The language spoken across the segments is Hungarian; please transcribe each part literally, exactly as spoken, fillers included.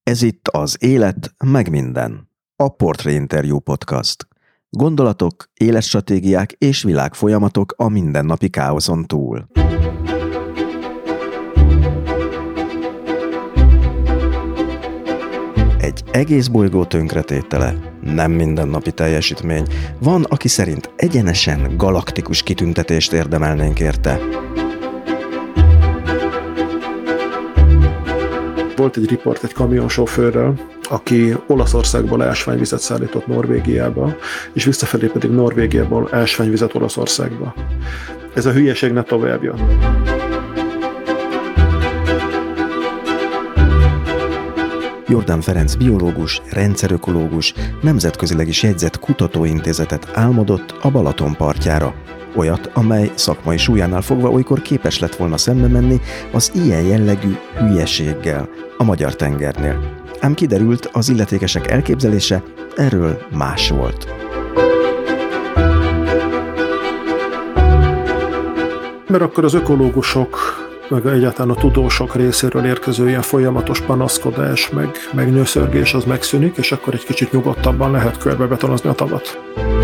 Ez itt az Élet meg minden, a Portré Interview Podcast. Gondolatok, életstratégiák és világfolyamatok a mindennapi káoszon túl. Egy egész bolygó tönkretétele nem mindennapi teljesítmény. Van, aki szerint egyenesen galaktikus kitüntetést érdemelnénk érte. Volt egy riport egy kamionsofőrrel, aki Olaszországból ásványvizet szállított Norvégiába, és visszafelé pedig Norvégiából ásványvizet Olaszországba. Ez a hülyeség ne tovább jön. Jordán Ferenc biológus, rendszerökológus, nemzetközileg is jegyzett kutatóintézetet álmodott a Balaton partjára. Olyat, amely szakmai súlyánál fogva olykor képes lett volna szembe menni az ilyen jellegű hülyeséggel a magyar tengernél. Ám kiderült, az illetékesek elképzelése erről más volt. Mert akkor az ökológusok, meg egyáltalán a tudósok részéről érkező ilyen folyamatos panaszkodás, meg, meg nyöszörgés az megszűnik, és akkor egy kicsit nyugodtabban lehet körbebetonozni a tavat.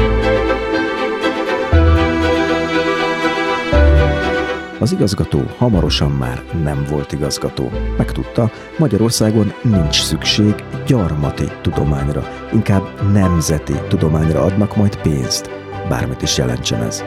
Az igazgató hamarosan már nem volt igazgató. Megtudta, Magyarországon nincs szükség gyarmati tudományra, inkább nemzeti tudományra adnak majd pénzt, bármit is jelentsen ez.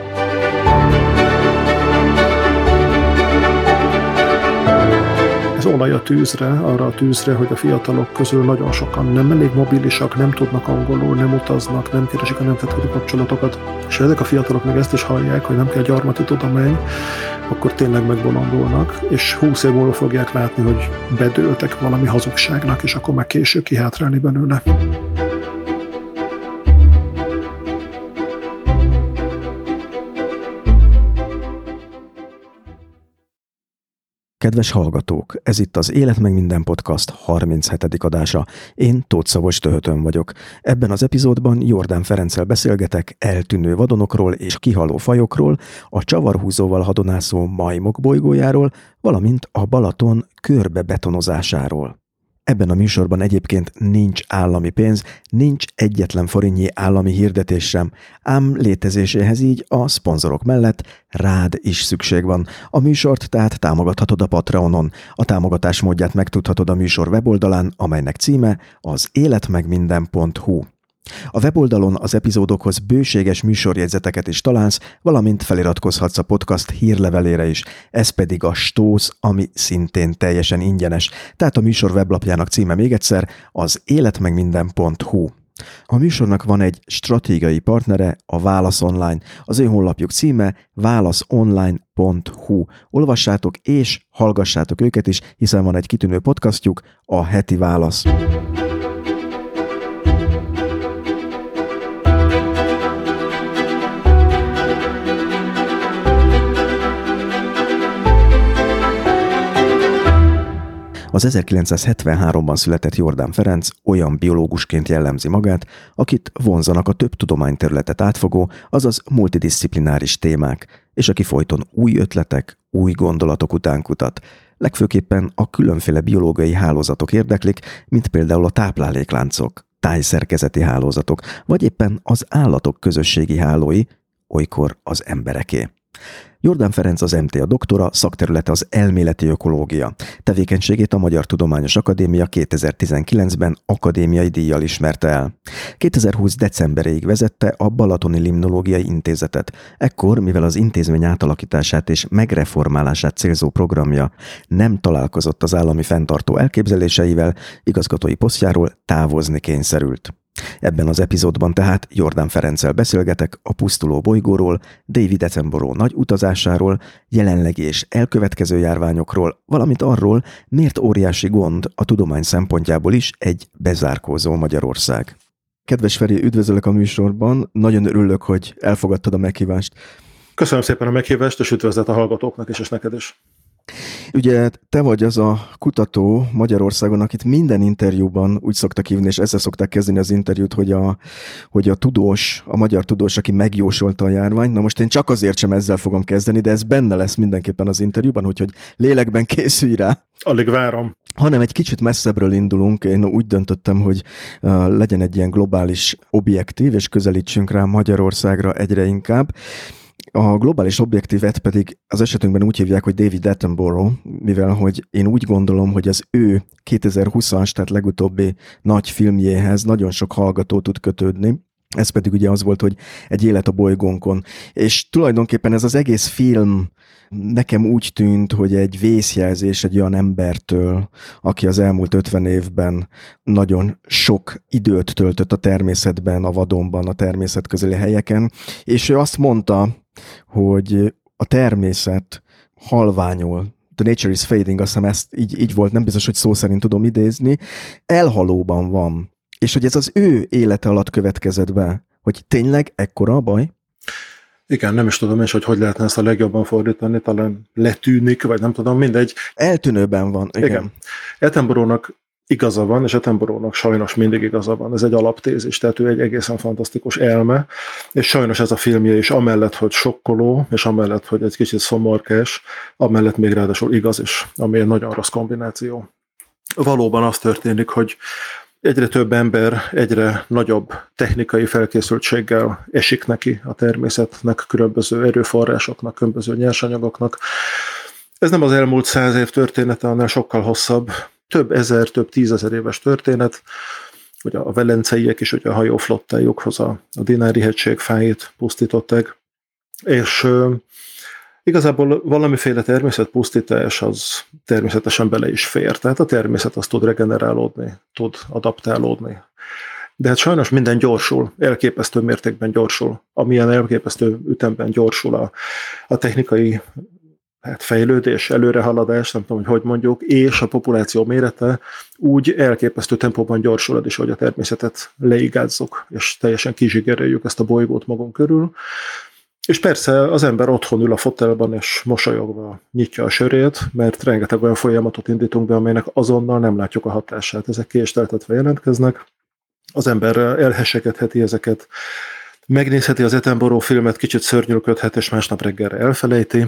Ez olaj a tűzre, arra a tűzre, hogy a fiatalok közül nagyon sokan nem elég mobilisak, nem tudnak angolul, nem utaznak, nem keresik a nemzetközi kapcsolatokat. És ha ezek a fiatalok meg ezt is hallják, hogy nem kell gyarmati tudomány, akkor tényleg megbolondulnak, és húsz év múlva fogják látni, hogy bedőltek valami hazugságnak, és akkor meg később kihátrálni belőle. Kedves hallgatók, ez itt az Élet meg minden podcast harminchetedik adása. Én Tóth Szabolcs Töhötön vagyok. Ebben az epizódban Jordán Ferenccel beszélgetek eltűnő vadonokról és kihaló fajokról, a csavarhúzóval hadonászó majmok bolygójáról, valamint a Balaton körbebetonozásáról. Ebben a műsorban egyébként nincs állami pénz, nincs egyetlen forintnyi állami hirdetés sem, ám létezéséhez így a szponzorok mellett rád is szükség van. A műsort tehát támogathatod a Patreonon. A támogatás módját megtudhatod a műsor weboldalán, amelynek címe az életmegminden pont hu. A weboldalon az epizódokhoz bőséges műsorjegyzeteket is találsz, valamint feliratkozhatsz a podcast hírlevelére is, ez pedig a Stósz, ami szintén teljesen ingyenes. Tehát a műsor weblapjának címe még egyszer az életmegminden pont hu. A műsornak van egy stratégiai partnere, a Válasz Online. Az ő honlapjuk címe válasz online pont hu. Olvassátok és hallgassátok őket is, hiszen van egy kitűnő podcastjuk, a Heti Válasz. Az ezerkilencszázhetvenháromban született Jordán Ferenc olyan biológusként jellemzi magát, akit vonzanak a több tudományterületet átfogó, azaz multidisziplináris témák, és aki folyton új ötletek, új gondolatok után kutat. Legfőképpen a különféle biológiai hálózatok érdeklik, mint például a táplálékláncok, tájszerkezeti hálózatok, vagy éppen az állatok közösségi hálói, olykor az embereké. Jordán Ferenc az em té á doktora, szakterülete az elméleti ökológia. Tevékenységét a Magyar Tudományos Akadémia kétezer-tizenkilencben akadémiai díjjal ismerte el. kétezer-húsz decemberéig vezette a Balatoni Limnológiai Intézetet. Ekkor, mivel az intézmény átalakítását és megreformálását célzó programja nem találkozott az állami fenntartó elképzeléseivel, igazgatói posztjáról távozni kényszerült. Ebben az epizódban tehát Jordán Ferenccel beszélgetek a pusztuló bolygóról, David Attenborough nagy utazásáról, jelenlegi és elkövetkező járványokról, valamint arról, miért óriási gond a tudomány szempontjából is egy bezárkózó Magyarország. Kedves Feri, üdvözöllek a műsorban, nagyon örülök, hogy elfogadtad a meghívást. Köszönöm szépen a meghívást, és üdvözlet a hallgatóknak is, és neked is. Ugye te vagy az a kutató Magyarországon, akit minden interjúban úgy szoktak hívni, és ezzel szokták kezdeni az interjút, hogy a, hogy a tudós, a magyar tudós, aki megjósolta a járványt. Na most én csak azért sem ezzel fogom kezdeni, de ez benne lesz mindenképpen az interjúban, úgyhogy lélekben készülj rá. Alig várom. Hanem egy kicsit messzebbről indulunk, én úgy döntöttem, hogy uh, legyen egy ilyen globális objektív, és közelítsünk rá Magyarországra egyre inkább. A globális objektívet pedig az esetünkben úgy hívják, hogy David Attenborough, mivel hogy én úgy gondolom, hogy az ő kétezer-húszas, tehát legutóbbi nagy filmjéhez nagyon sok hallgató tud kötődni. Ez pedig ugye az volt, hogy egy élet a bolygónkon. És tulajdonképpen ez az egész film nekem úgy tűnt, hogy egy vészjelzés egy olyan embertől, aki az elmúlt ötven évben nagyon sok időt töltött a természetben, a vadonban, a természet közeli helyeken, és ő azt mondta, hogy a természet halványul, the nature is fading, azt hiszem ezt így, így volt, nem biztos, hogy szó szerint tudom idézni, elhalóban van. És hogy ez az ő élete alatt következett be, hogy tényleg ekkora a baj? Igen, nem is tudom és hogy hogy lehetne ezt a legjobban fordítani, talán letűnik, vagy nem tudom, mindegy. Eltűnőben van, igen. igen. Attenborough-nak igaza van, és Attenborough-nak sajnos mindig igaza van. Ez egy alaptézis, tehát ő egy egészen fantasztikus elme, és sajnos ez a filmje is amellett, hogy sokkoló, és amellett, hogy egy kicsit szomorkás, amellett még ráadásul igaz is, ami egy nagyon rossz kombináció. Valóban az történik, hogy egyre több ember egyre nagyobb technikai felkészültséggel esik neki a természetnek, különböző erőforrásoknak, különböző nyersanyagoknak. Ez nem az elmúlt száz év története, annál sokkal hosszabb, több ezer, több tízezer éves történet. Ugye a velenceiek is ugye a hajóflottájukhoz a, a Dinári-hegység fáit pusztították, és ö, igazából valamiféle természetpusztítás az természetesen bele is fér, tehát a természet az tud regenerálódni, tud adaptálódni. De hát sajnos minden gyorsul, elképesztő mértékben gyorsul. Amilyen elképesztő ütemben gyorsul a, a technikai hát fejlődés, előrehaladás, nem tudom, hogy hogy mondjuk, és a populáció mérete úgy elképesztő tempóban gyorsul, és hogy a természetet leigázzuk, és teljesen kizsigereljük ezt a bolygót magunk körül. És persze az ember otthon ül a fotelban, és mosolyogva nyitja a sörét, mert rengeteg olyan folyamatot indítunk be, amelynek azonnal nem látjuk a hatását. Ezek késleltetve jelentkeznek. Az ember elhessekedheti ezeket, megnézheti az Attenborough filmet, kicsit szörnyűködhet, és másnap reggelre elfelejti,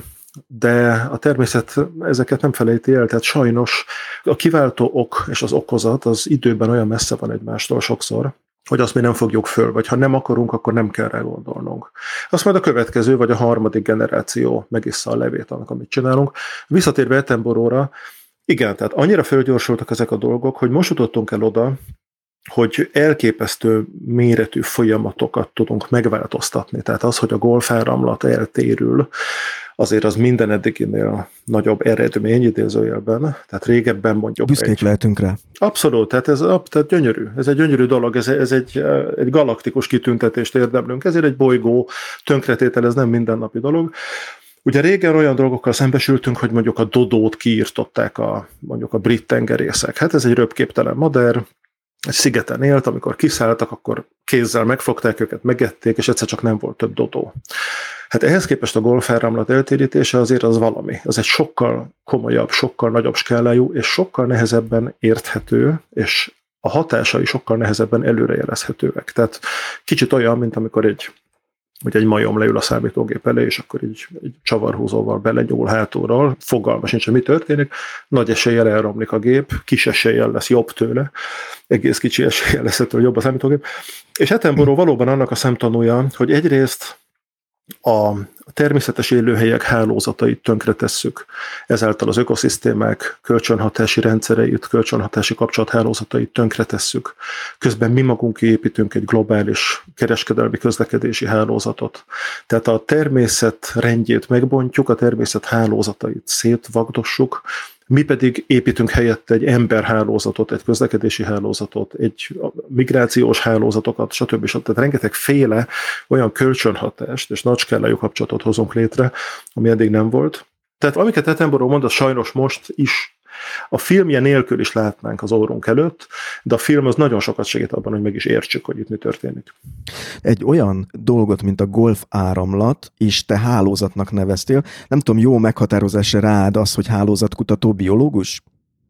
de a természet ezeket nem felejti el, tehát sajnos a kiváltó ok és az okozat az időben olyan messze van egymástól sokszor, hogy azt mi nem fogjuk föl, vagy ha nem akarunk, akkor nem kell rá gondolnunk. Azt majd a következő, vagy a harmadik generáció megissza a levét annak, amit csinálunk. Visszatérve Attenborough-ra, igen, tehát annyira fölgyorsultak ezek a dolgok, hogy most jutottunk el oda, hogy elképesztő méretű folyamatokat tudunk megváltoztatni. Tehát az, hogy a golfáramlat eltérül, azért az minden eddiginél nagyobb eredmény idézőjelben. Tehát régebben mondjuk... Büszkék egy... lehetünk rá. Abszolút, tehát ez tehát gyönyörű. Ez egy gyönyörű dolog, ez, ez egy, egy galaktikus kitüntetést érdemlünk. Ezért egy bolygó tönkretétel, ez nem mindennapi dolog. Ugye régen olyan dolgokkal szembesültünk, hogy mondjuk a Dodót kiírtották a, mondjuk a brit tengerészek. Hát ez egy röpképtelen madár, egy szigeten élt, amikor kiszálltak, akkor kézzel megfogták őket, megették, és egyszer csak nem volt több dodó. Hát ehhez képest a golfáramlat eltérítése azért az valami. Az egy sokkal komolyabb, sokkal nagyobb skálájú, és sokkal nehezebben érthető, és a hatásai sokkal nehezebben előrejelezhetőek. Tehát kicsit olyan, mint amikor egy, hogy egy majom leül a számítógép elé, és akkor így egy csavarhúzóval belenyúl hátulról, fogalma sincs, mi történik, nagy eséllyel elromlik a gép, kis eséllyel lesz jobb tőle, egész kicsi eséllyel lesz ettől jobb a számítógép. És Attenborough valóban annak a szemtanúja, hogy egyrészt a természetes élőhelyek hálózatait tönkretesszük, ezáltal az ökoszisztémák kölcsönhatási rendszereit, kölcsönhatási kapcsolathálózatait tönkretesszük. Közben mi magunk kiépítünk egy globális kereskedelmi közlekedési hálózatot. Tehát a természet rendjét megbontjuk, a természet hálózatait szétvagdossuk, mi pedig építünk helyette egy emberhálózatot, egy közlekedési hálózatot, egy migrációs hálózatokat, stb. stb. Tehát rengeteg féle olyan kölcsönhatást és nagy skálájú kapcsolatot hozunk létre, ami eddig nem volt. Tehát amiket Attenborough mond, az sajnos most is A filmje nélkül is látnánk az orrunk előtt, de a film az nagyon sokat segít abban, hogy meg is értsük, hogy itt mi történik. Egy olyan dolgot, mint a golf áramlat is te hálózatnak neveztél. Nem tudom, jó meghatározásra rád az, hogy hálózatkutató biológus?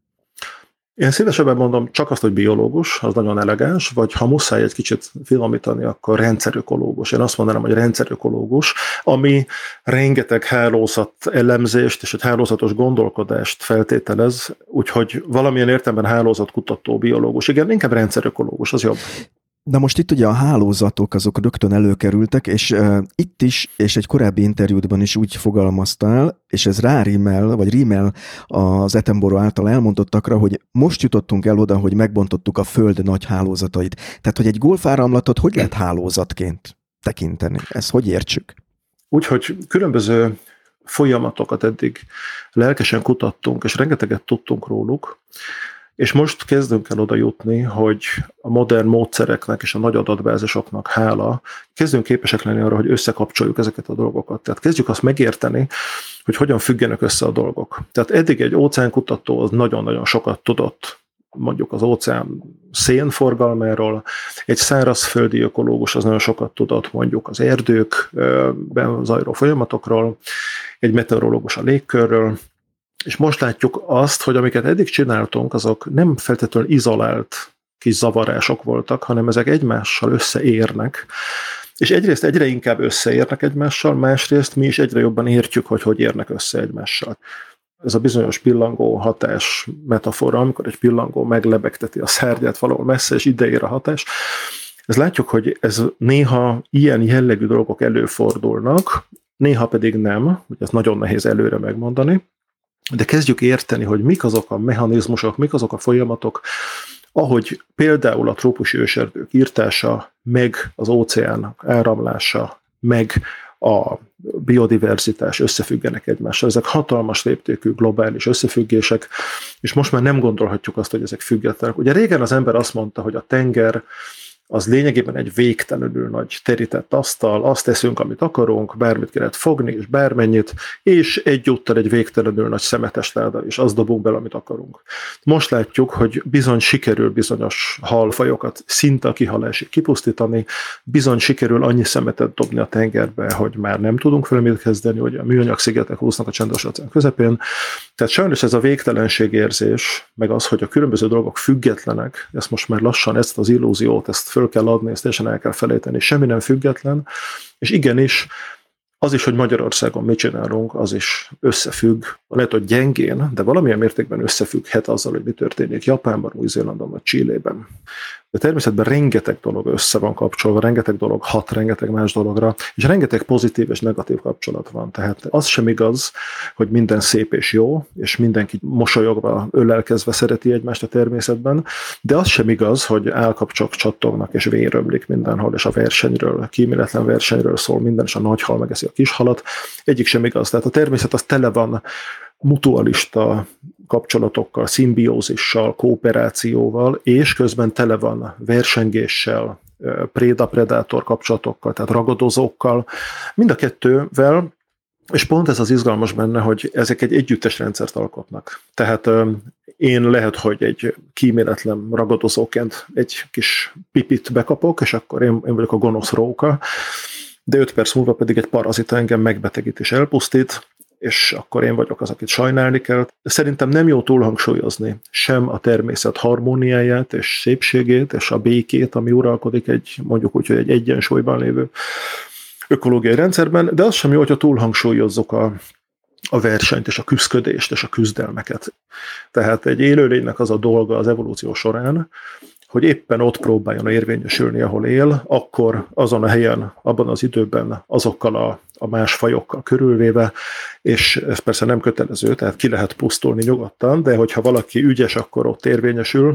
Én szívesebben mondom csak azt, hogy biológus, az nagyon elegáns, vagy ha muszáj egy kicsit finomítani, akkor rendszerökológus. Én azt mondanám, hogy rendszerökológus, ami rengeteg hálózat elemzést és egy hálózatos gondolkodást feltételez, úgyhogy valamilyen értelemben hálózatkutató biológus. Igen, inkább rendszerökológus, az jobb. De most itt ugye a hálózatok azok rögtön előkerültek, és uh, itt is, és egy korábbi interjúdban is úgy fogalmaztál, és ez rárímel, vagy rímel az Attenborough által elmondottakra, hogy most jutottunk el oda, hogy megbontottuk a Föld nagy hálózatait. Tehát, hogy egy golfáramlatot hogy lehet hálózatként tekinteni? Ezt hogy értsük? Úgyhogy különböző folyamatokat eddig lelkesen kutattunk, és rengeteget tudtunk róluk, és most kezdünk el oda jutni, hogy a modern módszereknek és a nagy adatbázisoknak hála kezdünk képesek lenni arra, hogy összekapcsoljuk ezeket a dolgokat. Tehát kezdjük azt megérteni, hogy hogyan függenek össze a dolgok. Tehát eddig egy óceánkutató az nagyon-nagyon sokat tudott mondjuk az óceán szénforgalmáról, egy szárazföldi ökológus az nagyon sokat tudott mondjuk az erdőkben zajló folyamatokról, egy meteorológus a légkörről, és most látjuk azt, hogy amiket eddig csináltunk, azok nem feltétlenül izolált kis zavarások voltak, hanem ezek egymással összeérnek, és egyrészt egyre inkább összeérnek egymással, másrészt mi is egyre jobban értjük, hogy hogy érnek össze egymással. Ez a bizonyos pillangó hatás metafora, amikor egy pillangó meglebegteti a szárnyát valahol messze, és ide ér a hatás. Ez látjuk, hogy ez néha ilyen jellegű dolgok előfordulnak, néha pedig nem, ugye ez nagyon nehéz előre megmondani, de kezdjük érteni, hogy mik azok a mechanizmusok, mik azok a folyamatok, ahogy például a trópusi őserdők írtása, meg az óceán áramlása, meg a biodiverzitás összefüggenek egymással. Ezek hatalmas léptékű globális összefüggések, és most már nem gondolhatjuk azt, hogy ezek függetlenek. Ugye régen az ember azt mondta, hogy a tenger az lényegében egy végtelenül nagy terített asztal, azt teszünk, amit akarunk, bármit ki lehet fogni, és bármennyit, és egyúttal egy végtelenül nagy szemetes láda, és azt dobunk bele, amit akarunk. Most látjuk, hogy bizony sikerül bizonyos halfajokat szinte a kihalásig kipusztítani, bizony sikerül annyi szemetet dobni a tengerbe, hogy már nem tudunk vele mit kezdeni, hogy a műanyag szigetek úsznak a Csendes-óceán közepén. Tehát sajnos ez a végtelenségérzés, meg az, hogy a különböző dolgok függetlenek, ezt most már lassan, ezt az illúziót, ezt föl kell adni, ezt teljesen el kell felejteni, semmi nem független, és igenis, az is, hogy Magyarországon mit csinálunk, az is összefügg, lehet, hogy gyengén, de valamilyen mértékben összefügghet azzal, hogy mi történik Japánban, Új-Zélandon vagy Chilében. De természetben rengeteg dolog össze van kapcsolva, rengeteg dolog hat rengeteg más dologra, és rengeteg pozitív és negatív kapcsolat van. Tehát az sem igaz, hogy minden szép és jó, és mindenki mosolyogva, ölelkezve szereti egymást a természetben, de az sem igaz, hogy állkapcsok csattognak és vérömlik mindenhol, és a versenyről, kíméletlen versenyről szól minden, és a nagy hal megeszi a kis halat. Egyik sem igaz. Tehát a természet az tele van mutualista kapcsolatokkal, szimbiózissal, kooperációval, és közben tele van versengéssel, préda-predátor kapcsolatokkal, tehát ragadozókkal, mind a kettővel, és pont ez az izgalmas benne, hogy ezek egy együttes rendszert alkotnak. Tehát én lehet, hogy egy kíméletlen ragadozóként egy kis pipit bekapok, és akkor én, én vagyok a gonosz róka, de öt perc múlva pedig egy parazita engem megbetegít és elpusztít, és akkor én vagyok az, akit sajnálni kell. Szerintem nem jó túlhangsúlyozni sem a természet harmóniáját és szépségét, és a békét, ami uralkodik egy, mondjuk úgy, hogy egy egyensúlyban lévő ökológiai rendszerben, de az sem jó, hogyha túlhangsúlyozzuk a, a versenyt és a küszködést és a küzdelmeket. Tehát egy élőlénynek az a dolga az evolúció során, hogy éppen ott próbáljon érvényesülni, ahol él, akkor azon a helyen, abban az időben azokkal a, a más fajokkal körülvéve, és ez persze nem kötelező, tehát ki lehet pusztulni nyugodtan, de hogyha valaki ügyes, akkor ott érvényesül.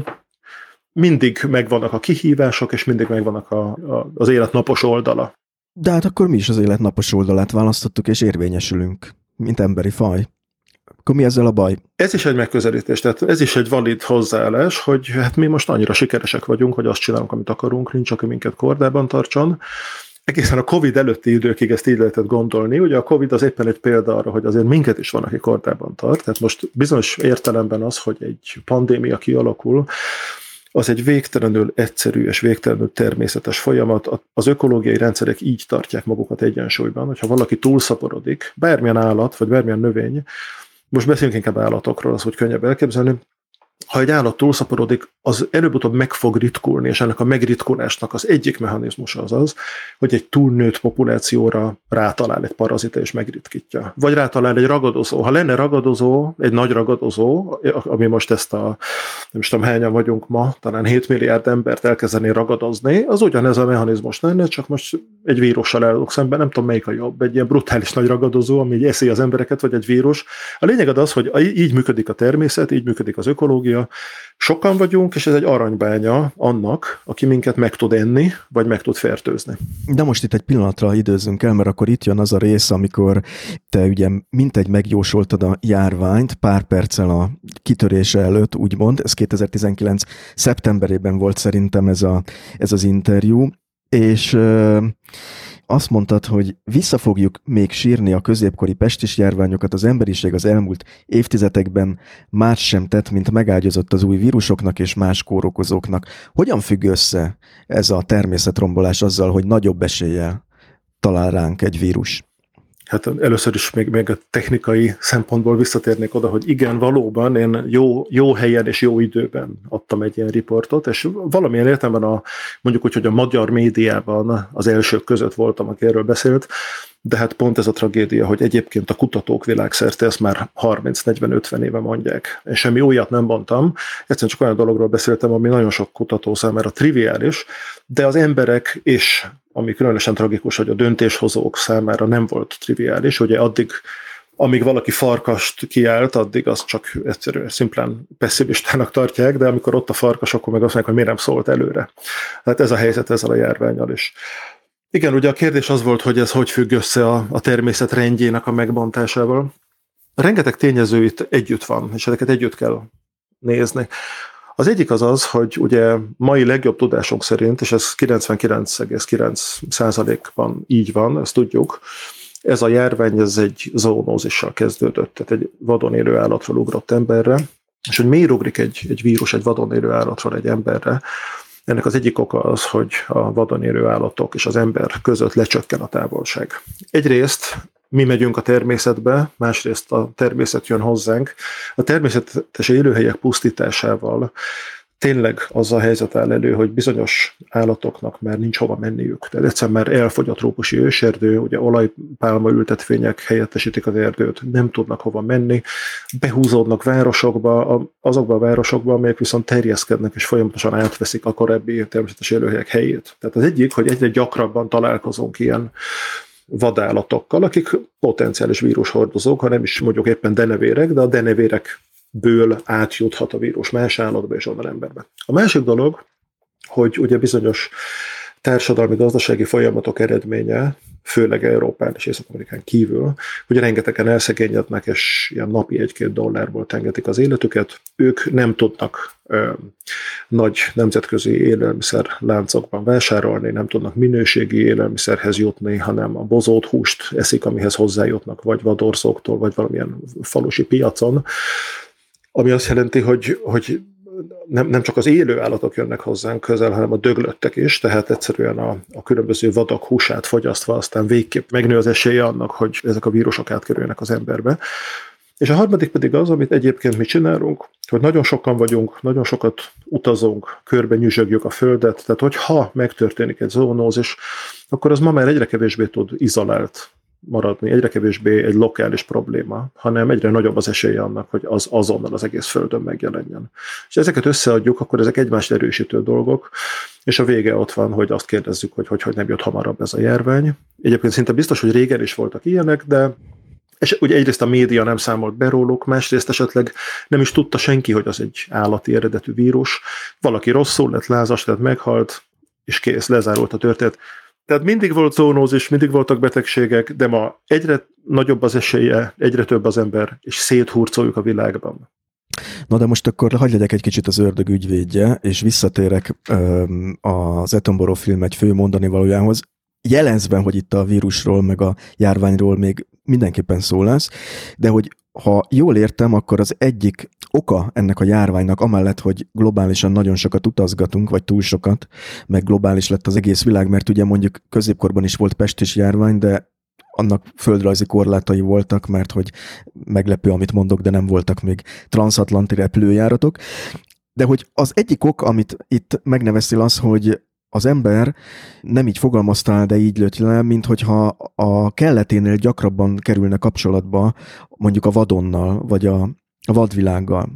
Mindig megvannak a kihívások, és mindig megvannak a, a, az élet napos oldala. De hát akkor mi is az élet napos oldalát választottuk, és érvényesülünk, mint emberi faj. Akkor mi ezzel a baj? Ez is egy megközelítés, tehát ez is egy valid hozzáállás, hogy hát mi most annyira sikeresek vagyunk, hogy azt csinálunk, amit akarunk, nincs, aki minket kordában tartson, egészen a Covid előtti időkig ezt így lehetett gondolni. Ugye a Covid az éppen egy példa arra, hogy azért minket is van, aki kordában tart. Tehát most bizonyos értelemben az, hogy egy pandémia kialakul, az egy végtelenül egyszerű és végtelenül természetes folyamat. Az ökológiai rendszerek így tartják magukat egyensúlyban, hogyha valaki túlszaporodik, bármilyen állat, vagy bármilyen növény, most beszélünk inkább állatokról, az, hogy könnyebb elképzelni, ha egy állat túlszaporodik, az előbb-utóbb meg fog ritkulni, és ennek a megritkulásnak az egyik mechanizmusa az az, hogy egy túlnőtt populációra rátalál egy parazita és megritkítja. Vagy rátalál egy ragadozó. Ha lenne ragadozó, egy nagy ragadozó, ami most ezt a, nem is tudom hányan vagyunk ma, talán hét milliárd embert elkezdené ragadozni, az ugyanez a mechanizmus lenne, csak most egy vírussal állok szemben, nem tudom melyik a jobb, egy ilyen brutális nagy ragadozó, ami eszi az embereket, vagy egy vírus. A lényeg az, hogy így működik a természet, így működik az ökológia. Sokan vagyunk, és ez egy aranybánya annak, aki minket meg tud enni, vagy meg tud fertőzni. De most itt egy pillanatra időzzünk el, mert akkor itt jön az a rész, amikor te ugye mintegy megjósoltad a járványt pár perccel a kitörése előtt, úgymond, ez kétezer-tizenkilenc szeptemberében volt szerintem ez, a, ez az interjú, és ö, azt mondtad, hogy vissza fogjuk még sírni a középkori pestis járványokat, az emberiség az elmúlt évtizedekben más sem tett, mint megágyazott az új vírusoknak és más kórokozóknak. Hogyan függ össze ez a természetrombolás azzal, hogy nagyobb eséllyel talál ránk egy vírus? Hát először is még, még a technikai szempontból visszatérnék oda, hogy igen, valóban én jó, jó helyen és jó időben adtam egy ilyen riportot, és valamilyen értelemben a, mondjuk úgy, hogy a magyar médiában az elsők között voltam, aki erről beszélt, de hát pont ez a tragédia, hogy egyébként a kutatók világszerte ezt már harminc-negyven-ötven éve mondják. És semmi újat nem mondtam, egyszerűen csak olyan dologról beszéltem, ami nagyon sok kutató számára triviális, de az emberek és ami különösen tragikus, hogy a döntéshozók számára nem volt triviális. Ugye addig, amíg valaki farkast kiállt, addig azt csak egyszerűen szimplán pessimistának tartják, de amikor ott a farkas, akkor meg azt mondják, hogy miért nem szólt előre. Hát ez a helyzet ezzel a járvánnyal is. Igen, ugye a kérdés az volt, hogy ez hogy függ össze a, a természet rendjének a megbontásával. Rengeteg tényező itt együtt van, és ezeket együtt kell nézni. Az egyik az az, hogy ugye mai legjobb tudásunk szerint, és ez kilencvenkilenc egész kilenc százalékban így van, ezt tudjuk, ez a járvány ez egy zoonózissal kezdődött, tehát egy vadon élő állatról ugrott emberre, és hogy miért ugrik egy, egy vírus egy vadon élő állatról egy emberre, ennek az egyik oka az, hogy a vadon élő állatok és az ember között lecsökken a távolság. Egyrészt mi megyünk a természetbe, másrészt a természet jön hozzánk. A természetes élőhelyek pusztításával tényleg az a helyzet áll elő, hogy bizonyos állatoknak már nincs hova menniük. Tehát egyszerűen már elfogy a trópusi őserdő, ugye olajpálma ültetvények helyettesítik az erdőt, nem tudnak hova menni, behúzódnak városokba, azokba a városokba, amelyek viszont terjeszkednek és folyamatosan átveszik a korábbi természetes élőhelyek helyét. Tehát az egyik, hogy egyre gyakrabban találkozunk ilyen vadállatokkal, akik potenciális vírushordozók, ha nem is mondjuk éppen denevérek, de a denevérekből átjuthat a vírus más állatba és onnan emberbe. A másik dolog, hogy ugye bizonyos társadalmi-gazdasági folyamatok eredménye, főleg Európán és Észak-Amerikán kívül, hogy rengetegen elszegényednek, és ilyen napi egy-két dollárból tengetik az életüket. Ők nem tudnak ö, nagy nemzetközi élelmiszer láncokban vásárolni, nem tudnak minőségi élelmiszerhez jutni, hanem a bozolt húst eszik, amihez hozzájutnak, vagy vadorzóktól, vagy valamilyen falusi piacon, ami azt jelenti, hogy, hogy Nem, nem csak az élő állatok jönnek hozzánk közel, hanem a döglöttek is, tehát egyszerűen a, a különböző vadak húsát fogyasztva aztán végképp megnő az esélye annak, hogy ezek a vírusok átkerüljenek az emberbe. És a harmadik pedig az, amit egyébként mi csinálunk, hogy nagyon sokan vagyunk, nagyon sokat utazunk, körbe nyüzsögjük a földet, tehát hogy ha megtörténik egy zoonózis, akkor az ma már egyre kevésbé tud izolált maradni, egyre kevésbé egy lokális probléma, hanem egyre nagyobb az esélye annak, hogy az azonnal az egész földön megjelenjen. És ezeket összeadjuk, akkor ezek egymást erősítő dolgok, és a vége ott van, hogy azt kérdezzük, hogy hogy, hogy nem jött hamarabb ez a járvány. Egyébként szinte biztos, hogy régen is voltak ilyenek, de és ugye egyrészt a média nem számolt be róluk, másrészt esetleg nem is tudta senki, hogy az egy állati eredetű vírus. Valaki rosszul lett, lázas lett, meghalt, és kész, lezárult a történet. Tehát mindig volt zoonózis, mindig voltak betegségek, de ma egyre nagyobb az esélye, egyre több az ember, és széthurcoljuk a világban. Na de most akkor hagyj legyek egy kicsit az ördög ügyvédje, és visszatérek az Attenborough film egy fő mondani valójához. jelezve, hogy itt a vírusról, meg a járványról még mindenképpen szó lesz, de hogy ha jól értem, akkor az egyik oka ennek a járványnak, amellett, hogy globálisan nagyon sokat utazgatunk, vagy túl sokat, meg globális lett az egész világ, mert ugye mondjuk középkorban is volt pestis járvány, de annak földrajzi korlátai voltak, mert hogy meglepő, amit mondok, de nem voltak még transatlanti repülőjáratok. De hogy az egyik ok, amit itt megneveztél, az, hogy az ember nem így fogalmaztál, de így lőtt le, mint hogyha a kelleténél gyakrabban kerülne kapcsolatba mondjuk a vadonnal, vagy a, a vadvilággal.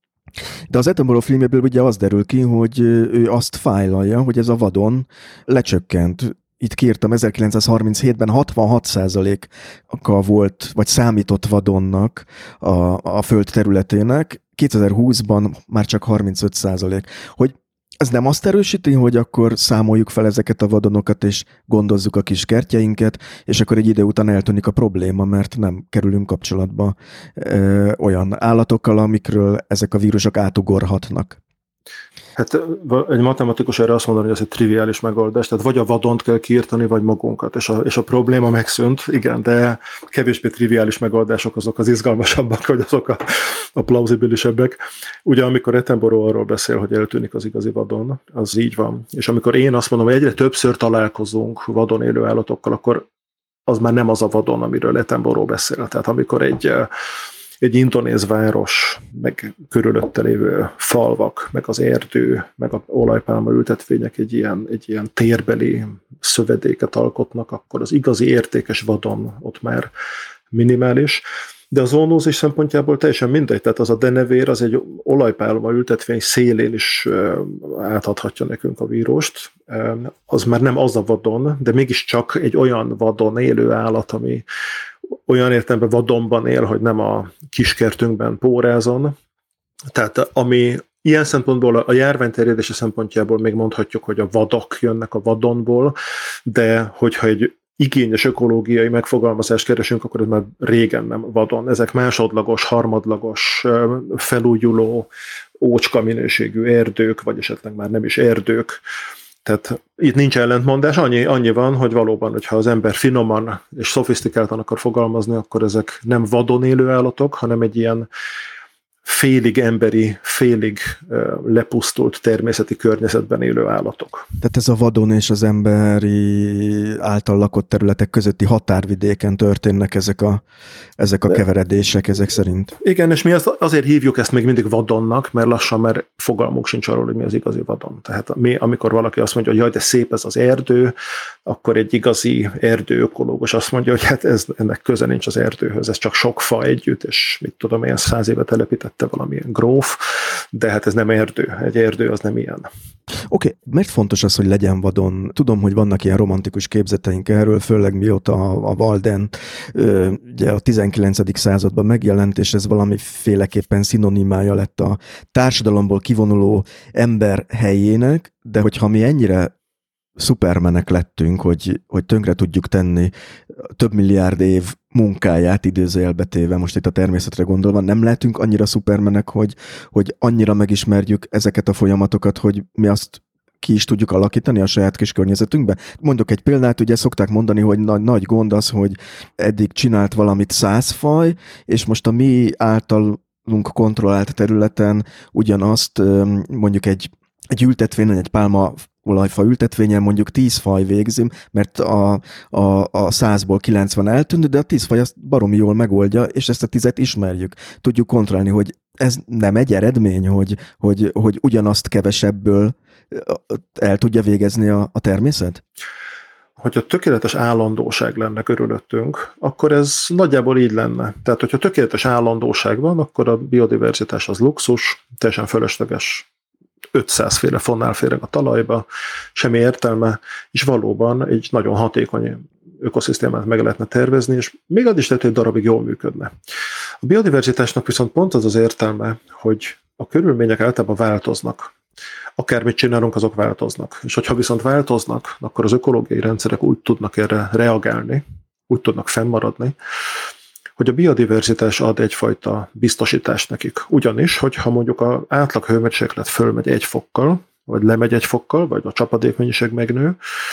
De az Attenborough filmjéből ugye az derül ki, hogy ő azt fájlalja, hogy ez a vadon lecsökkent. Itt kiírtam, ezerkilencszázharminchétben hatvanhat százalékkal volt, vagy számított vadonnak a, a föld területének, kétezer-húszban már csak harmincöt százalék. Hogy ez nem azt erősíti, hogy akkor számoljuk fel ezeket a vadonokat, és gondozzuk a kis kertjeinket, és akkor egy idő után eltűnik a probléma, mert nem kerülünk kapcsolatba ö, olyan állatokkal, amikről ezek a vírusok átugorhatnak. Hát egy matematikus erre azt mondani, hogy ez egy triviális megoldás, tehát vagy a vadont kell kiirtani, vagy magunkat, és a, és a probléma megszűnt, igen, de kevésbé triviális megoldások azok az izgalmasabbak, vagy azok a, a plauzibilisebbek. Ugye amikor Attenborough arról beszél, hogy eltűnik az igazi vadon, az így van. És amikor én azt mondom, hogy egyre többször találkozunk vadon élő állatokkal, akkor az már nem az a vadon, amiről Attenborough beszél. Tehát amikor egy egy indonéz város, meg körülötte lévő falvak, meg az erdő, meg az olajpálma ültetvények egy ilyen, egy ilyen térbeli szövedéket alkotnak, akkor az igazi értékes vadon ott már minimális. De a zoonózis szempontjából teljesen mindegy, tehát az a denevér, az egy olajpálma ültetvény szélén is átadhatja nekünk a vírust. Az már nem az a vadon, de mégiscsak egy olyan vadon élő állat, ami olyan értelemben vadonban él, hogy nem a kiskertünkben pórázon. Tehát ami ilyen szempontból, a járvány terjedése szempontjából még mondhatjuk, hogy a vadak jönnek a vadonból, de hogyha egy igényes ökológiai megfogalmazást keresünk, akkor ez már régen nem vadon. Ezek másodlagos, harmadlagos, felújuló, ócska minőségű erdők, vagy esetleg már nem is erdők. Tehát itt nincs ellentmondás, annyi, annyi van, hogy valóban, hogyha az ember finoman és szofisztikáltan akar fogalmazni, akkor ezek nem vadon élő állatok, hanem egy ilyen félig emberi, félig lepusztult természeti környezetben élő állatok. Tehát ez a vadon és az emberi által lakott területek közötti határvidéken történnek ezek a, ezek a keveredések, ezek szerint. Igen, és mi azért hívjuk ezt még mindig vadonnak, mert lassan már fogalmunk sincs arról, hogy mi az igazi vadon. Tehát mi, amikor valaki azt mondja, hogy jaj, de szép ez az erdő, akkor egy igazi erdőökológus azt mondja, hogy hát ez, ennek köze nincs az erdőhöz, ez csak sok fa együtt, és mit tudom, ilyen száz éve telepítette valamilyen gróf, de hát ez nem erdő. Egy erdő az nem ilyen. Oké, okay, miért fontos az, hogy legyen vadon? Tudom, hogy vannak ilyen romantikus képzeteink erről, főleg mióta a, a Walden ö, ugye a tizenkilencedik században megjelent, és ez valamiféleképpen szinonimája lett a társadalomból kivonuló ember helyének, de hogyha mi ennyire szupermenek lettünk, hogy, hogy tönkre tudjuk tenni több milliárd év munkáját idézőjelbetéve, most itt a természetre gondolva, nem lehetünk annyira szupermenek, hogy, hogy annyira megismerjük ezeket a folyamatokat, hogy mi azt ki is tudjuk alakítani a saját kis környezetünkbe. Mondok egy példát, ugye szokták mondani, hogy nagy, nagy gond az, hogy eddig csinált valamit száz faj, és most a mi általunk kontrollált területen ugyanazt mondjuk egy, egy ültetvényen, egy pálma olajfa ültetvényen mondjuk tíz faj végzim, mert a, a, a százból kilencven eltűnt, de a tíz faj azt baromi jól megoldja, és ezt a tizet ismerjük. Tudjuk kontrollálni, hogy ez nem egy eredmény, hogy, hogy, hogy ugyanazt kevesebből el tudja végezni a, a természet? Hogyha tökéletes állandóság lenne körülöttünk, akkor ez nagyjából így lenne. Tehát, hogyha tökéletes állandóság van, akkor a biodiverzitás az luxus, teljesen fölösleges, ötszáz féle fonnál féreg a talajba, semmi értelme, és valóban egy nagyon hatékony ökoszisztémát meg lehetne tervezni, és még az is lehet, hogy egy darabig jól működne. A biodiverzitásnak viszont pont az az értelme, hogy a körülmények általában változnak. Akármit csinálunk, azok változnak. És hogyha viszont változnak, akkor az ökológiai rendszerek úgy tudnak erre reagálni, úgy tudnak fennmaradni, hogy a biodiverzitás ad egyfajta biztosítást nekik. Ugyanis, hogyha mondjuk az átlag hőmérséklet fölmegy egy fokkal, vagy lemegy egy fokkal, vagy a csapadékmennyiség megnő,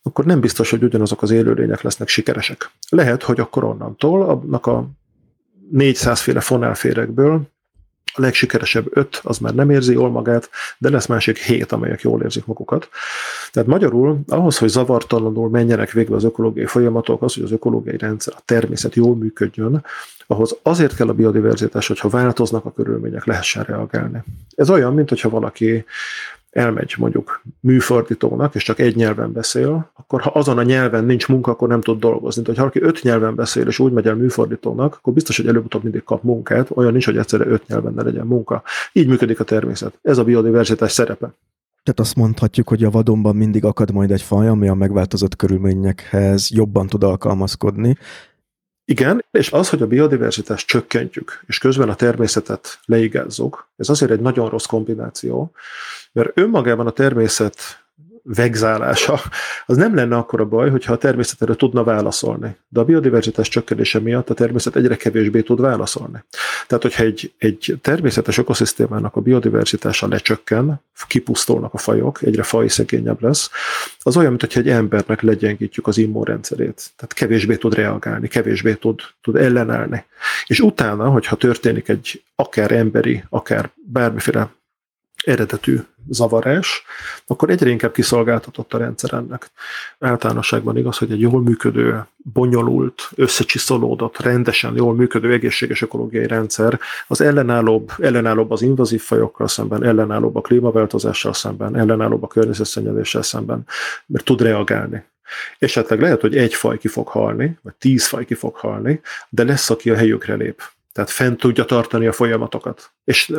akkor nem biztos, hogy ugyanazok az élőlények lesznek sikeresek. Lehet, hogy akkor onnantól annak a négyszáz féle fonálférekből a legsikeresebb öt, az már nem érzi jól magát, de lesz másik hét, amelyek jól érzik magukat. Tehát magyarul ahhoz, hogy zavartalanul menjenek végbe az ökológiai folyamatok, az, hogy az ökológiai rendszer, a természet jól működjön, ahhoz azért kell a biodiverzitás, hogyha változnak a körülmények, lehessen reagálni. Ez olyan, mint hogyha valaki elmegy mondjuk műfordítónak, és csak egy nyelven beszél, akkor ha azon a nyelven nincs munka, akkor nem tud dolgozni. De ha valaki öt nyelven beszél, és úgy megy el műfordítónak, akkor biztos, hogy előbb-utóbb mindig kap munkát, olyan nincs, hogy egyszerre öt nyelven ne legyen munka. Így működik a természet. Ez a biodiverzitás szerepe. Tehát azt mondhatjuk, hogy a vadonban mindig akad majd egy faj, ami a megváltozott körülményekhez jobban tud alkalmazkodni. Igen, és az, hogy a biodiverzitást csökkentjük, és közben a természetet leigázzuk, ez azért egy nagyon rossz kombináció, mert önmagában a természet vegzálása, az nem lenne akkora baj, hogyha a természet erre tudna válaszolni. De a biodiverzitás csökkenése miatt a természet egyre kevésbé tud válaszolni. Tehát, hogyha egy, egy természetes ökoszisztémának a biodiverzitása lecsökken, kipusztulnak a fajok, egyre fajszegényebb lesz, az olyan, mintha egy embernek legyengítjük az immunrendszerét. Tehát kevésbé tud reagálni, kevésbé tud, tud ellenállni. És utána, hogyha történik egy akár emberi, akár bármiféle eredetű zavarás, akkor egyre inkább kiszolgáltatott a rendszer ennek. Általánosságban igaz, hogy egy jól működő, bonyolult, összecsiszolódott, rendesen jól működő egészséges ökológiai rendszer az ellenállóbb, ellenállóbb az invazív fajokkal szemben, ellenállóbb a klímaváltozással szemben, ellenállóbb a környezetszennyezéssel szemben, mert tud reagálni. Esetleg lehet, hogy egy faj ki fog halni, vagy tíz faj ki fog halni, de lesz, aki a helyükre lép. Tehát fent tudja tartani a folyamatokat. És,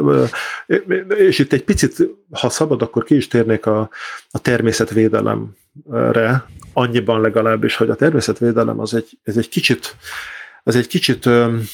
és itt egy picit, ha szabad, akkor ki is térnék a, a természetvédelemre, annyiban legalábbis, hogy a természetvédelem az egy, ez egy kicsit, az egy kicsit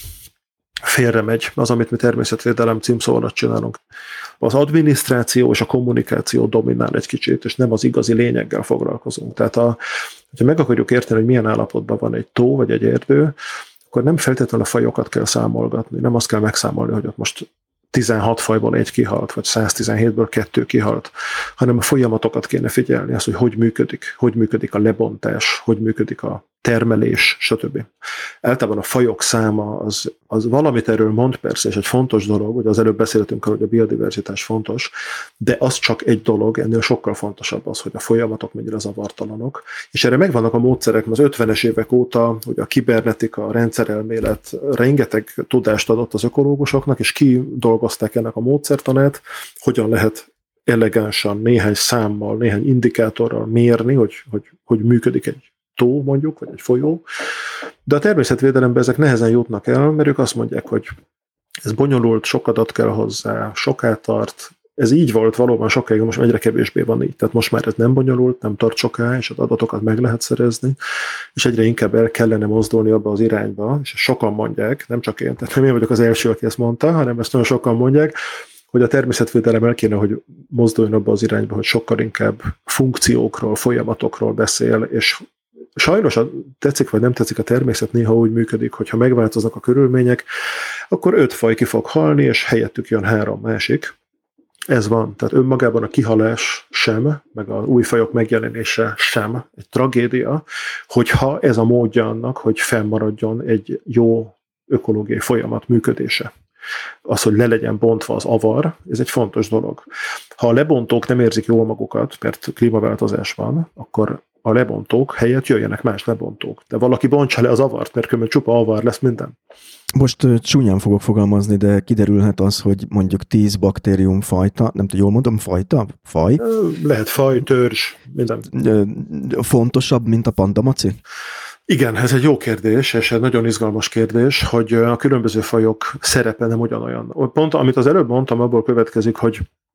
félre megy az, amit mi természetvédelem címszó alatt csinálunk. Az adminisztráció és a kommunikáció dominál egy kicsit, és nem az igazi lényeggel foglalkozunk. Tehát a, hogyha meg akarjuk érteni, hogy milyen állapotban van egy tó vagy egy erdő, akkor nem feltétlenül a fajokat kell számolgatni, nem azt kell megszámolni, hogy ott most tizenhat fajból egy kihalt, vagy száztizenhétből kettő kihalt, hanem a folyamatokat kéne figyelni, az, hogy hogy működik, hogy működik a lebontás, hogy működik a termelés, stb. Általában a fajok száma az, az valamit erről mond persze, és egy fontos dolog, hogy az előbb beszéltünk arról, hogy a biodiverzitás fontos, de az csak egy dolog, ennél sokkal fontosabb az, hogy a folyamatok mennyire zavartalanok, és erre megvannak a módszerek, az ötvenes évek óta, hogy a kibernetika, a rendszerelmélet rengeteg tudást adott az ökológusoknak, és kidolgozták ennek a módszertanát, hogyan lehet elegánsan, néhány számmal, néhány indikátorral mérni, hogy, hogy, hogy működik egy tó mondjuk, vagy egy folyó. De a természetvédelemben ezek nehezen jutnak el, mert ők azt mondják, hogy ez bonyolult, sok adat kell hozzá, soká tart. Ez így volt valóban sokáig, most egyre kevésbé van így. Tehát most már ez nem bonyolult, nem tart soká, és az adatokat meg lehet szerezni, és egyre inkább el kellene mozdulni abba az irányba, és sokan mondják, nem csak én, tehát nem én vagyok az első, aki ezt mondta, hanem ezt nagyon sokan mondják, hogy a természetvédelem el kéne, hogy mozduljon abba az irányba, hogy sokkal inkább funkciókról, folyamatokról beszél, és sajnos tetszik vagy nem tetszik, a természet néha úgy működik, hogy ha megváltoznak a körülmények, akkor öt faj ki fog halni, és helyettük jön három másik. Ez van. Tehát önmagában a kihalás sem, meg az új fajok megjelenése sem egy tragédia, hogyha ez a módja annak, hogy fennmaradjon egy jó ökológiai folyamat működése. Az, hogy le legyen bontva az avar, ez egy fontos dolog. Ha a lebontók nem érzik jól magukat, mert klímaváltozás van, akkor a lebontók helyett jöjjenek más lebontók. De valaki bontsa le az avart, mert különben csupa avar lesz minden. Most uh, csúnyán fogok fogalmazni, de kiderülhet az, hogy mondjuk tíz baktérium fajta, nem tudom, jól mondom, fajta? Faj? Lehet faj, törzs, minden. Uh, fontosabb, mint a pandamaci? Igen, ez egy jó kérdés, és egy nagyon izgalmas kérdés, hogy a különböző fajok szerepe nem ugyanolyan. Pont, amit az előbb mondtam, abból következik, hogy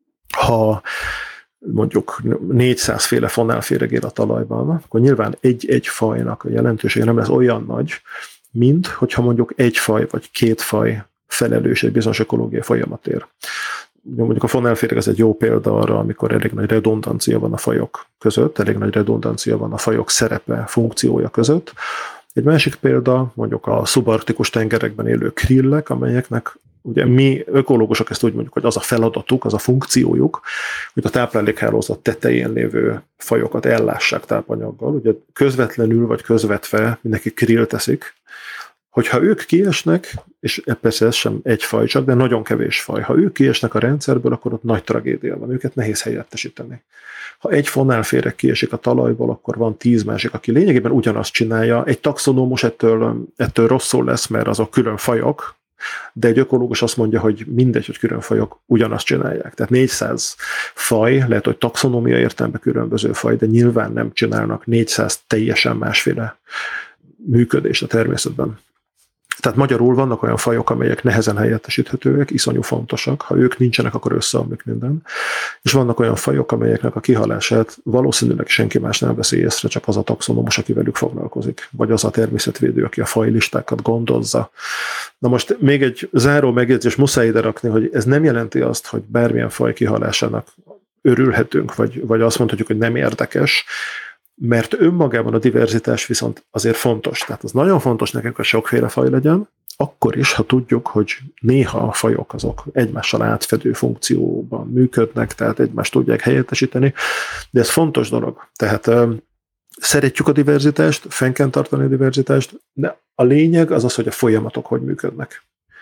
ha mondjuk négyszáz féle fonálféreg él a talajban, akkor nyilván egy-egy fajnak a jelentősége nem lesz olyan nagy, mint hogyha mondjuk egy faj vagy két faj felelős egy bizonyos ökológiai folyamatért. Mondjuk a fonálféreg az egy jó példa arra, amikor elég nagy redundancia van a fajok között, elég nagy redundancia van a fajok szerepe, funkciója között. Egy másik példa mondjuk a szubarktikus tengerekben élő krillek, amelyeknek ugye mi ökológusok ezt úgy mondjuk, hogy az a feladatuk, az a funkciójuk, hogy a táplálékhálózat tetején lévő fajokat ellássák tápanyaggal, ugye közvetlenül vagy közvetve mindenki krill teszik, hogyha ők kiesnek, és persze ez sem egy faj csak, de nagyon kevés faj, ha ők kiesnek a rendszerből, akkor ott nagy tragédia van, őket nehéz helyettesíteni. Ha egy fonálféreg kiesik a talajból, akkor van tíz másik, aki lényegében ugyanazt csinálja. Egy taxonómus ettől, ettől rosszul lesz, mert azok külön fajok, de egy ökológus azt mondja, hogy mindegy, hogy külön fajok ugyanazt csinálják. Tehát négyszáz faj, lehet, hogy taxonómia értelemben különböző faj, de nyilván nem csinálnak négyszáz teljesen másféle működést a természetben. Tehát magyarul vannak olyan fajok, amelyek nehezen helyettesíthetőek, iszonyú fontosak, ha ők nincsenek, akkor összeomlik minden. És vannak olyan fajok, amelyeknek a kihalását valószínűleg senki más nem veszi észre, csak az a taxonomus, aki velük foglalkozik, vagy az a természetvédő, aki a fajlistákat gondozza. Na most még egy záró megjegyzés muszáj ide rakni, hogy ez nem jelenti azt, hogy bármilyen faj kihalásának örülhetünk, vagy, vagy azt mondhatjuk, hogy nem érdekes, mert önmagában a diverzitás viszont azért fontos. Tehát az nagyon fontos nekünk, hogy sokféle faj legyen, akkor is, ha tudjuk, hogy néha a fajok azok egymással átfedő funkcióban működnek, tehát egymást tudják helyettesíteni, de ez fontos dolog. Tehát szeretjük a diverzitást, fenn kell tartani a diverzitást, de a lényeg az az, hogy a folyamatok hogy működnek.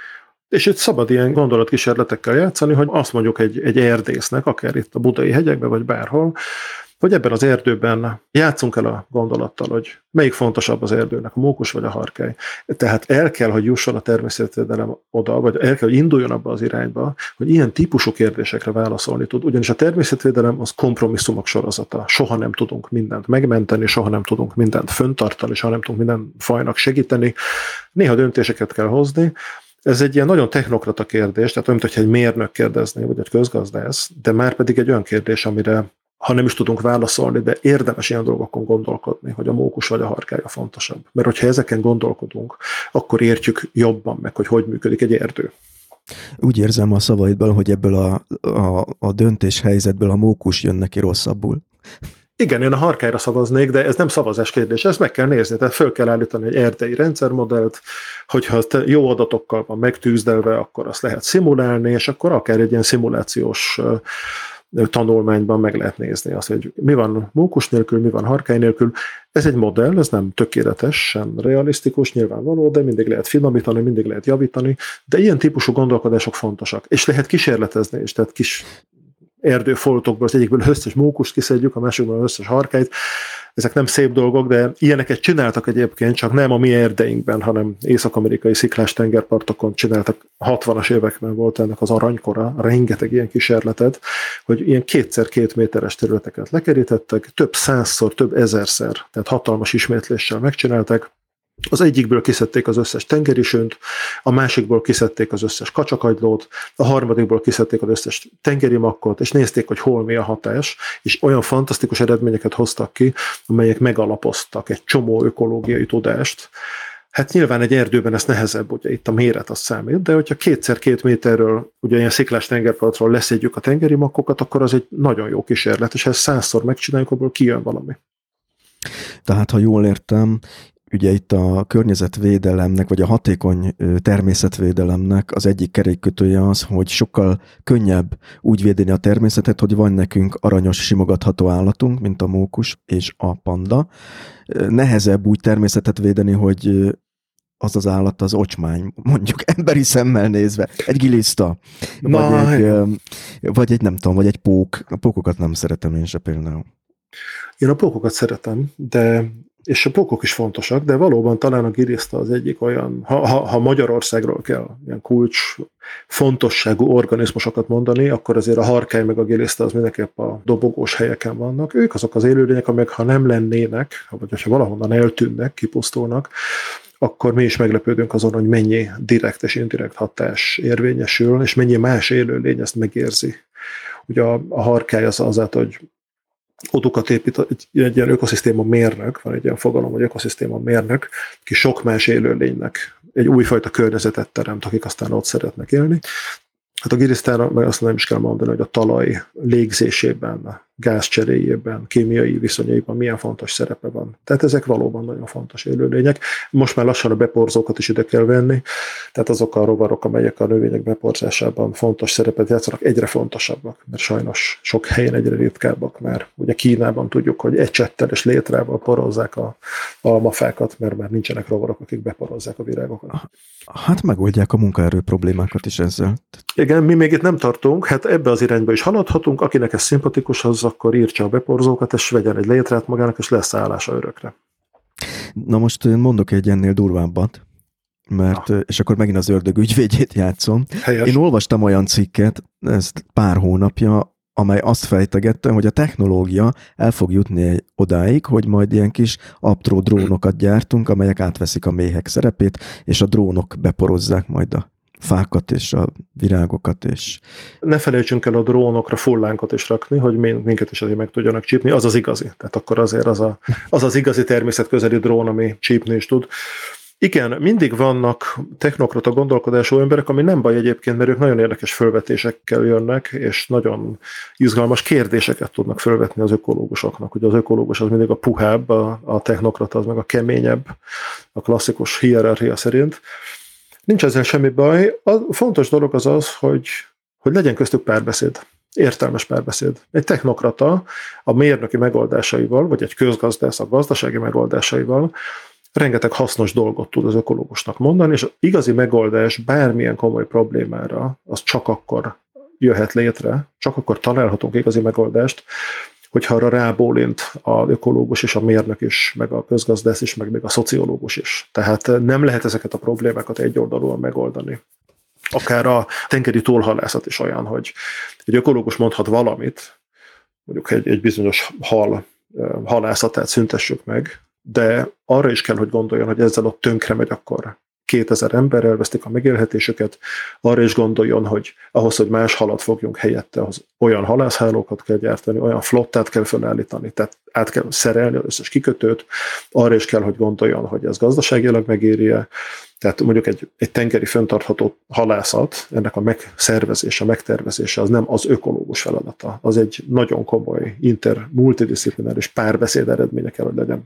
És itt szabad ilyen gondolatkísérletekkel játszani, hogy azt mondjuk egy, egy erdésznek, akár itt a Budai hegyekben, vagy bárhol, hogy ebben az erdőben játszunk el a gondolattal, hogy melyik fontosabb az erdőnek, a mókus vagy a harkály. Tehát el kell, hogy jusson a természetvédelem oda, vagy el kell, hogy induljon abba az irányba, hogy ilyen típusú kérdésekre válaszolni tud. Ugyanis a természetvédelem az kompromisszumok sorozata. Soha nem tudunk mindent megmenteni, soha nem tudunk mindent föntartani, soha nem tudunk minden fajnak segíteni. Néha döntéseket kell hozni. Ez egy ilyen nagyon technokrata kérdés, tehát olyan, mintha egy mérnök kérdezné, vagy egy közgazdász, de már pedig egy olyan kérdés, amire ha nem is tudunk válaszolni, de érdemes ilyen dolgokon gondolkodni, hogy a mókus vagy a harkálya fontosabb. Mert hogyha ezeken gondolkodunk, akkor értjük jobban meg, hogy hogy működik egy erdő. Úgy érzem a szavaidból, hogy ebből a, a, a döntéshelyzetből a mókus jön neki rosszabbul. Igen, én a harkályra szavaznék, de ez nem szavazás kérdés, ezt meg kell nézni, tehát föl kell állítani egy erdei rendszermodellt, hogyha jó adatokkal van megtűzdelve, akkor azt lehet szimulálni, és akkor akár egy ilyen szimulációs tanulmányban meg lehet nézni azt, hogy mi van mókus nélkül, mi van harkály nélkül. Ez egy modell, ez nem tökéletes, sem realisztikus, nyilvánvaló, de mindig lehet finomítani, mindig lehet javítani, de ilyen típusú gondolkodások fontosak. És lehet kísérletezni is, tehát kis erdőfoltokból, az egyikből összes mókust kiszedjük, a másikból az összes harkályt. Ezek nem szép dolgok, de ilyeneket csináltak egyébként, csak nem a mi erdeinkben, hanem észak-amerikai sziklás tengerpartokon csináltak. hatvanas években volt ennek az aranykora, rengeteg ilyen kísérletet, hogy ilyen kétszer két méteres területeket lekerítettek, több százszor, több ezerszer, tehát hatalmas ismétléssel megcsinálták. Az egyikből kiszedték az összes tengerisönt, a másikból kiszedték az összes kacsakagylót, a harmadikból kiszedték az összes tengeri makkot, és nézték, hogy hol mi a hatás, és olyan fantasztikus eredményeket hoztak ki, amelyek megalapoztak egy csomó ökológiai tudást. Hát nyilván egy erdőben ez nehezebb, ugye itt a méret az számít, de hogyha kétszer két méterről, ugye ilyen sziklás tengerpartról leszedjük a tengeri makkokat, akkor az egy nagyon jó kísérlet, és ha ezt százszor megcsináljuk, abból kijön valami. Tehát, ha jól értem, ugye itt a környezetvédelemnek, vagy a hatékony természetvédelemnek az egyik kerékkötője az, hogy sokkal könnyebb úgy védeni a természetet, hogy van nekünk aranyos, simogatható állatunk, mint a mókus és a panda. Nehezebb úgy természetet védeni, hogy az az állat az ocsmány, mondjuk emberi szemmel nézve, egy giliszta, vagy egy, vagy egy nem tudom, vagy egy pók. A pókokat nem szeretem én se például. Én a pókokat szeretem, de és a pókok is fontosak, de valóban talán a giliszta az egyik olyan, ha, ha, ha Magyarországról kell ilyen kulcs fontosságú organizmusokat mondani, akkor azért a harkály meg a giliszta az mindenképp a dobogós helyeken vannak. Ők azok az élőlények, amelyek ha nem lennének, vagy ha valahonnan eltűnnek, kipusztulnak, akkor mi is meglepődünk azon, hogy mennyi direkt és indirekt hatás érvényesül, és mennyi más élőlény ezt megérzi. Ugye a, a harkály az azáltal, hogy odukat épít, egy, egy ilyen ökoszisztéma mérnök, van egy ilyen fogalom, hogy ökoszisztéma mérnök, ki sok más élőlénynek egy újfajta környezetet teremt, akik aztán ott szeretnek élni. Hát a gilisztára meg azt nem is kell mondani, hogy a talaj légzésében gáz cseréjében, kémiai viszonyaiban milyen fontos szerepe van. Tehát ezek valóban nagyon fontos élőlények. Most már lassan a beporzókat is ide kell venni, tehát azok a rovarok, amelyek a növények beporzásában fontos szerepet játszanak, egyre fontosabbak, mert sajnos sok helyen egyre ritkábbak már. Ugye Kínában tudjuk, hogy ecsettel és létrával porozzák a almafákat, mert már nincsenek rovarok, akik beporozzák a virágokat. Hát megoldják a munkaerő problémákat is ezzel. Igen, mi még itt nem tartunk, hát ebbe az irányba is haladhatunk, akinek ez szimpatikus, az akkor írtsa a beporzókat, és vegyen egy létrát magának, és lesz állása örökre. Na most én mondok egy ennél durvábbat, mert, ah. és akkor megint az ördög ügyvédjét játszom. Helyes. Én olvastam olyan cikket, ezt pár hónapja, amely azt fejtegette, hogy a technológia el fog jutni odáig, hogy majd ilyen kis apró drónokat gyártunk, amelyek átveszik a méhek szerepét, és a drónok beporozzák majd a fákat és a virágokat. És... Ne felejtsünk el a drónokra fullánkot is rakni, hogy minket is azért meg tudjanak csípni, az az igazi. Tehát akkor azért az a, az, az igazi természetközeli drón, ami csípni is tud. Igen, mindig vannak technokrata gondolkodású emberek, ami nem baj egyébként, mert ők nagyon érdekes felvetésekkel jönnek, és nagyon izgalmas kérdéseket tudnak felvetni az ökológusoknak. Ugye az ökológus az mindig a puhább, a, a technokrata az meg a keményebb, a klasszikus hierarchia szerint. Nincs ezzel semmi baj. A fontos dolog az az, hogy, hogy legyen köztük párbeszéd. Értelmes párbeszéd. Egy technokrata a mérnöki megoldásaival, vagy egy közgazdász a gazdasági megoldásaival rengeteg hasznos dolgot tud az ökológusnak mondani, és igazi megoldás bármilyen komoly problémára, az csak akkor jöhet létre, csak akkor találhatunk igazi megoldást, hogyha arra rábólint az ökológus és a mérnök is, meg a közgazdász is, meg még a szociológus is. Tehát nem lehet ezeket a problémákat egyoldalúan megoldani. Akár a tengeri túlhalászat is olyan, hogy egy ökológus mondhat valamit, mondjuk egy, egy bizonyos hal halászatát szüntessük meg, de arra is kell, hogy gondoljon, hogy ezzel ott tönkre megy akkor kétezer ember, elvesztik a megélhetésüket, arra is gondoljon, hogy ahhoz, hogy más halat fogjunk helyette, ahhoz olyan halászhálókat kell gyártani, olyan flottát kell felállítani, tehát át kell szerelni az összes kikötőt, arra is kell, hogy gondoljon, hogy ez gazdaságilag megéri-e, tehát mondjuk egy, egy tengeri fenntartható halászat, ennek a megszervezése, megtervezése, az nem az ökológus feladata, az egy nagyon komoly inter, multidisziplináris párbeszéd eredménye kell, hogy legyen.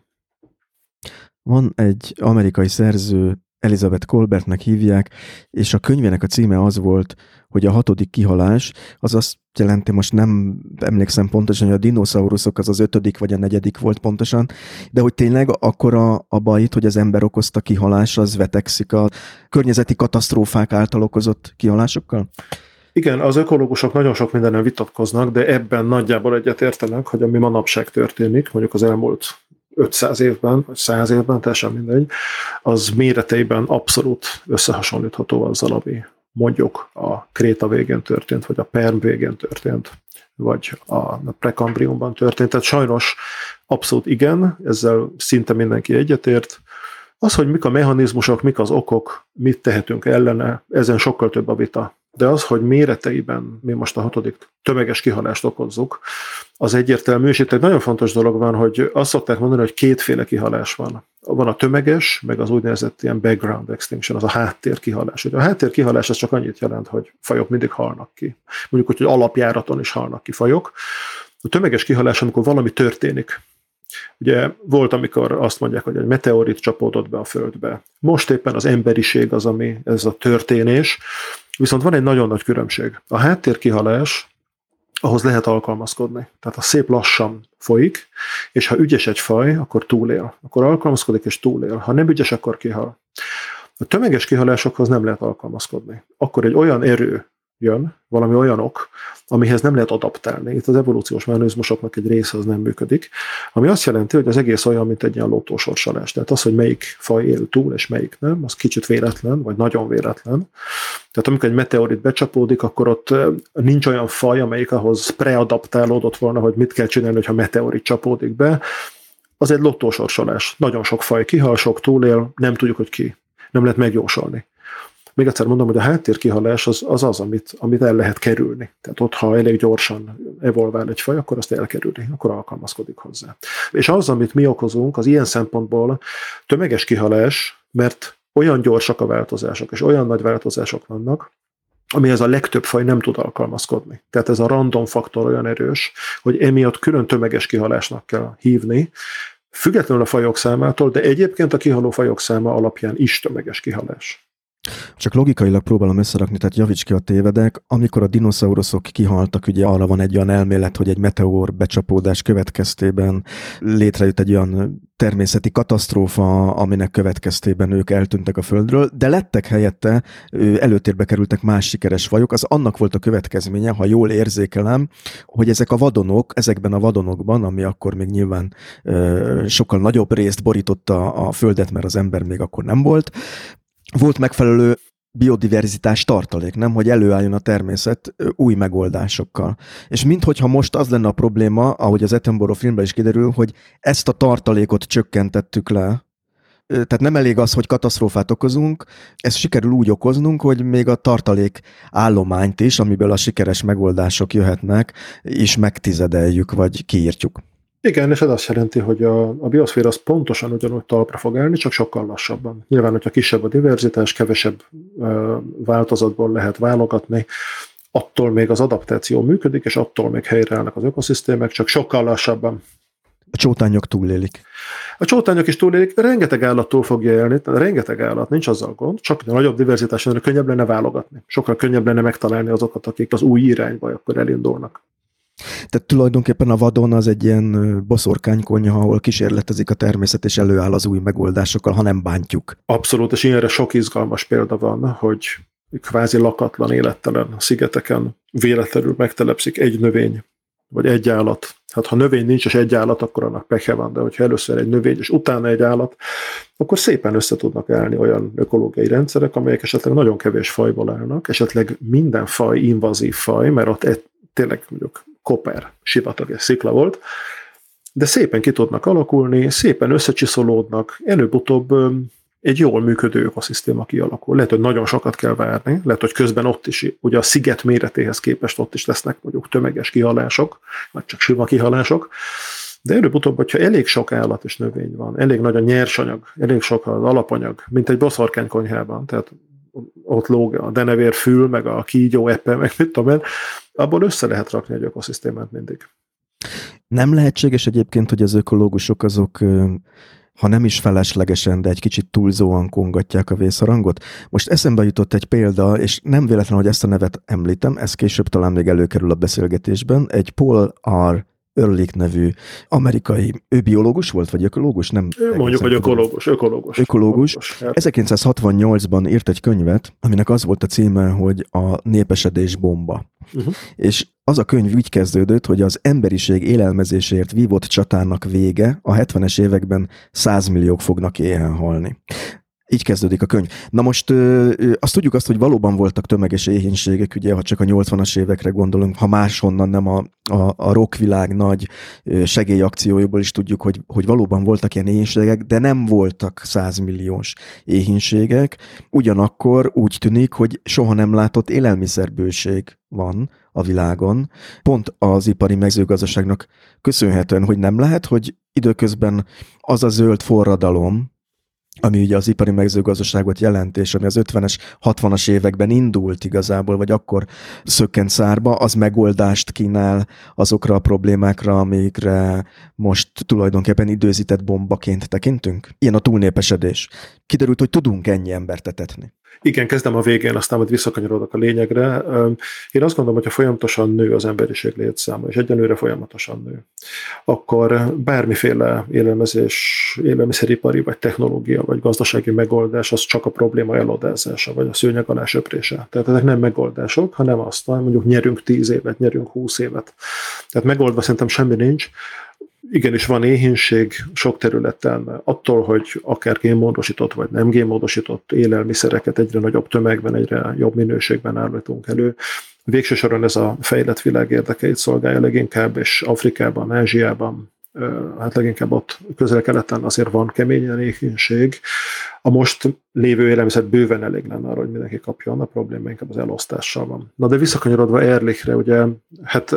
Van egy amerikai szerző, Elizabeth Kolbertnek hívják, és a könyvének a címe az volt, hogy a hatodik kihalás, az azt jelenti, most nem emlékszem pontosan, hogy a dinoszauruszok az az ötödik vagy a negyedik volt pontosan, de hogy tényleg akkor a, a baj, hogy az ember okozta kihalás, az vetekszik a környezeti katasztrófák által okozott kihalásokkal? Igen, az ökológusok nagyon sok mindenen vitatkoznak, de ebben nagyjából egyetértenek, hogy ami manapság történik, mondjuk az elmúlt ötszáz évben, vagy száz évben, teljesen mindegy, az méreteiben abszolút összehasonlítható azzal, ami mondjuk a Kréta végén történt, vagy a Perm végén történt, vagy a Prekambriumban történt. Tehát sajnos abszolút igen, ezzel szinte mindenki egyetért. Az, hogy mik a mechanizmusok, mik az okok, mit tehetünk ellene, ezen sokkal több a vita. De az, hogy méreteiben mi most a hatodik tömeges kihalást okozzuk, az egyértelmű, és itt egy nagyon fontos dolog van, hogy azt szokták mondani, hogy kétféle kihalás van. Van a tömeges, meg az úgynevezett ilyen background extinction, az a háttér kihalás. Ugye a háttér kihalás az csak annyit jelent, hogy fajok mindig halnak ki. Mondjuk, hogy alapjáraton is halnak ki fajok. A tömeges kihalás, amikor valami történik. Ugye volt, amikor azt mondják, hogy egy meteorit csapódott be a Földbe. Most éppen az emberiség az, ami ez a történés. Viszont van egy nagyon nagy különbség. A háttérkihalás, ahhoz lehet alkalmazkodni. Tehát a szép lassan folyik, és ha ügyes egy faj, akkor túlél. Akkor alkalmazkodik és túlél. Ha nem ügyes, akkor kihal. A tömeges kihalásokhoz nem lehet alkalmazkodni. Akkor egy olyan erő jön, valami olyan ok, amihez nem lehet adaptálni. Itt az evolúciós mechanizmusoknak egy része az nem működik, ami azt jelenti, hogy az egész olyan, mint egy ilyen lottósorsolás. Tehát az, hogy melyik faj él túl, és melyik nem, az kicsit véletlen, vagy nagyon véletlen. Tehát amikor egy meteorit becsapódik, akkor ott nincs olyan faj, amelyik ahhoz preadaptálódott volna, hogy mit kell csinálni, hogyha meteorit csapódik be. Az egy lottósorsolás. Nagyon sok faj kihal, sok túlél, nem tudjuk, hogy ki. Nem lehet megjósolni. Még egyszer mondom, hogy a háttérkihalás az az, az amit, amit el lehet kerülni. Tehát ott, ha elég gyorsan evolvál egy faj, akkor azt elkerüli, akkor alkalmazkodik hozzá. És az, amit mi okozunk, az ilyen szempontból tömeges kihalás, mert olyan gyorsak a változások, és olyan nagy változások vannak, amihez a legtöbb faj nem tud alkalmazkodni. Tehát ez a random faktor olyan erős, hogy emiatt külön tömeges kihalásnak kell hívni, függetlenül a fajok számától, de egyébként a kihaló fajok száma alapján is tömeges kihalás. Csak logikailag próbálom összerakni, tehát javíts ki, a tévedek. Amikor a dinoszauruszok kihaltak, ugye arra van egy olyan elmélet, hogy egy meteor becsapódás következtében létrejött egy olyan természeti katasztrófa, aminek következtében ők eltűntek a Földről, de lettek helyette, előtérbe kerültek más sikeres fajok. Az annak volt a következménye, ha jól érzékelem, hogy ezek a vadonok, ezekben a vadonokban, ami akkor még nyilván sokkal nagyobb részt borította a Földet, mert az ember még akkor nem volt, volt megfelelő biodiverzitás tartalék, nem, hogy előálljon a természet új megoldásokkal. És minthogyha most az lenne a probléma, ahogy az Attenborough filmben is kiderül, hogy ezt a tartalékot csökkentettük le. Tehát nem elég az, hogy katasztrófát okozunk, ezt sikerül úgy okoznunk, hogy még a tartalék állományt is, amiből a sikeres megoldások jöhetnek, is megtizedeljük, vagy kiírtjuk. Igen, és ez azt jelenti, hogy a, a bioszféra az pontosan ugyanúgy talpra fog állni, csak sokkal lassabban. Nyilván, hogyha kisebb a diverzitás, kevesebb ö, változatból lehet válogatni, attól még az adaptáció működik, és attól még helyreállnak az ökoszisztémák, csak sokkal lassabban. A csótányok túlélik. A csótányok is túlélik, rengeteg állat túl fogja élni, rengeteg állat, nincs azzal gond, csak a nagyobb diverzitásra könnyebb lenne válogatni. Sokkal könnyebb lenne megtalálni azokat, akik az új irányba akkor elindulnak. Tehát tulajdonképpen a vadon az egy ilyen boszorkánykonyha, ahol kísérletezik a természet, és előáll az új megoldásokkal, ha nem bántjuk. Abszolút, és ilyenre sok izgalmas példa van, hogy kvázi lakatlan, élettelen szigeteken véletlenül megtelepszik egy növény, vagy egy állat. Hát ha növény nincs, és egy állat, akkor annak pekhe van, de hogyha először egy növény, és utána egy állat, akkor szépen össze tudnak állni olyan ökológiai rendszerek, amelyek esetleg nagyon kevés fajból állnak, esetleg minden faj invazív faj, mert ott egy, tényleg mondjuk koper, sivatag és szikla volt, de szépen ki tudnak alakulni, szépen összecsiszolódnak, előbb-utóbb egy jól működő ökoszisztéma kialakul. Lehet, hogy nagyon sokat kell várni, lehet, hogy közben ott is, ugye a sziget méretéhez képest ott is lesznek mondjuk tömeges kihalások, vagy csak sima kihalások, de előbb-utóbb, hogyha elég sok állat és növény van, elég nagy a nyersanyag, elég sok az alapanyag, mint egy boszorkánykonyhában, tehát ott lóg a denevérfül, meg a kígyó epe, meg mit tudom én, abból össze lehet rakni egy ökoszisztémát mindig. Nem lehetséges egyébként, hogy az ökológusok azok, ha nem is feleslegesen, de egy kicsit túlzóan kongatják a vészharangot? Most eszembe jutott egy példa, és nem véletlen, hogy ezt a nevet említem, ez később talán még előkerül a beszélgetésben, egy Paul R. Ehrlich nevű amerikai, ő biológus volt, vagy ökológus? Nem, mondjuk, hogy ökológus, ökológus. Ökológus. ezerkilencszázhatvannyolcban írt egy könyvet, aminek az volt a címe, hogy a népesedés bomba. Uh-huh. És az a könyv úgy kezdődött, hogy az emberiség élelmezésért vívott csatának vége, a hetvenes években százmilliók fognak éhen halni. Így kezdődik a könyv. Na most ö, ö, azt tudjuk azt, hogy valóban voltak tömeges éhínségek, ugye, ha csak a nyolcvanas évekre gondolunk, ha máshonnan nem a, a, a rockvilág nagy segélyakcióiból is tudjuk, hogy, hogy valóban voltak ilyen éhínségek, de nem voltak százmilliós éhínségek. Ugyanakkor úgy tűnik, hogy soha nem látott élelmiszerbőség van a világon. Pont az ipari mezőgazdaságnak köszönhetően, hogy nem lehet, hogy időközben az a zöld forradalom, ami ugye az ipari mezőgazdaságot jelent, és ami az ötvenes, hatvanas években indult igazából, vagy akkor szökkent szárba, az megoldást kínál azokra a problémákra, amikre most tulajdonképpen időzített bombaként tekintünk. Ilyen a túlnépesedés. Kiderült, hogy tudunk ennyi embert etetni. Igen, kezdem a végén, aztán majd visszakanyarodok a lényegre. Én azt gondolom, hogyha folyamatosan nő az emberiség létszáma, és egyenlőre folyamatosan nő, akkor bármiféle élelmezés, élelmiszeripari, vagy technológia, vagy gazdasági megoldás, az csak a probléma eladázása, vagy a szőnyeg alá söprése. Tehát ezek nem megoldások, hanem azt, hogy mondjuk nyerünk tíz évet, nyerünk húsz évet. Tehát megoldva szerintem semmi nincs. Igenis van éhínség sok területen, attól, hogy akár génmódosított vagy nem génmódosított élelmiszereket egyre nagyobb tömegben, egyre jobb minőségben állítunk elő. Végső soron ez a fejlett világ érdekeit szolgálja leginkább, és Afrikában, Ázsiában, hát leginkább ott közel-keleten azért van keményen éhínség. A most lévő élelmiszer bőven elég lenne arra, hogy mindenki kapjon, a probléma inkább az elosztással van. Na de visszakanyarodva Ehrlichre, ugye, hát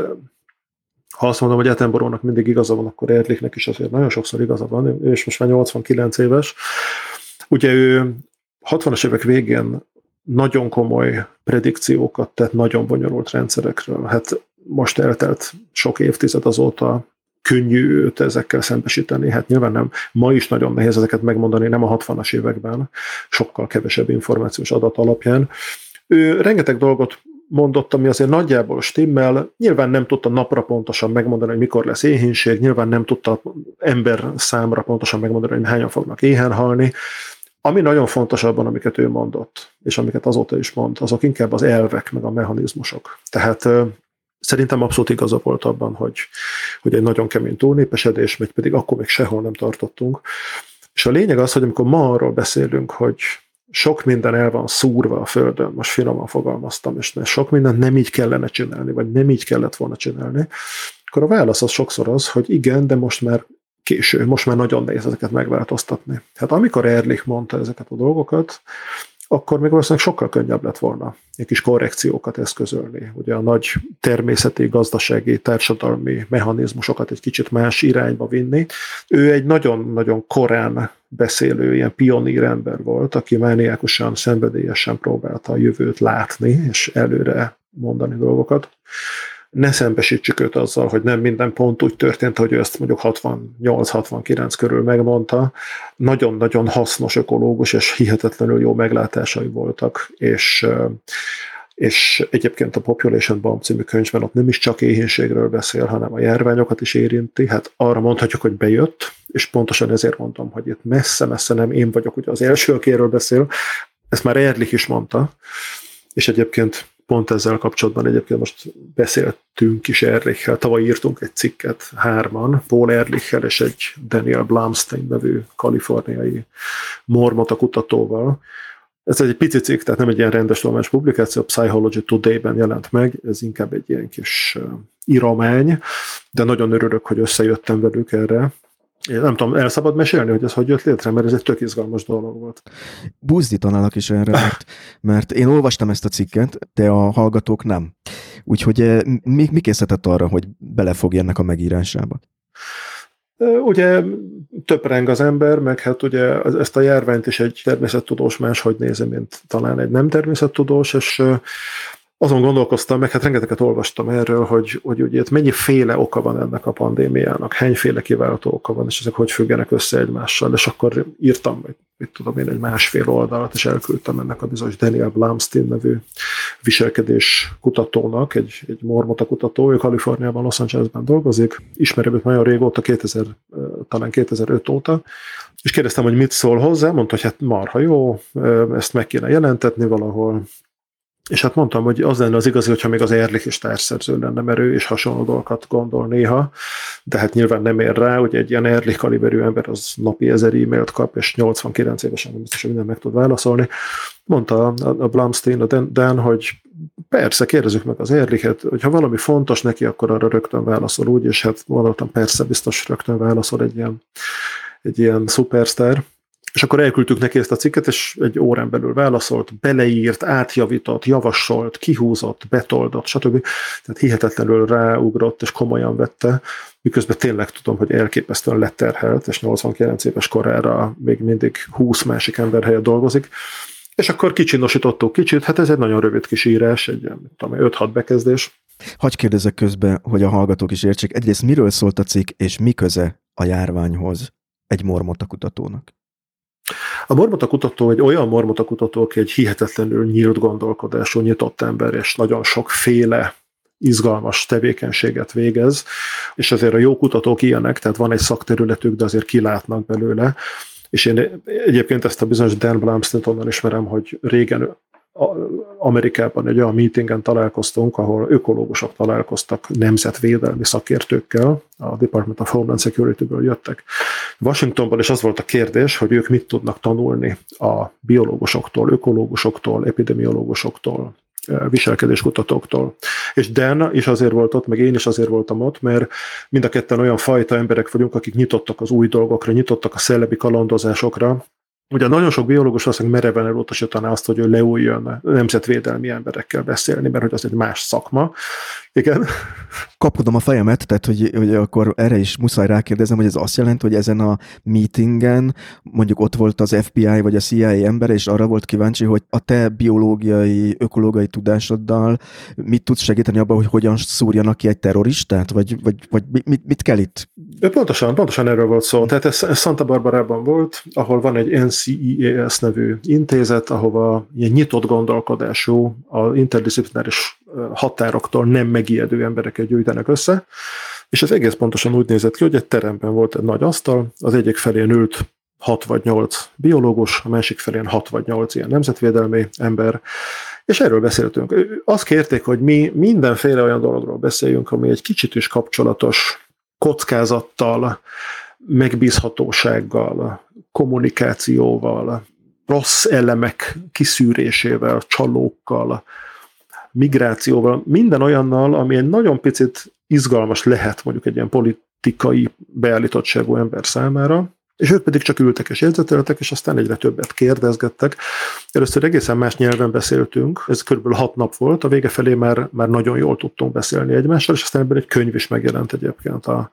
ha azt mondom, hogy Attenboroughnak mindig igaza van, akkor Ehrlichnek is azért nagyon sokszor igaza van, ő is most már nyolcvankilenc éves. Ugye ő hatvanas évek végén nagyon komoly predikciókat tett nagyon bonyolult rendszerekről. Hát most eltelt sok évtized azóta, könnyű őt ezekkel szembesíteni. Hát nyilván nem, ma is nagyon nehéz ezeket megmondani, nem a hatvanas években, sokkal kevesebb információs adat alapján. Ő rengeteg dolgot mondott, ami azért nagyjából stimmel, nyilván nem tudta napra pontosan megmondani, hogy mikor lesz éhínség, nyilván nem tudta ember számra pontosan megmondani, hogy hányan fognak éhen halni. Ami nagyon fontos abban, amiket ő mondott, és amiket azóta is mond, azok inkább az elvek, meg a mechanizmusok. Tehát szerintem abszolút igaza volt abban, hogy, hogy egy nagyon kemény túlnépesedés, meg pedig akkor még sehol nem tartottunk. És a lényeg az, hogy amikor ma arról beszélünk, hogy sok minden el van szúrva a Földön, most finoman fogalmaztam, és sok mindent nem így kellene csinálni, vagy nem így kellett volna csinálni, akkor a válasz az sokszor az, hogy igen, de most már késő, most már nagyon nehéz ezeket megváltoztatni. Hát amikor Ehrlich mondta ezeket a dolgokat, akkor még valószínűleg sokkal könnyebb lett volna egy kis korrekciókat eszközölni. Ugye a nagy természeti, gazdasági, társadalmi mechanizmusokat egy kicsit más irányba vinni. Ő egy nagyon-nagyon korán beszélő, ilyen pionír ember volt, aki mániákusan, szenvedélyesen próbálta a jövőt látni, és előre mondani dolgokat. Ne szembesítsük őt azzal, hogy nem minden pont úgy történt, hogy ő ezt mondjuk hatvannyolc hatvankilenc körül megmondta. Nagyon-nagyon hasznos ökológus, és hihetetlenül jó meglátásai voltak, és, és egyébként a Population Bomb című könyvben ott nem is csak éhínségről beszél, hanem a járványokat is érinti. Hát arra mondhatjuk, hogy bejött, és pontosan ezért mondom, hogy itt messze-messze nem én vagyok ugye az első, aki erről beszél. Ezt már Ehrlich is mondta, és egyébként pont ezzel kapcsolatban egyébként most beszéltünk is Ehrlichel, tavaly írtunk egy cikket hárman, Paul Ehrlichel és egy Daniel Blumstein nevű kaliforniai mormota kutatóval. Ez egy pici cikk, tehát nem egy ilyen rendes tudományos publikáció, a Psychology Today-ben jelent meg, ez inkább egy ilyen kis íromány, de nagyon örülök, hogy összejöttem velük erre. Én nem tudom, el szabad mesélni, hogy ez hogy jött létre, mert ez egy tök izgalmas dolog volt. Buzdítanálak is erre, mert, mert én olvastam ezt a cikket, de a hallgatók nem. Úgyhogy mi, mi készített arra, hogy belefogj ennek a megírásába? Ugye töpreng az ember, meg hát ugye ezt a járványt is egy természettudós máshogy nézi, mint talán egy nem természettudós, és azon gondolkoztam, meg hát rengeteget olvastam erről, hogy, hogy ugye mennyiféle oka van ennek a pandémiának, hányféle kiváltó oka van, és ezek hogy függenek össze egymással, és akkor írtam, mit tudom én, egy másfél oldalat, és elküldtem ennek a bizonyos Daniel Blumstein nevű viselkedés kutatónak, egy, egy mormota kutató, ő Kaliforniában, Los Angelesben dolgozik, ismerem őt nagyon régóta, kétezer, talán kétezer-öt óta, és kérdeztem, hogy mit szól hozzá, mondta, hogy hát marha jó, ezt meg kéne jelentetni valahol. És hát mondtam, hogy az lenne az igazi, hogyha még az Ehrlich is társszerző lenne, mert ő is hasonló dolgokat gondol néha, de hát nyilván nem ér rá, hogy egy ilyen Ehrlich kaliberű ember az napi ezer e-mailt kap, és nyolcvankilenc évesen nem biztos, hogy minden meg tud válaszolni. Mondta a Blumstein, a Dan, hogy persze, kérdezzük meg az Ehrlichet, hogyha valami fontos neki, akkor arra rögtön válaszol úgy, és hát gondoltam, persze, biztos rögtön válaszol egy ilyen, egy ilyen szupersztár. És akkor elküldtük neki ezt a cikket, és egy órán belül válaszolt, beleírt, átjavított, javasolt, kihúzott, betoldott, stb. Tehát hihetetlenül ráugrott, és komolyan vette, miközben tényleg tudom, hogy elképesztően letterhelt, és nyolcvankilenc éves korára még mindig húsz másik ember helyett dolgozik. És akkor kicsinosítottuk kicsit, hát ez egy nagyon rövid kis írás, egy öt-hat bekezdés. Hadd kérdezzek közben, hogy a hallgatók is értsék, egyrészt miről szólt a cikk, és mi köze a járványhoz egy mormota kutatónak? A mormota kutató egy olyan mormota kutató, aki egy hihetetlenül nyílt gondolkodású, nyitott ember, és nagyon sokféle izgalmas tevékenységet végez, és azért a jó kutatók ilyenek, tehát van egy szakterületük, de azért kilátnak belőle, és én egyébként ezt a bizonyos Dan Blumstein onnan ismerem, hogy régen Amerikában egy olyan meetingen találkoztunk, ahol ökológusok találkoztak nemzetvédelmi szakértőkkel, a Department of Homeland Security-ből jöttek Washingtonból, és az volt a kérdés, hogy ők mit tudnak tanulni a biológusoktól, ökológusoktól, epidemiológusoktól, viselkedéskutatóktól. És Dan is azért volt ott, meg én is azért voltam ott, mert mind a ketten olyan fajta emberek vagyunk, akik nyitottak az új dolgokra, nyitottak a szellemi kalandozásokra. Ugye nagyon sok biológus valószínűleg mereven elutasítaná azt, hogy ő leüljön nemzetvédelmi emberekkel beszélni, mert hogy az egy más szakma. Igen. Kapkodom a fejemet, tehát hogy, hogy akkor erre is muszáj rákérdezem, hogy ez azt jelenti, hogy ezen a meetingen mondjuk ott volt az ef bé i vagy a cé i á ember, és arra volt kíváncsi, hogy a te biológiai, ökológiai tudásoddal mit tudsz segíteni abban, hogy hogyan szúrjanak ki egy terroristát, vagy, vagy, vagy mit, mit kell itt? Pontosan, pontosan erről volt szó. Tehát ez, ez Santa Barbarában volt, ahol van egy en cé i á es nevű intézet, ahova ilyen nyitott gondolkodású, a interdisziplináris határoktól nem megijedő embereket gyűjtenek össze, és ez egész pontosan úgy nézett ki, hogy egy teremben volt egy nagy asztal, az egyik felén ült hat vagy nyolc biológus, a másik felén hat vagy nyolc ilyen nemzetvédelmi ember, és erről beszéltünk. Azt kérték, hogy mi mindenféle olyan dologról beszéljünk, ami egy kicsit is kapcsolatos kockázattal, megbízhatósággal, kommunikációval, rossz elemek kiszűrésével, csalókkal, migrációval, minden olyannal, ami egy nagyon picit izgalmas lehet mondjuk egy ilyen politikai beállítottságú ember számára, és ők pedig csak ültek és jegyzeteltek, és aztán egyre többet kérdezgettek. Először egészen más nyelven beszéltünk, ez körülbelül hat nap volt, a vége felé már, már nagyon jól tudtunk beszélni egymással, és aztán ebből egy könyv is megjelent egyébként a,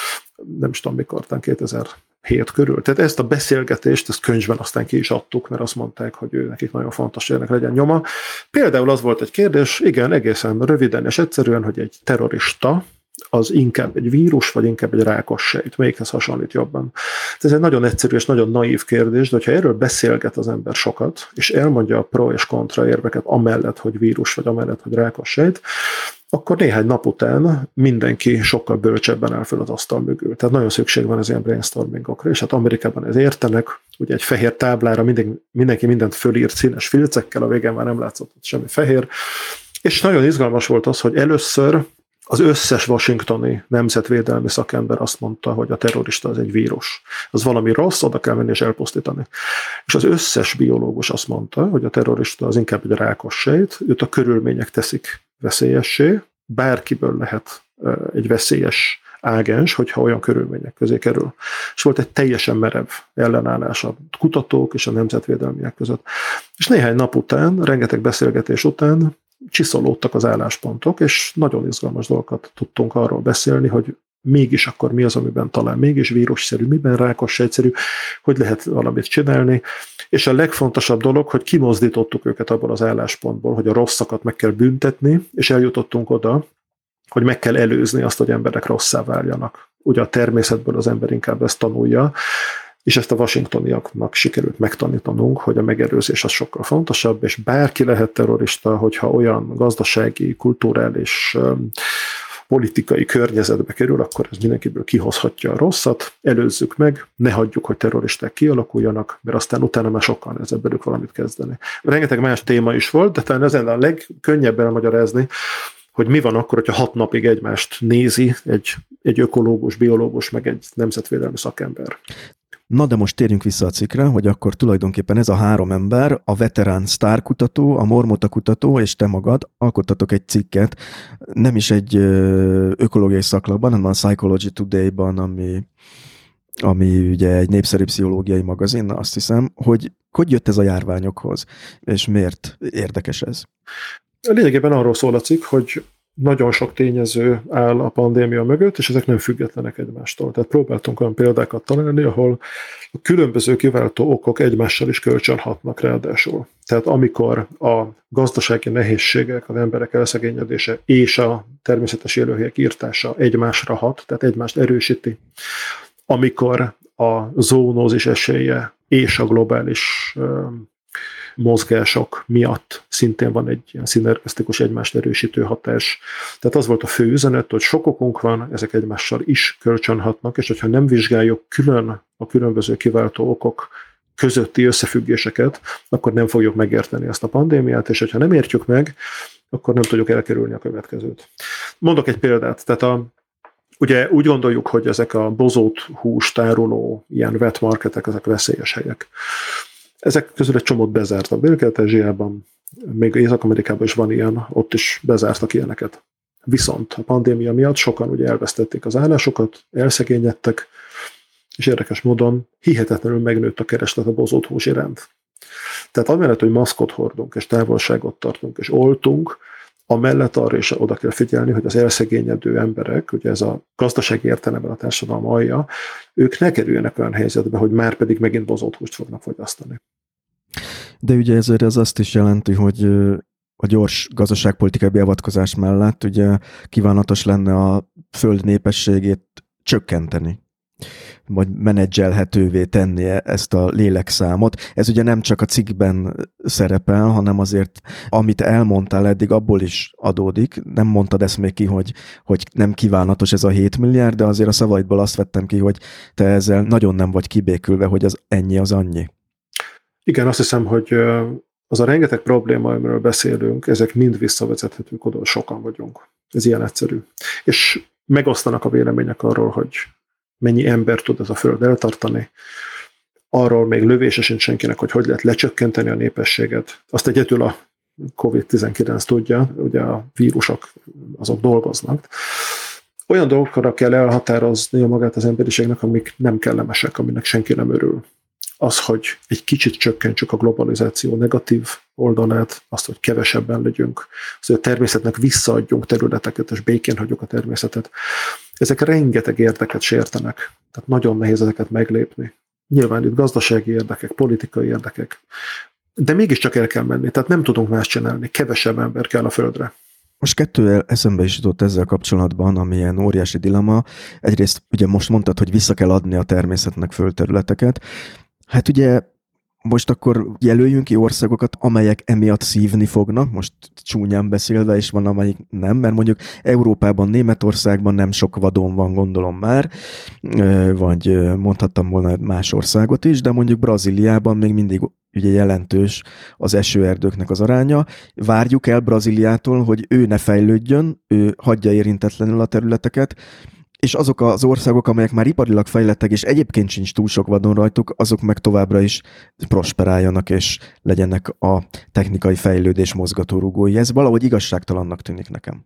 nem is tudom mikor, kétezer-hét körül. Tehát ezt a beszélgetést, ezt könyvben aztán ki is adtuk, mert azt mondták, hogy ő nekik nagyon fontos, hogy ennek legyen nyoma. Például az volt egy kérdés, igen, egészen röviden és egyszerűen, hogy egy terrorista, az inkább egy vírus, vagy inkább egy rákos sejt? Melyikhez hasonlít jobban? Ez egy nagyon egyszerű és nagyon naív kérdés, de hogyha erről beszélget az ember sokat, és elmondja a pro és kontra érveket amellett, hogy vírus, vagy amellett, hogy rákos sejt, akkor néhány nap után mindenki sokkal bölcsebben áll fel az asztal mögül. Tehát nagyon szükség van az ilyen brainstormingokra, és hát Amerikában ez értenek, ugye egy fehér táblára minden, mindenki mindent fölírt színes filcekkel, a végén már nem látszott semmi fehér, és nagyon izgalmas volt az, hogy először az összes washingtoni nemzetvédelmi szakember azt mondta, hogy a terrorista az egy vírus. Az valami rossz, oda kell menni és elpusztítani. És az összes biológus azt mondta, hogy a terrorista az inkább egy rákos sejt, őt a körülmények teszik veszélyessé, bárkiből lehet egy veszélyes ágens, hogyha olyan körülmények közé kerül. És volt egy teljesen merev ellenállás a kutatók és a nemzetvédelmiek között. És néhány nap után, rengeteg beszélgetés után csiszolódtak az álláspontok, és nagyon izgalmas dolgokat tudtunk arról beszélni, hogy mégis akkor mi az, amiben talán mégis vírusszerű, miben rákos sejtszerű, hogy lehet valamit csinálni. És a legfontosabb dolog, hogy kimozdítottuk őket abból az álláspontból, hogy a rosszakat meg kell büntetni, és eljutottunk oda, hogy meg kell előzni azt, hogy emberek rosszá váljanak. Ugye a természetből az ember inkább ezt tanulja, és ezt a washingtoniaknak sikerült megtanítanunk, hogy a megelőzés az sokkal fontosabb, és bárki lehet terrorista, hogyha olyan gazdasági, kulturális, politikai környezetbe kerül, akkor ez mindenkiből kihozhatja a rosszat, előzzük meg, ne hagyjuk, hogy terroristák kialakuljanak, mert aztán utána már sokkal nehezebb velük valamit kezdeni. Rengeteg más téma is volt, de talán ezen a legkönnyebb elmagyarázni, hogy mi van akkor, hogyha hat napig egymást nézi egy, egy ökológus, biológus, meg egy nemzetvédelmi szakember. Na de most térjünk vissza a cikkre, hogy akkor tulajdonképpen ez a három ember, a veterán sztárkutató, a mormota kutató és te magad alkottatok egy cikket, nem is egy ökológiai szaklapban, hanem a Psychology Today-ban, ami, ami ugye egy népszerű pszichológiai magazin, azt hiszem, hogy hogy jött ez a járványokhoz, és miért érdekes ez? Lényegében arról szól a cikk, hogy nagyon sok tényező áll a pandémia mögött, és ezek nem függetlenek egymástól. Tehát próbáltunk olyan példákat találni, ahol a különböző kiváltó okok egymással is kölcsönhatnak ráadásul. Tehát amikor a gazdasági nehézségek, az emberek elszegényedése és a természetes élőhelyek írtása egymásra hat, tehát egymást erősíti, amikor a zoonózis esélye és a globális mozgások miatt szintén van egy ilyen szinergesztikus egymást erősítő hatás. Tehát az volt a fő üzenet, hogy sok okunk van, ezek egymással is kölcsönhatnak, és hogyha nem vizsgáljuk külön a különböző kiváltó okok közötti összefüggéseket, akkor nem fogjuk megérteni ezt a pandémiát, és hogyha nem értjük meg, akkor nem tudjuk elkerülni a következőt. Mondok egy példát, tehát a ugye úgy gondoljuk, hogy ezek a bozót hús tároló ilyen wet marketek, ezek veszélyes helyek. Ezek közül egy csomót bezártak. Dél-Kelet-Ázsiában, még Észak-Amerikában is van ilyen, ott is bezártak ilyeneket. Viszont a pandémia miatt sokan ugye elvesztették az állásokat, elszegényedtek, és érdekes módon hihetetlenül megnőtt a kereslet a bozót hús iránt. Tehát amellett, hogy maszkot hordunk, és távolságot tartunk, és oltunk, Amellett arra is oda kell figyelni, hogy az elszegényedő emberek, ugye ez a gazdasági értelemben a társadalom alja, ők ne kerüljenek olyan helyzetbe, hogy már pedig megint bozott húst fognak fogyasztani. De ugye ezért ez azt is jelenti, hogy a gyors gazdaságpolitikai beavatkozás mellett ugye kívánatos lenne a föld népességét csökkenteni, vagy menedzselhetővé tenni ezt a lélekszámot. Ez ugye nem csak a cikkben szerepel, hanem azért, amit elmondtál eddig, abból is adódik. Nem mondtad ezt még ki, hogy, hogy nem kívánatos ez a hét milliárd, de azért a szavaidból azt vettem ki, hogy te ezzel nagyon nem vagy kibékülve, hogy az ennyi az annyi. Igen, azt hiszem, hogy az a rengeteg probléma, amiről beszélünk, ezek mind visszavezethetők oda, sokan vagyunk. Ez ilyen egyszerű. És megosztanak a vélemények arról, hogy mennyi ember tud ez a föld eltartani. Arról még lövése sincs senkinek, hogy hogy lehet lecsökkenteni a népességet. Azt egyedül a kovid tizenkilenc tudja, ugye a vírusok azok dolgoznak. Olyan dolgokra kell elhatározni a magát az emberiségnek, amik nem kellemesek, aminek senki nem örül. Az, hogy egy kicsit csökkentsük a globalizáció negatív oldalát, azt, hogy kevesebben legyünk, az, hogy a természetnek visszaadjunk területeket, és békén hagyjuk a természetet. Ezek rengeteg érdeket sértenek, tehát nagyon nehéz ezeket meglépni. Nyilván itt gazdasági érdekek, politikai érdekek, de mégiscsak el kell menni, tehát nem tudunk más csinálni, kevesebb ember kell a földre. Most kettő eszembe is jutott ezzel kapcsolatban, ami ilyen óriási dilemma. Egyrészt ugye most mondtad, hogy vissza kell adni a természetnek földterületeket. Hát ugye most akkor jelöljünk ki országokat, amelyek emiatt szívni fognak, most csúnyán beszélve, és van, amelyik nem, mert mondjuk Európában, Németországban nem sok vadon van, gondolom már, vagy mondhattam volna más országot is, de mondjuk Brazíliában még mindig ugye jelentős az esőerdőknek az aránya. Várjuk el Brazíliától, hogy ő ne fejlődjön, ő hagyja érintetlenül a területeket, és azok az országok, amelyek már iparilag fejlettek, és egyébként sincs túl sok vadon rajtuk, azok meg továbbra is prosperáljanak, és legyenek a technikai fejlődés mozgatórugói. Ez valahogy igazságtalannak tűnik nekem.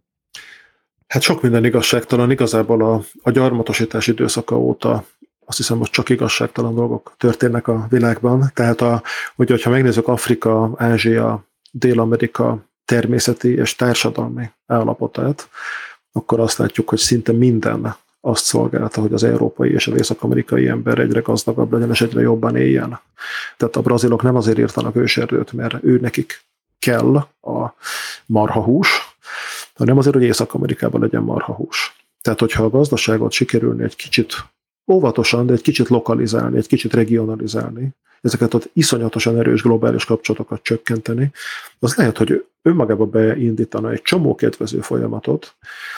Hát sok minden igazságtalan. Igazából a, a gyarmatosítás időszaka óta azt hiszem, hogy csak igazságtalan dolgok történnek a világban. Tehát, a, hogy, hogyha megnézzük Afrika, Ázsia, Dél-Amerika természeti és társadalmi állapotát, akkor azt látjuk, hogy szinte minden azt szolgálta, hogy az európai és az észak-amerikai ember egyre gazdagabb legyen, és egyre jobban éljen. Tehát a brazilok nem azért írtanak őserdőt, mert ő nekik kell a marhahús, hanem azért, hogy Észak-Amerikában legyen marhahús. Tehát, hogyha a gazdaságot sikerülne egy kicsit óvatosan, de egy kicsit lokalizálni, egy kicsit regionalizálni, ezeket az iszonyatosan erős globális kapcsolatokat csökkenteni, az lehet, hogy önmagában beindítana egy csomó kedvező folyamatot,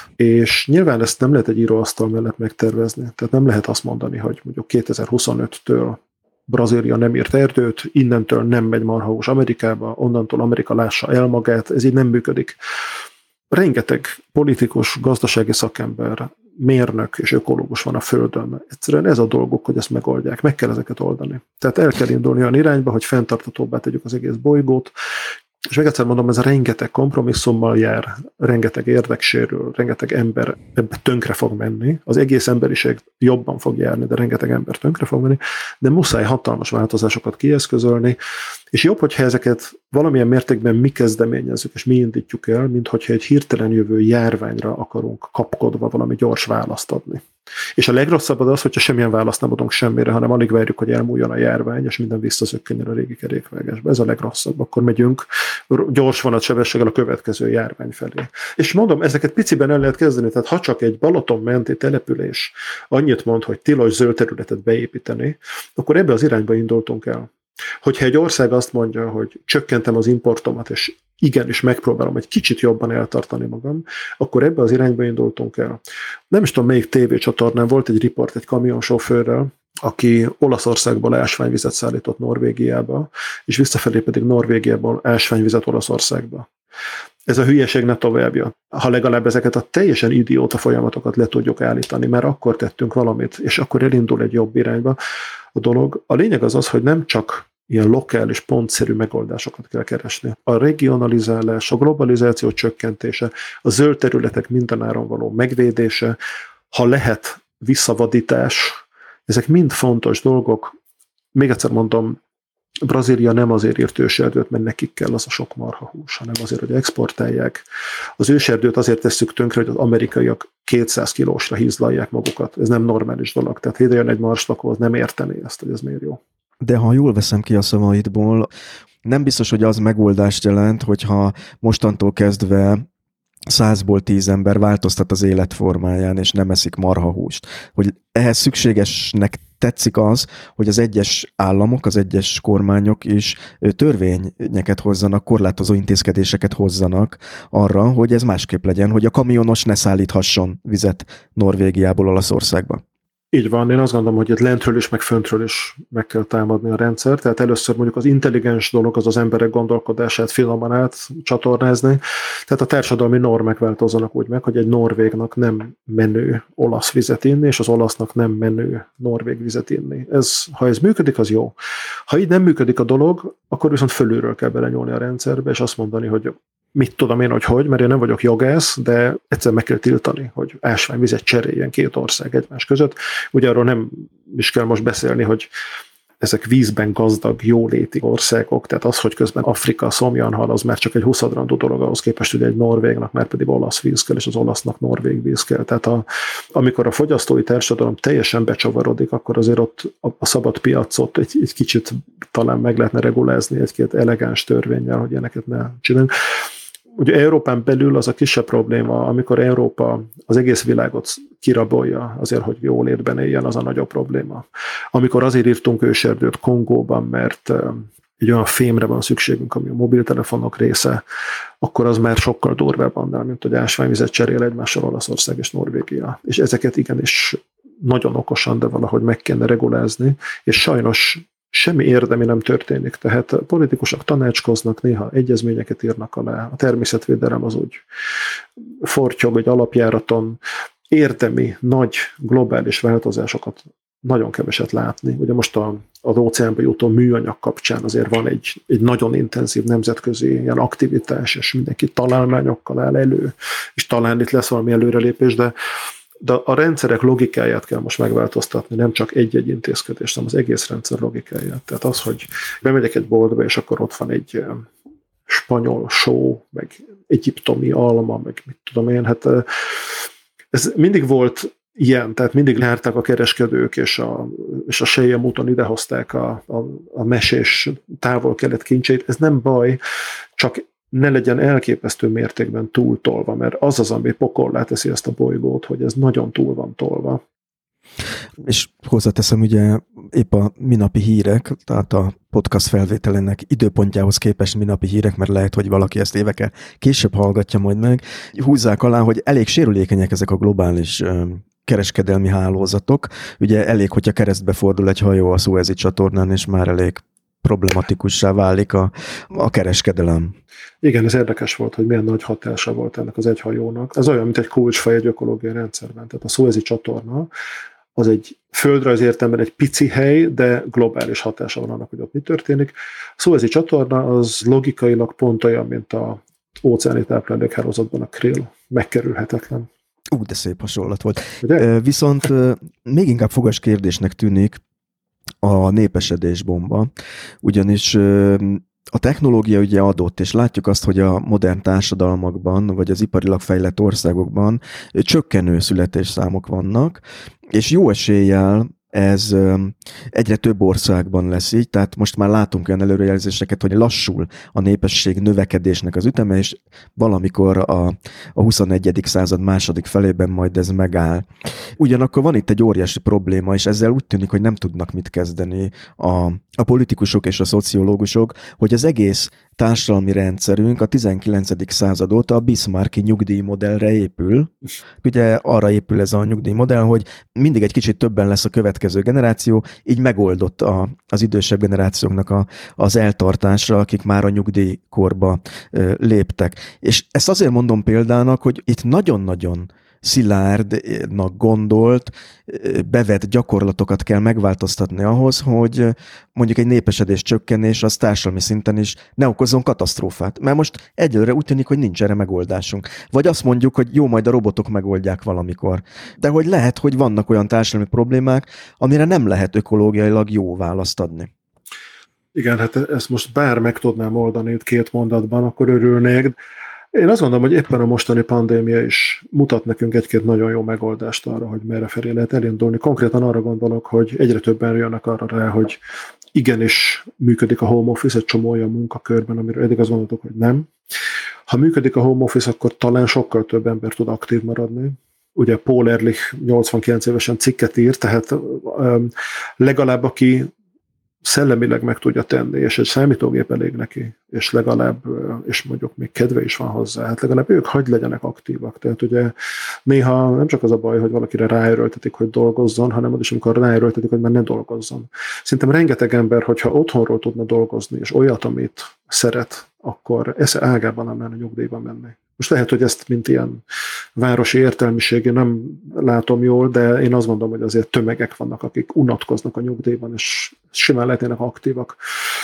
és nyilván ezt nem lehet egy íróasztal mellett megtervezni. Tehát nem lehet azt mondani, hogy mondjuk kétezer-huszonöttől Brazília nem írt erdőt, innentől nem megy marhahús Amerikába, onnantól Amerika lássa el magát, ez így nem működik. Rengeteg politikus, gazdasági szakember, mérnök és ökológus van a Földön. Egyszerűen ez a dolguk, hogy ezt megoldják. Meg kell ezeket oldani. Tehát el kell indulni olyan irányba, hogy fenntarthatóbbá tegyük az egész bolygót, és még egyszer mondom, ez a rengeteg kompromisszummal jár, rengeteg érdeksérül, rengeteg ember ebbe tönkre fog menni, az egész emberiség jobban fog járni, de rengeteg ember tönkre fog menni, de muszáj hatalmas változásokat kieszközölni, és jobb, hogyha ezeket valamilyen mértékben mi kezdeményezzük, és mi indítjuk el, mint hogyha egy hirtelen jövő járványra akarunk kapkodva valami gyors választ adni. És a legrosszabb az az, hogyha semmilyen választ nem adunk semmire, hanem alig várjuk, hogy elmúljon a járvány, és minden visszazökkenjen a régi kerékvágásba. Ez a legrosszabb. Akkor megyünk gyors vonatsebességgel a következő járvány felé. És mondom, ezeket piciben el lehet kezdeni, tehát ha csak egy Balaton menti település annyit mond, hogy tilos zöld területet beépíteni, akkor ebbe az irányba indultunk el. Hogyha egy ország azt mondja, hogy csökkentem az importomat, és igenis megpróbálom egy kicsit jobban eltartani magam, akkor ebbe az irányba indultunk el. Nem is tudom, melyik tévécsatornán volt egy riport egy kamionsofőrrel, aki Olaszországból ásványvizet szállított Norvégiába, és visszafelé pedig Norvégiából ásványvizet Olaszországba. Ez a hülyeség ne továbbja. Ha legalább ezeket a teljesen idióta folyamatokat le tudjuk állítani, mert akkor tettünk valamit, és akkor elindul egy jobb irányba a dolog. A lényeg az az, hogy nem csak ilyen lokális, pontszerű megoldásokat kell keresni. A regionalizálás, a globalizáció csökkentése, a zöld területek mindenáron való megvédése, ha lehet visszavadítás, ezek mind fontos dolgok. Még egyszer mondom, Brazília nem azért írt őserdőt, mert nekik kell az a sok marhahús, hanem azért, hogy exportálják. Az őserdőt azért tesszük tönkre, hogy az amerikaiak kétszáz kilósra hízlalják magukat. Ez nem normális dolog. Tehát ha ide jön egy marslakó, az nem értené ezt, hogy ez miért jó. De ha jól veszem ki a szavaidból, nem biztos, hogy az megoldást jelent, hogyha mostantól kezdve százból tíz ember változtat az életformáján, és nem eszik marhahúst. Hogy ehhez szükségesnek tetszik az, hogy az egyes államok, az egyes kormányok is törvényeket hozzanak, korlátozó intézkedéseket hozzanak arra, hogy ez másképp legyen, hogy a kamionos ne szállíthasson vizet Norvégiából Olaszországba. Így van, én azt gondolom, hogy itt lentről is, meg föntről is meg kell támadni a rendszer. Tehát először mondjuk az intelligens dolog az az emberek gondolkodását finoman át csatornázni. Tehát a társadalmi normák változzanak úgy meg, hogy egy norvégnak nem menő olasz vizet inni, és az olasznak nem menő norvég vizet inni. Ez, ha ez működik, az jó. Ha így nem működik a dolog, akkor viszont fölülről kell belenyúlni a rendszerbe, és azt mondani, hogy mit tudom én, hogy hogy, mert én nem vagyok jogász, de egyszer meg kell tiltani, hogy ásványvizet cseréljen két ország egymás között. Ugye arról nem is kell most beszélni, hogy ezek vízben gazdag, jóléti országok, tehát az, hogy közben Afrika szomjan hal, az már csak egy huszadrandú dolog, ahhoz képest, hogy egy norvégnak már pedig olasz víz kell, és az olasznak norvég víz kell. Tehát a, amikor a fogyasztói társadalom teljesen becsavarodik, akkor azért ott a, a szabad piacot egy, egy kicsit talán meg lehetne regulázni egy-két elegáns törvénnyel, hogy ilyeneket ne csináljunk. Ugye Európán belül az a kisebb probléma, amikor Európa az egész világot kirabolja azért, hogy jólétben éljen, az a nagyobb probléma. Amikor azért írtunk őserdőt Kongóban, mert egy olyan fémre van szükségünk, ami a mobiltelefonok része, akkor az már sokkal durvább annál, mint hogy ásványvizet cserél egymással Olaszország és Norvégia. És ezeket igenis nagyon okosan, de valahogy meg kéne regulázni, és sajnos semmi érdemi nem történik. Tehát a politikusok tanácskoznak, néha egyezményeket írnak alá, a természetvédelem az úgy fortyog egy alapjáraton, érdemi, nagy, globális változásokat nagyon keveset látni. Ugye most a, az óceánba jutó műanyag kapcsán azért van egy, egy nagyon intenzív nemzetközi ilyen aktivitás, és mindenki találmányokkal áll elő, és talán itt lesz valami előrelépés, de De a rendszerek logikáját kell most megváltoztatni, nem csak egy-egy intézkedést, hanem az egész rendszer logikáját. Tehát az, hogy bemegyek egy boltba, és akkor ott van egy spanyol só, meg egyiptomi alma, meg mit tudom én, hát ez mindig volt ilyen, tehát mindig járták a kereskedők, és a, és a Selyem úton idehozták a, a, a mesés távol-kelet kincseit. Ez nem baj, csak ne legyen elképesztő mértékben túltolva, mert az az, ami pokollá teszi ezt a bolygót, hogy ez nagyon túl van tolva. És hozzáteszem, ugye épp a minapi hírek, tehát a podcast felvételének időpontjához képest minapi hírek, mert lehet, hogy valaki ezt évekkel később hallgatja majd meg, húzzák alá, hogy elég sérülékenyek ezek a globális kereskedelmi hálózatok. Ugye elég, hogyha keresztbe fordul egy hajó a Szuezi csatornán, és már elég problematikussá válik a, a kereskedelem. Igen, ez érdekes volt, hogy milyen nagy hatása volt ennek az egy hajónak. Ez olyan, mint egy kulcsfaj egy ökológiai rendszerben. Tehát a Szuezi csatorna az egy földrajzi értelemben egy pici hely, de globális hatása van annak, hogy ott mi történik. A Szuezi csatorna az logikailag pont olyan, mint az óceáni táplálékhálózatban a krill. Megkerülhetetlen. Ú, de szép hasonlat volt. Ugye? Viszont még inkább fogas kérdésnek tűnik a népesedés bomba, ugyanis a technológia ugye adott, és látjuk azt, hogy a modern társadalmakban, vagy az iparilag fejlett országokban csökkenő születésszámok vannak, és jó eséllyel ez egyre több országban lesz így, tehát most már látunk olyan előrejelzéseket, hogy lassul a népesség növekedésnek az üteme, és valamikor a, a huszonegyedik század második felében majd ez megáll. Ugyanakkor van itt egy óriási probléma, és ezzel úgy tűnik, hogy nem tudnak mit kezdeni a, a politikusok és a szociológusok, hogy az egész társadalmi rendszerünk a tizenkilencedik század óta a Bismarcki nyugdíjmodellre épül. Ugye arra épül ez a nyugdíjmodell, hogy mindig egy kicsit többen lesz a következő generáció, így megoldott a, az idősebb generációknak a, az eltartásra, akik már a nyugdíjkorba ö, léptek. És ezt azért mondom példának, hogy itt nagyon-nagyon szilárdnak gondolt, bevett gyakorlatokat kell megváltoztatni ahhoz, hogy mondjuk egy népesedés csökkenés az társadalmi szinten is ne okozzon katasztrófát. Mert most egyelőre úgy tűnik, hogy nincs erre megoldásunk. Vagy azt mondjuk, hogy jó, majd a robotok megoldják valamikor. De hogy lehet, hogy vannak olyan társadalmi problémák, amire nem lehet ökológiailag jó választ adni. Igen, hát ezt most bár meg tudnám oldani itt két mondatban, akkor örülnék. Én azt gondolom, hogy éppen a mostani pandémia is mutat nekünk egy-két nagyon jó megoldást arra, hogy merre felé lehet elindulni. Konkrétan arra gondolok, hogy egyre többen jönnek arra rá, hogy igenis működik a home office egy csomó olyan munkakörben, amiről eddig azt gondoltuk, hogy nem. Ha működik a home office, akkor talán sokkal több ember tud aktív maradni. Ugye Paul Ehrlich nyolcvankilenc évesen cikket írt, tehát legalább aki szellemileg meg tudja tenni, és egy számítógép elég neki, és legalább, és mondjuk még kedve is van hozzá, hát legalább ők hagy legyenek aktívak. Tehát ugye néha nem csak az a baj, hogy valakire ráerőltetik, hogy dolgozzon, hanem az is, amikor ráerőltetik, hogy már ne dolgozzon. Szerintem rengeteg ember, hogyha otthonról tudna dolgozni, és olyat, amit szeret, akkor esze ágában nem lenne nyugdíjba menni. Most lehet, hogy ezt, mint ilyen városi értelmiségi nem látom jól, de én azt gondolom, hogy azért tömegek vannak, akik unatkoznak a nyugdíjban, és simán lehetnének aktívak.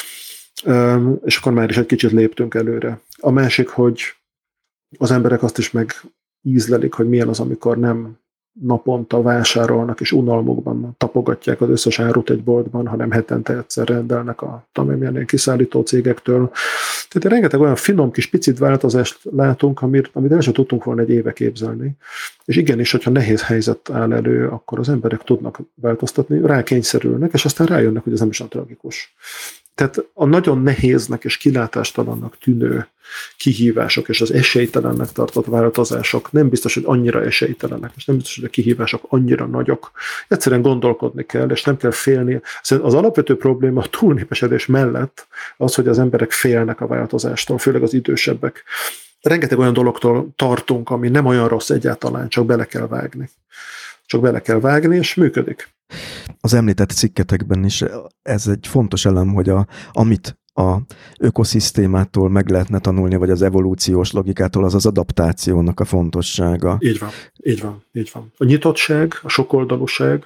És akkor már is egy kicsit léptünk előre. A másik, hogy az emberek azt is megízlelik, hogy milyen az, amikor nem naponta vásárolnak, és unalmukban tapogatják az összes árut egy boltban, hanem hetente egyszer rendelnek a tanulmányi kiszállító cégektől. Tehát rengeteg olyan finom kis picit változást látunk, amit, amit el sem tudtunk volna egy éve képzelni. És igenis, hogyha nehéz helyzet áll elő, akkor az emberek tudnak változtatni, rákényszerülnek, és aztán rájönnek, hogy ez nem is olyan tragikus. Tehát a nagyon nehéznek és kilátástalannak tűnő kihívások és az esélytelennek tartott változások nem biztos, hogy annyira esélytelenek, és nem biztos, hogy a kihívások annyira nagyok. Egyszerűen gondolkodni kell, és nem kell félni. Az alapvető probléma a túlnépesedés mellett az, hogy az emberek félnek a változástól, főleg az idősebbek. Rengeteg olyan dologtól tartunk, ami nem olyan rossz egyáltalán, csak bele kell vágni. Csak bele kell vágni, és működik. Az említett cikketekben is ez egy fontos elem, hogy a, amit a ökoszisztémától meg lehetne tanulni, vagy az evolúciós logikától, az az adaptációnak a fontossága. Így van, így van, így van. A nyitottság, a sokoldalúság,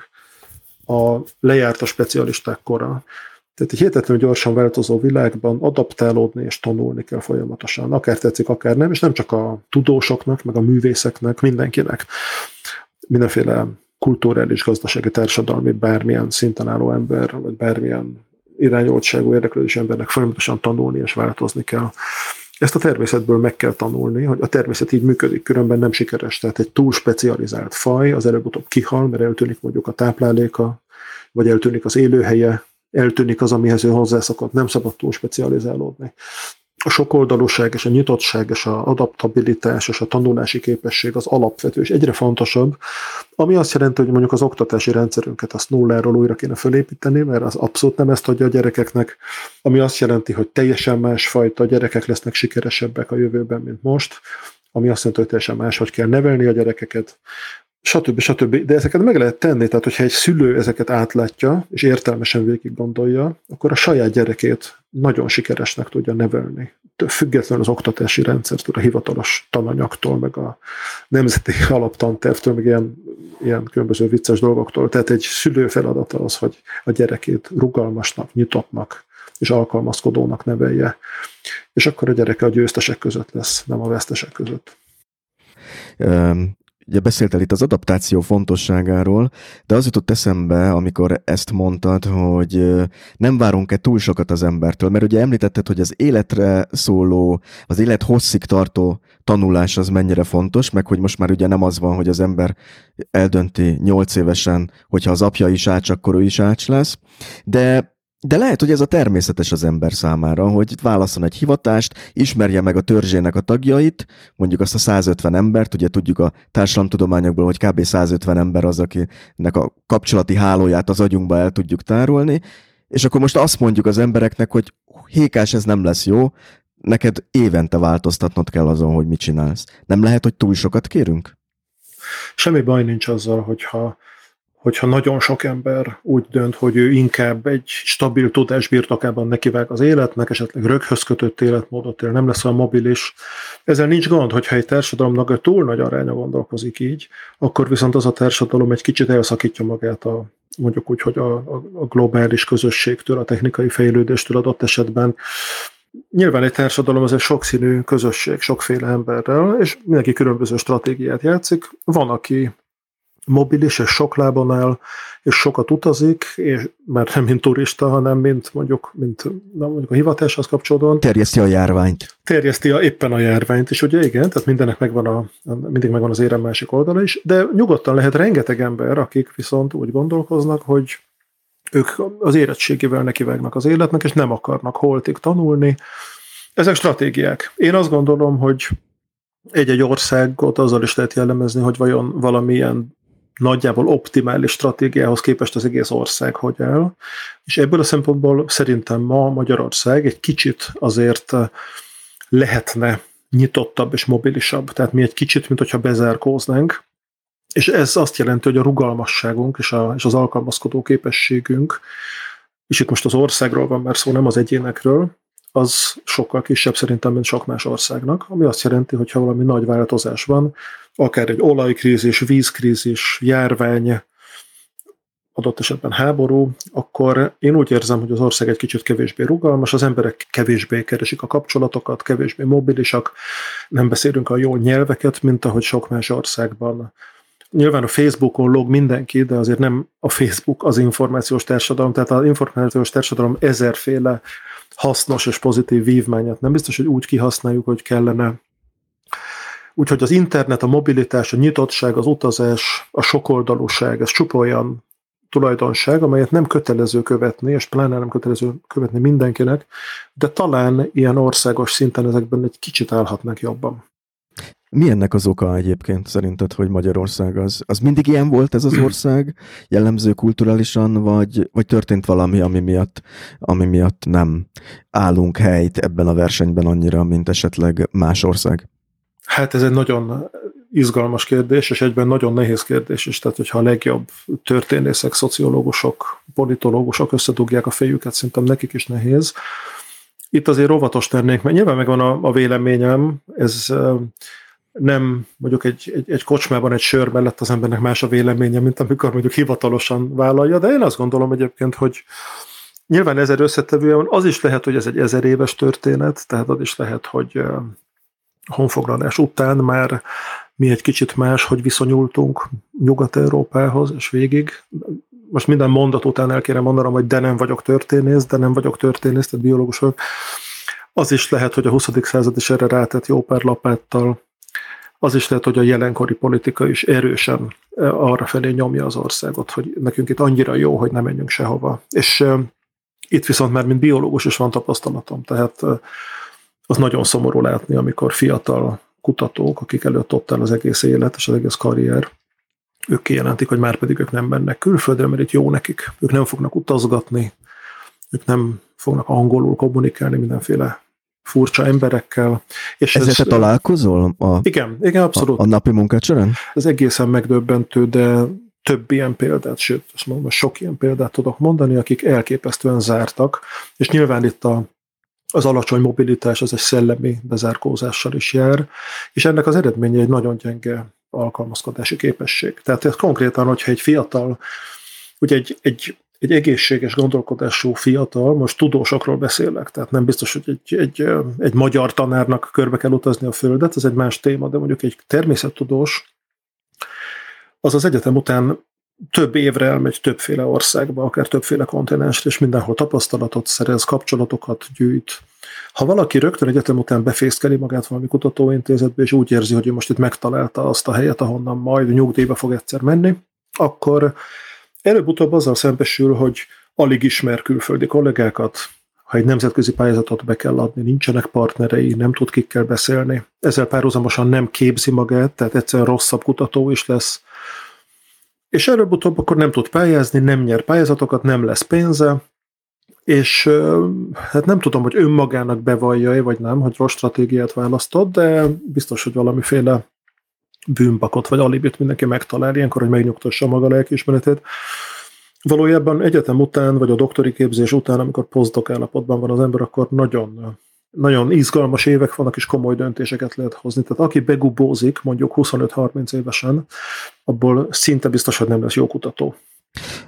a lejárt a specialisták kora. Tehát egy hihetetlenül gyorsan változó világban adaptálódni és tanulni kell folyamatosan. Akár tetszik, akár nem, és nem csak a tudósoknak, meg a művészeknek, mindenkinek. Mindenféle kulturális, gazdasági, társadalmi, bármilyen szinten álló ember, vagy bármilyen irányultságú, érdeklődés embernek folyamatosan tanulni és változni kell. Ezt a természetből meg kell tanulni, hogy a természet így működik, különben nem sikeres. Tehát egy túl specializált faj az előbb-utóbb kihal, mert eltűnik mondjuk a tápláléka, vagy eltűnik az élőhelye, eltűnik az, amihez ő hozzászokott, nem szabad túl specializálódni. A sokoldalúság és a nyitottság és az adaptabilitás és a tanulási képesség az alapvető és egyre fontosabb, ami azt jelenti, hogy mondjuk az oktatási rendszerünket azt nulláról újra kéne fölépíteni, mert az abszolút nem ezt adja a gyerekeknek, ami azt jelenti, hogy teljesen másfajta gyerekek lesznek sikeresebbek a jövőben, mint most, ami azt jelenti, hogy teljesen máshogy kell nevelni a gyerekeket, stb. stb. De ezeket meg lehet tenni, tehát hogyha egy szülő ezeket átlátja, és értelmesen végig gondolja, akkor a saját gyerekét nagyon sikeresnek tudja nevelni. Függetlenül az oktatási rendszertől, a hivatalos tananyagtól, meg a nemzeti alaptantervtől, meg ilyen, ilyen különböző vicces dolgoktól. Tehát egy szülő feladata az, hogy a gyerekét rugalmasnak, nyitottnak és alkalmazkodónak nevelje. És akkor a gyereke a győztesek között lesz, nem a vesztesek között. Um. Ugye beszéltél itt az adaptáció fontosságáról, de az jutott eszembe, amikor ezt mondtad, hogy nem várunk-e túl sokat az embertől, mert ugye említetted, hogy az életre szóló, az élet hosszig tartó tanulás az mennyire fontos, meg hogy most már ugye nem az van, hogy az ember eldönti nyolc évesen, hogyha az apja is ács, akkor ő is ács lesz, de De lehet, hogy ez a természetes az ember számára, hogy válasszon egy hivatást, ismerje meg a törzsének a tagjait, mondjuk azt a százötven embert, ugye tudjuk a társadalomtudományokból, hogy kb. százötven ember az, akinek a kapcsolati hálóját az agyunkba el tudjuk tárolni, és akkor most azt mondjuk az embereknek, hogy hékás, ez nem lesz jó, neked évente változtatnod kell azon, hogy mit csinálsz. Nem lehet, hogy túl sokat kérünk? Semmi baj nincs azzal, hogyha hogyha nagyon sok ember úgy dönt, hogy ő inkább egy stabil tudás birtokában nekivág az életnek, esetleg röghöz kötött életmódot él, nem lesz olyan mobilis. Ezzel nincs gond, hogyha egy társadalomnak túl nagy aránya gondolkozik így, akkor viszont az a társadalom egy kicsit elszakítja magát a, mondjuk úgy, hogy a, a globális közösségtől, a technikai fejlődéstől adott esetben. Nyilván egy társadalom az egy sokszínű közösség, sokféle emberrel, és mindenki különböző stratégiát játszik. Van, aki mobilis és sok lábon áll, és sokat utazik, és, mert nem mint turista, hanem mint mondjuk, mint, na, mondjuk a hivatáshoz kapcsolódóan. Terjeszti a járványt. Terjeszti a, éppen a járványt is, ugye igen, tehát mindennek megvan a, mindig megvan az érem másik oldala is, de nyugodtan lehet rengeteg ember, akik viszont úgy gondolkoznak, hogy ők az érettségével nekivágnak az életnek, és nem akarnak holtig tanulni. Ezek stratégiák. Én azt gondolom, hogy egy-egy országot azzal is lehet jellemezni, hogy vajon valamilyen nagyjából optimális stratégiához képest az egész ország hogy áll. És ebből a szempontból szerintem ma Magyarország egy kicsit azért lehetne nyitottabb és mobilisabb. Tehát mi egy kicsit, mint hogyha bezárkóznánk. És ez azt jelenti, hogy a rugalmasságunk és, a, és az alkalmazkodó képességünk, és itt most az országról van már szó, nem az egyénekről, az sokkal kisebb szerintem, mint sok más országnak, ami azt jelenti, hogy ha valami nagy változás van, akár egy olajkrízis, vízkrízis, járvány, adott esetben háború, akkor én úgy érzem, hogy az ország egy kicsit kevésbé rugalmas, az emberek kevésbé keresik a kapcsolatokat, kevésbé mobilisak, nem beszélünk a jó nyelveket, mint ahogy sok más országban. Nyilván a Facebookon lóg mindenki, de azért nem a Facebook az információs társadalom, tehát az információs társadalom ezerféle hasznos és pozitív vívmányát nem biztos, hogy úgy kihasználjuk, hogy kellene. Úgyhogy az internet, a mobilitás, a nyitottság, az utazás, a sokoldalúság, ez csupa olyan tulajdonság, amelyet nem kötelező követni, és pláne nem kötelező követni mindenkinek, de talán ilyen országos szinten ezekben egy kicsit állhatnak jobban. Mi ennek az oka egyébként szerinted, hogy Magyarország az, az mindig ilyen volt ez az ország, jellemző kulturálisan, vagy, vagy történt valami, ami miatt, ami miatt nem állunk helyt ebben a versenyben annyira, mint esetleg más ország? Hát ez egy nagyon izgalmas kérdés, és egyben nagyon nehéz kérdés is. Tehát, hogyha a legjobb történészek, szociológusok, politológusok összedugják a fejüket, szerintem nekik is nehéz. Itt azért óvatos tennék, mert nyilván megvan a, a véleményem, ez nem mondjuk egy, egy, egy kocsmában egy sör mellett az embernek más a véleménye, mint amikor mondjuk hivatalosan vállalja, de én azt gondolom egyébként, hogy nyilván ezer összetevője van, az is lehet, hogy ez egy ezer éves történet, tehát az is lehet, hogy honfoglalás után már mi egy kicsit más, hogy viszonyultunk Nyugat-Európához, és végig. Most minden mondat után el kéne mondanom, hogy de nem vagyok történész, de nem vagyok történész, tehát biológus vagyok. Az is lehet, hogy a huszadik század is erre rátett jó pár lapáttal. Az is lehet, hogy a jelenkori politika is erősen arra felé nyomja az országot, hogy nekünk itt annyira jó, hogy nem menjünk sehova. És uh, itt viszont már mint biológus is van tapasztalatom, tehát uh, az nagyon szomorú látni, amikor fiatal kutatók, akik előtt ott áll az egész élet és az egész karrier, ők kijelentik, hogy már pedig ők nem mennek külföldre, mert itt jó nekik. Ők nem fognak utazgatni, ők nem fognak angolul kommunikálni mindenféle furcsa emberekkel. És ezzel ez, te találkozol? A, igen, igen, abszolút. A, a napi munkát során? Ez egészen megdöbbentő, de több ilyen példát, sőt, azt mondom, sok ilyen példát tudok mondani, akik elképesztően zártak, és nyilván itt a, az alacsony mobilitás az egy szellemi bezárkózással is jár, és ennek az eredménye egy nagyon gyenge alkalmazkodási képesség. Tehát ez konkrétan, hogyha egy fiatal, ugye egy, egy, egy egészséges gondolkodású fiatal, most tudósokról beszélek, tehát nem biztos, hogy egy, egy, egy magyar tanárnak körbe kell utazni a földet, ez egy más téma, de mondjuk egy természettudós, az az egyetem után több évre elmegy többféle országba, akár többféle kontinensre, és mindenhol tapasztalatot szerez, kapcsolatokat gyűjt. Ha valaki rögtön egyetem után befészkeli magát valami kutatóintézetbe, és úgy érzi, hogy ő most itt megtalálta azt a helyet, ahonnan majd nyugdíjba fog egyszer menni, akkor előbb-utóbb azzal szembesül, hogy alig ismer külföldi kollégákat, ha egy nemzetközi pályázatot be kell adni, nincsenek partnerei, nem tud kikkel beszélni. Ezzel párhuzamosan nem képzi magát, tehát egyszerűen rosszabb kutató is lesz. És előbb-utóbb akkor nem tud pályázni, nem nyer pályázatokat, nem lesz pénze, és hát nem tudom, hogy önmagának bevallja-e, vagy nem, hogy rossz stratégiát választott, de biztos, hogy valamiféle bűnbakot, vagy alibit mindenki megtalál ilyenkor, hogy megnyugtassa maga lelkiismeretét. Valójában egyetem után, vagy a doktori képzés után, amikor posztdoc állapotban van az ember, akkor nagyon, nagyon izgalmas évek vannak, és komoly döntéseket lehet hozni. Tehát aki begubózik, mondjuk huszonöt-harminc évesen, abból szinte biztos, hogy nem lesz jó kutató.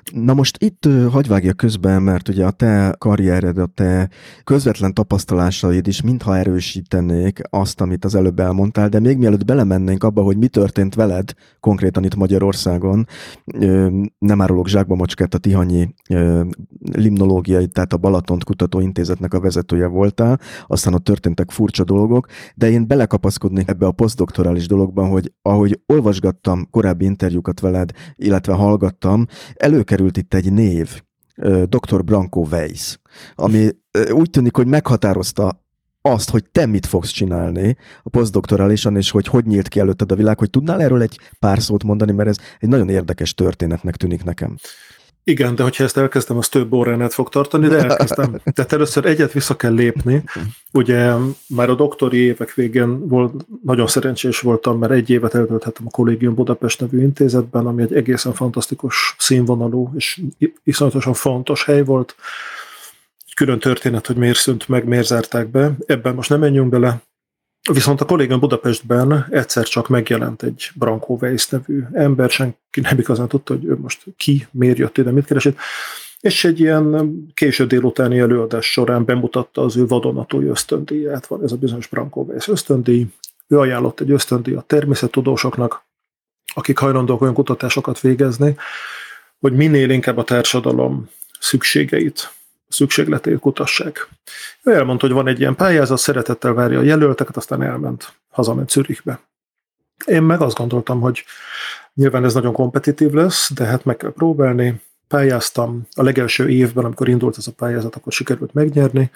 Na most itt hagyj vágja közben, mert ugye a te karriered, a te közvetlen tapasztalásaid is mintha erősítenék azt, amit az előbb elmondtál, de még mielőtt belemennénk abba, hogy mi történt veled konkrétan itt Magyarországon, nem árulok zsákba macskát, a Tihanyi Limnológiai, tehát a Balatont Kutatóintézetnek a vezetője voltál, aztán ott történtek furcsa dolgok, de én belekapaszkodnék ebbe a posztdoktorális dologban, hogy ahogy olvasgattam korábbi interjúkat veled, illetve hallgattam, előkerült itt egy név, doktor Branko Weiss, ami úgy tűnik, hogy meghatározta azt, hogy te mit fogsz csinálni a posztdoktorálisan, és hogy hogy nyílt ki előtted a világ, hogy tudnál erről egy pár szót mondani, mert ez egy nagyon érdekes történetnek tűnik nekem. Igen, de hogyha ezt elkezdem, az több órán át fog tartani, de elkezdtem. Tehát először egyet vissza kell lépni. Ugye már a doktori évek végén volt, nagyon szerencsés voltam, mert egy évet eltölthettem a Kollégium Budapest nevű intézetben, ami egy egészen fantasztikus színvonalú és iszonyatosan fontos hely volt. Egy külön történet, hogy miért szűnt meg, miért zárták be. Ebben most nem menjünk bele. Viszont a Kollégium Budapestben egyszer csak megjelent egy Branko Weiss nevű ember, senki nem igazán tudta, hogy ő most ki, miért jött ide, mit keresett, és egy ilyen késő délutáni előadás során bemutatta az ő vadonatúj ösztöndíját. Van ez a bizonyos Branko Weiss ösztöndíj. Ő ajánlott egy ösztöndíjat természettudósoknak, akik hajlandók olyan kutatásokat végezni, hogy minél inkább a társadalom szükségeit, szükségletét kutassák. Ő elmondta, hogy van egy ilyen pályázat, szeretettel várja a jelölteket, aztán elment, hazament Zürichbe. Én meg azt gondoltam, hogy nyilván ez nagyon kompetitív lesz, de hát meg kell próbálni. Pályáztam a legelső évben, amikor indult ez a pályázat, akkor sikerült megnyerni,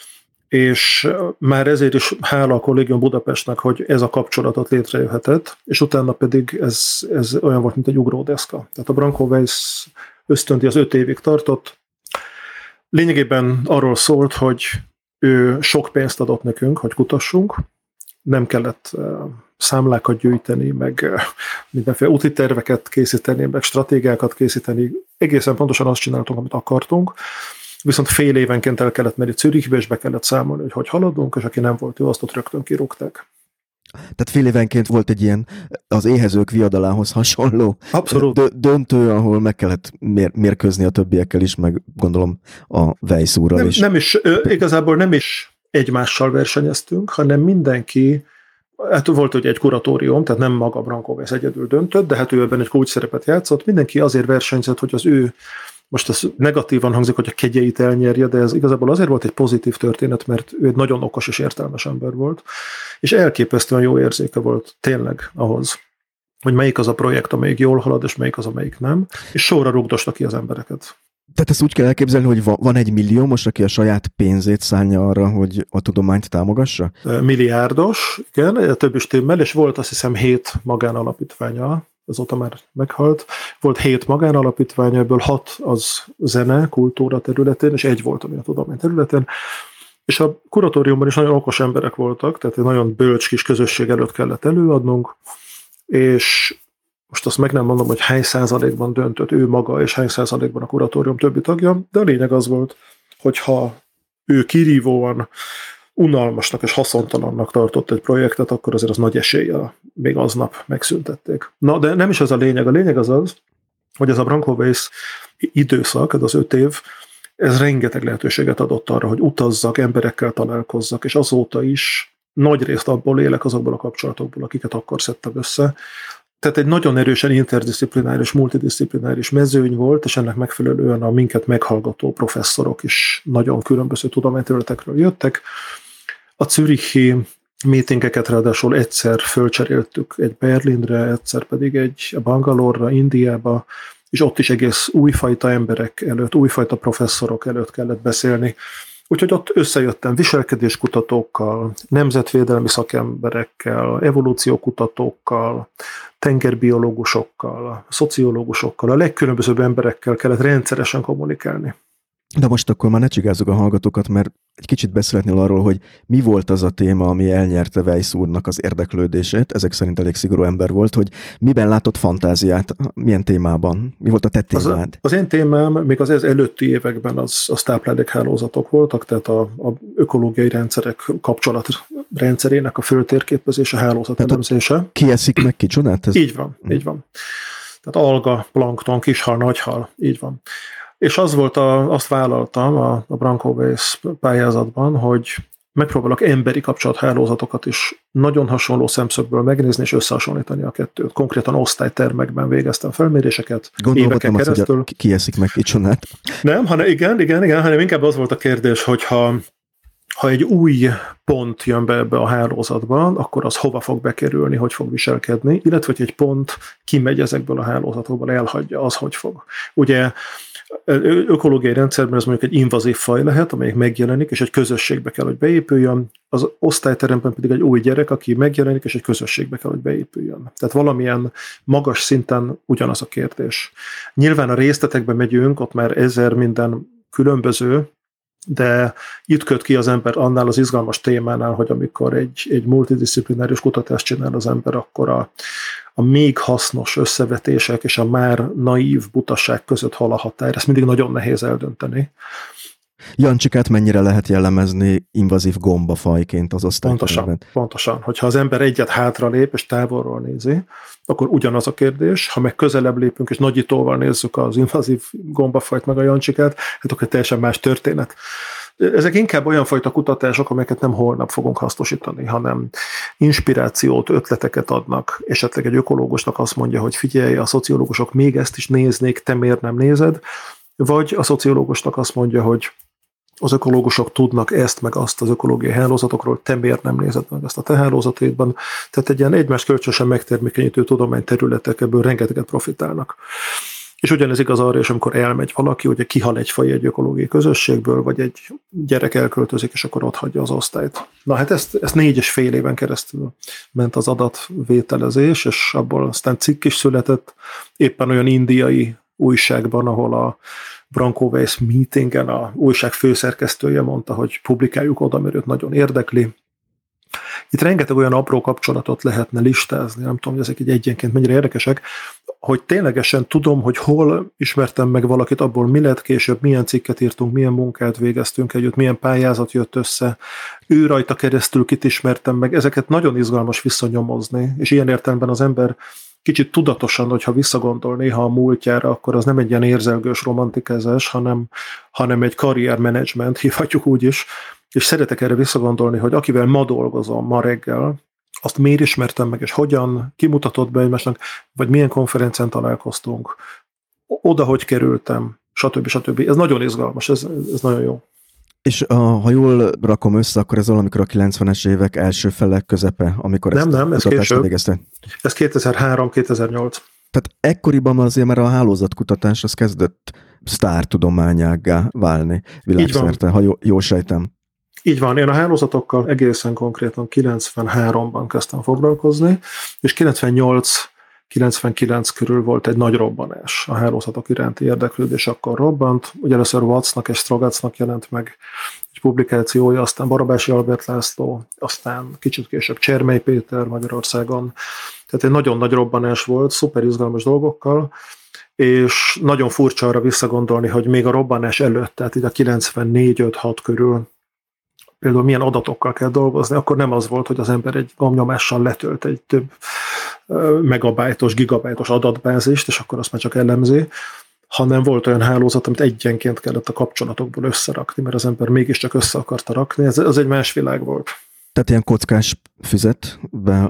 és már ezért is hála a Kollégium Budapestnek, hogy ez a kapcsolatot létrejöhetett, és utána pedig ez, ez olyan volt, mint egy ugródeszka. Tehát a Branko Weiss ösztöndíj az öt évig tartott. Lényegében arról szólt, hogy ő sok pénzt adott nekünk, hogy kutassunk, nem kellett uh, számlákat gyűjteni, meg uh, mindenféle úti terveket készíteni, meg stratégiákat készíteni. Egészen pontosan azt csináltunk, amit akartunk, viszont fél évenként el kellett menni Zürichbe, és be kellett számolni, hogy hogy haladunk, és aki nem volt jó, azt ott rögtön kirúgták. Tehát fél évenként volt egy ilyen az éhezők viadalához hasonló Abszolút. döntő, ahol meg kellett mér- mérkőzni a többiekkel is, meg gondolom a Weiss úrral nem, is. Nem is. Igazából nem is egymással versenyeztünk, hanem mindenki, hát volt ugye egy kuratórium, tehát nem maga Branko Weiss egyedül döntött, de hát ő ebben egy kulcs szerepet játszott, mindenki azért versenyzett, hogy az ő, most ez negatívan hangzik, hogy a kegyeit elnyerje, de ez igazából azért volt egy pozitív történet, mert ő egy nagyon okos és értelmes ember volt, és elképesztően jó érzéke volt tényleg ahhoz, hogy melyik az a projekt, amelyik jól halad, és melyik az, amelyik nem, és sorra rugdosta ki az embereket. Tehát ezt úgy kell elképzelni, hogy van egy millió most, aki a saját pénzét szánja arra, hogy a tudományt támogassa? Milliárdos, igen, a többi stimmel, és volt azt hiszem hét magánalapítványa, azóta már meghalt. Volt hét magánalapítvány, ebből hat az zene, kultúra területén, és egy volt, ami a tudomány területen. És a kuratóriumban is nagyon okos emberek voltak, tehát egy nagyon bölcs kis közösség előtt kellett előadnunk, és most azt meg nem mondom, hogy hány százalékban döntött ő maga, és hány százalékban a kuratórium többi tagja, de a lényeg az volt, hogyha ő kirívóan unalmasnak és haszontalannak tartott egy projektet, akkor azért az nagy eséllyel még aznap megszüntették. Na, de nem is ez a lényeg. A lényeg az az, hogy ez a Branko Weiss időszak, ez az öt év, ez rengeteg lehetőséget adott arra, hogy utazzak, emberekkel találkozzak, és azóta is nagy részt abból élek, azokból a kapcsolatokból, akiket akkor szedtem össze. Tehát egy nagyon erősen interdisziplináris, multidisziplináris mezőny volt, és ennek megfelelően a minket meghallgató professzorok is nagyon különböző tudományterületekről jöttek. A zürichi meetingeket ráadásul egyszer fölcseréltük egy Berlinre, egyszer pedig egy Bangalore-ra, Indiába, és ott is egész újfajta emberek előtt, újfajta professzorok előtt kellett beszélni. Úgyhogy ott összejöttem viselkedéskutatókkal, nemzetvédelmi szakemberekkel, evolúciókutatókkal, tengerbiológusokkal, szociológusokkal, a legkülönbözőbb emberekkel kellett rendszeresen kommunikálni. De most akkor már ne csigázzuk a hallgatókat, mert egy kicsit beszélhetnél arról, hogy mi volt az a téma, ami elnyerte Weiss úrnak az érdeklődését, ezek szerint elég szigorú ember volt, hogy miben látott fantáziát, milyen témában, mi volt a te témád? Az, az én témám még az ez előtti években az, az táplálékhálózatok voltak, tehát a, a ökológiai rendszerek kapcsolatrendszerének a föltérképezése, hálózatelemzése. Ki eszik meg kicsodát? Ez... Így van, hmm. így van. Tehát alga, plankton, kishal, nagyhal, így van. És az volt, a, azt vállaltam a, a Branko-Weiss pályázatban, hogy megpróbálok emberi kapcsolathálózatokat is nagyon hasonló szemszögből megnézni és összehasonlítani a kettőt. Konkrétan osztálytermekben végeztem felméréseket. Gondolkodtam azt, keresztül. Hogy ki eszik meg kicsonát. Nem, hanem igen, igen, igen, hanem inkább az volt a kérdés, hogyha ha egy új pont jön be ebbe a hálózatban, akkor az hova fog bekerülni, hogy fog viselkedni, illetve hogy egy pont kimegy ezekből a hálózatokból, elhagyja, az hogy fog. Ugye ökológiai rendszerben ez mondjuk egy invazív faj lehet, amelyik megjelenik, és egy közösségbe kell, hogy beépüljön, az osztályteremben pedig egy új gyerek, aki megjelenik, és egy közösségbe kell, hogy beépüljön. Tehát valamilyen magas szinten ugyanaz a kérdés. Nyilván a részletekbe megyünk, ott már ezer minden különböző, de itt köt ki az ember annál az izgalmas témánál, hogy amikor egy, egy multidisziplináris kutatást csinál az ember, akkor a, a még hasznos összevetések és a már naív butaság között hol a határ. Ezt mindig nagyon nehéz eldönteni. Jancsikát mennyire lehet jellemezni invazív gombafajként az osztályteremben? Pontosan, pontosan. Hogyha az ember egyet hátra lép és távolról nézi, akkor ugyanaz a kérdés. Ha meg közelebb lépünk és nagyítóval nézzük az invazív gombafajt meg a jancsikát, hát akkor teljesen más történet. Ezek inkább olyan fajta kutatások, amelyeket nem holnap fogunk hasznosítani, hanem inspirációt, ötleteket adnak. Esetleg egy ökológusnak azt mondja, hogy figyelj, a szociológusok még ezt is néznék, te miért nem nézed? Vagy a szociológusnak azt mondja, hogy az ökológusok tudnak ezt, meg azt az ökológiai hálózatokról, te miért nem nézed meg ezt a te hálózatodban. Tehát egy ilyen egymást kölcsönösen megtermékenyítő tudományterületek ebből rengeteget profitálnak. És ugyanez igaz arra is, amikor elmegy valaki, ugye kihal egy faj egy ökológiai közösségből, vagy egy gyerek elköltözik, és akkor ott hagyja az osztályt. Na hát ezt, ezt négy és fél éven keresztül ment az adatvételezés, és abból aztán cikk is született, éppen olyan indiai újságban, ahol a Branko-Weiss meetingen a újság főszerkesztője mondta, hogy publikáljuk oda, mert őt nagyon érdekli. Itt rengeteg olyan apró kapcsolatot lehetne listázni, nem tudom, hogy ezek így egyenként mennyire érdekesek, hogy ténylegesen tudom, hogy hol ismertem meg valakit, abból mi lett később, milyen cikket írtunk, milyen munkát végeztünk együtt, milyen pályázat jött össze, ő rajta keresztül kit ismertem meg, ezeket nagyon izgalmas visszanyomozni, és ilyen értelemben az ember kicsit tudatosan, hogyha visszagondol néha a múltjára, akkor az nem egy ilyen érzelgős romantikázás, hanem, hanem egy karriermenedzsment, hívhatjuk úgy is, és szeretek erre visszagondolni, hogy akivel ma dolgozom, ma reggel, azt miért ismertem meg, és hogyan, kimutatott be egymásnak, vagy milyen konferencián találkoztunk, oda hogy kerültem, stb. stb. Ez nagyon izgalmas, ez, ez nagyon jó. És a, ha jól rakom össze, akkor ez valamikor a kilencvenes évek első fele, közepe, amikor nem, ezt nem, a ez kutatást később. végezte? Ez kétezer-három kétezer-nyolc. Tehát ekkoriban azért már a hálózatkutatás az kezdett sztártudományággá válni világszerte, ha jól, jól sejtem. Így van, én a hálózatokkal egészen konkrétan kilencvenháromban kezdtem foglalkozni, és kilencvennyolc kilencvenkilenc körül volt egy nagy robbanás. A hálózatok iránti érdeklődés akkor robbant. Ugye először Wattsnak és Strogacnak jelent meg egy publikációja, aztán Barabási Albert László, aztán kicsit később Csermely Péter Magyarországon. Tehát egy nagyon nagy robbanás volt, szuper izgalmas dolgokkal, és nagyon furcsa arra visszagondolni, hogy még a robbanás előtt, tehát így a kilencvennégy öt hat körül például milyen adatokkal kell dolgozni, akkor nem az volt, hogy az ember egy gombnyomással letölt egy több megabájtos, gigabájtos adatbázist, és akkor azt már csak elemzi, hanem volt olyan hálózat, amit egyenként kellett a kapcsolatokból összerakni, mert az ember mégiscsak össze akarta rakni, ez, ez egy más világ volt. Tehát ilyen kockás füzetbe...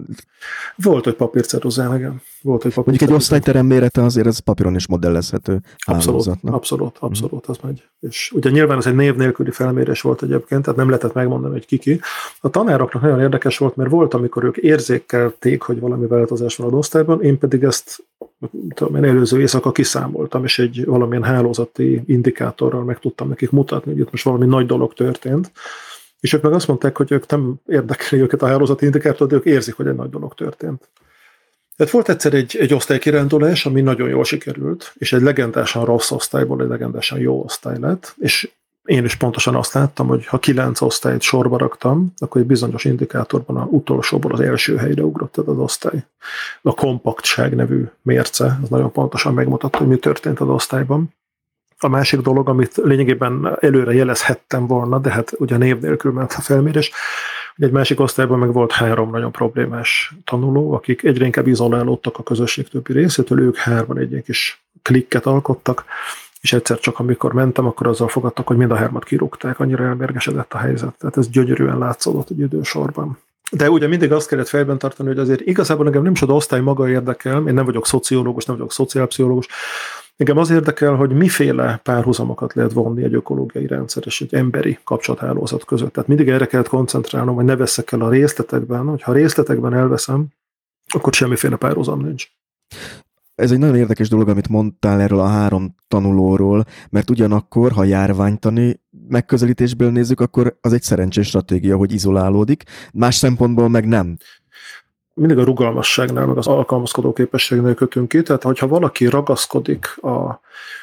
Volt egy papírceruzán, igen. Volt egy Mondjuk egy osztályterem mérete azért ez papíron is modellezhető abszolút, hálózatnak. abszolút, abszolút, az megy. És ugye nyilván ez egy név nélküli felmérés volt egyébként, tehát nem lehetett megmondani, hogy kiki. A tanároknak nagyon érdekes volt, mert volt, amikor ők érzékelték, hogy valami változás van az osztályban, én pedig ezt tudom, én előző éjszaka kiszámoltam, és egy valamilyen hálózati indikátorral meg tudtam nekik mutatni, hogy itt most valami nagy dolog történt. És ők meg azt mondták, hogy ők nem érdekli őket a hálózati indikátor, de ők érzik, hogy egy nagy dolog történt. Tehát volt egyszer egy, egy osztálykirándulás, ami nagyon jól sikerült, és egy legendásan rossz osztályból egy legendásan jó osztály lett, és én is pontosan azt láttam, hogy ha kilenc osztályt sorba raktam, akkor egy bizonyos indikátorban az utolsóból az első helyre ugrott az osztály. A kompaktság nevű mérce, az nagyon pontosan megmutatta, hogy mi történt az osztályban. A másik dolog, amit lényegében előre jelezhettem volna, de hát ugye név nélkül ment a felmérés, Egy másik osztályban meg volt három nagyon problémás tanuló, akik egyre inkább izolálódtak a közösség többi részétől, ők hárman egy ilyen kis klikket alkottak, és egyszer csak amikor mentem, akkor azzal fogadtak, hogy mind a hármat kirúgták, annyira elmérgesedett a helyzet. Tehát ez gyönyörűen látszódott egy idősorban. De ugye mindig azt kellett fejben tartani, hogy azért igazából engem nem is az osztály maga érdekel, én nem vagyok szociológus, nem vagyok szociálpszichológus, engem az érdekel, hogy miféle párhuzamokat lehet vonni egy ökológiai rendszer és egy emberi kapcsolathálózat között. Tehát mindig erre kellett koncentrálnom, hogy ne veszek el a részletekben, hogyha a részletekben elveszem, akkor semmiféle párhuzam nincs. Ez egy nagyon érdekes dolog, amit mondtál erről a három tanulóról, mert ugyanakkor, ha járványtani megközelítésből nézzük, akkor az egy szerencsés stratégia, hogy izolálódik, más szempontból meg nem. Mindig a rugalmasságnál, meg az alkalmazkodó képességnél kötünk ki, tehát hogyha valaki ragaszkodik a,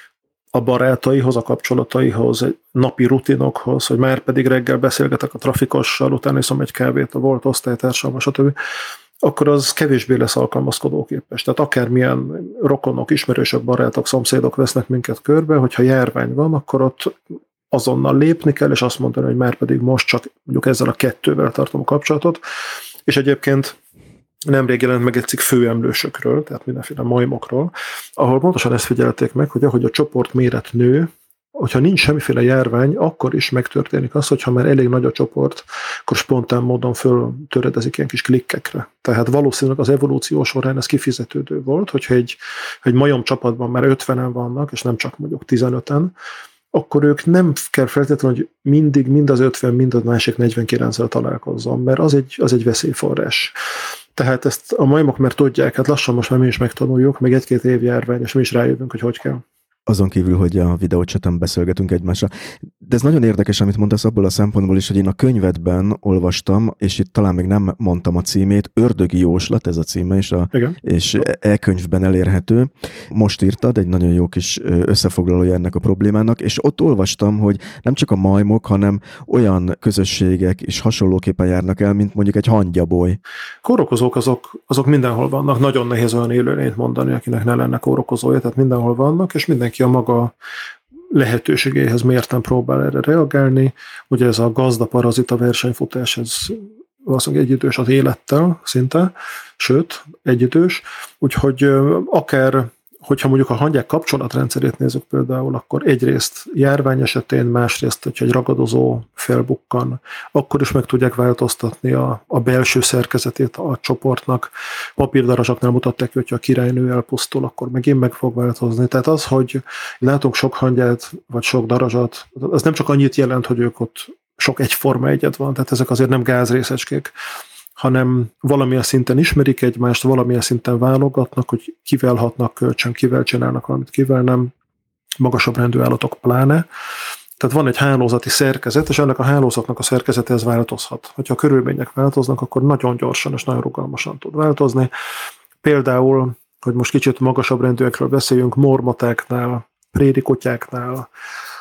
a barátaihoz, a kapcsolataihoz, egy napi rutinokhoz, hogy már pedig reggel beszélgetek a trafikossal, utána iszom egy kávét a volt osztálytársammal, stb., akkor az kevésbé lesz alkalmazkodóképes. Tehát akármilyen rokonok, ismerősök, barátok, szomszédok vesznek minket körbe, hogyha járvány van, akkor ott azonnal lépni kell, és azt mondani, hogy már pedig most csak mondjuk ezzel a kettővel tartom a kapcsolatot. És egyébként nemrég jelent meg egy cikk főemlősökről, tehát mindenféle majmokról, ahol pontosan ezt figyelték meg, hogy ahogy a csoport méret nő, hogyha nincs semmiféle járvány, akkor is megtörténik az, hogyha már elég nagy a csoport, akkor spontán módon föltöredezik ilyen kis klikkekre. Tehát valószínűleg az evolúció során ez kifizetődő volt, hogyha egy, egy majom csapatban már ötvenen vannak, és nem csak mondjuk tizenöten, akkor ők nem kell feltétlenül, hogy mindig mind az ötven, mind a másik negyvenkilenccel találkozzon, mert az egy, az egy veszélyforrás. Tehát ezt a majmok már tudják, hát lassan most már mi is megtanuljuk, meg egy-két év járvány, és mi is rájövünk, hogy hogy kell. Azon kívül, hogy a videócsaton beszélgetünk egymással. De ez nagyon érdekes, amit mondasz abból a szempontból is, hogy én a könyvedben olvastam, és itt talán még nem mondtam a címét, Ördögi jóslat, ez a címe, és, a, és e-könyvben elérhető. Most írtad, egy nagyon jó kis összefoglalója ennek a problémának, és ott olvastam, hogy nem csak a majmok, hanem olyan közösségek is hasonlóképpen járnak el, mint mondjuk egy hangyaboly. Kórokozók azok, azok mindenhol vannak. Nagyon nehéz olyan élőlényt mondani, akinek ne lenne kórokozója, tehát mindenhol vannak, és mindenki a maga lehetőségeihez mérten próbál erre reagálni. Ugye ez a gazda-parazita versenyfutás, ez valószínűleg egyidős az élettel szinte, sőt, egyidős. Úgyhogy akár, hogyha mondjuk a hangyák kapcsolatrendszerét nézzük például, akkor egyrészt járvány esetén, másrészt, hogyha egy ragadozó felbukkan, akkor is meg tudják változtatni a, a belső szerkezetét a csoportnak. Papírdarazsaknál mutatták, hogy ha a királynő elpusztul, akkor megint meg fog változni. Tehát az, hogy látunk sok hangyát, vagy sok darazsat, az nem csak annyit jelent, hogy ők ott sok egyforma egyet van, tehát ezek azért nem gázrészecskék, hanem valamilyen szinten ismerik egymást, valamilyen szinten válogatnak, hogy kivel hatnak kölcsön, kivel csinálnak valamit, kivel nem, magasabb rendű állatok pláne. Tehát van egy hálózati szerkezet, és ennek a hálózatnak a szerkezete ez változhat. Hogyha a körülmények változnak, akkor nagyon gyorsan és nagyon rugalmasan tud változni. Például, hogy most kicsit magasabb rendűekről beszéljünk, mormotáknál, prédikutyáknál,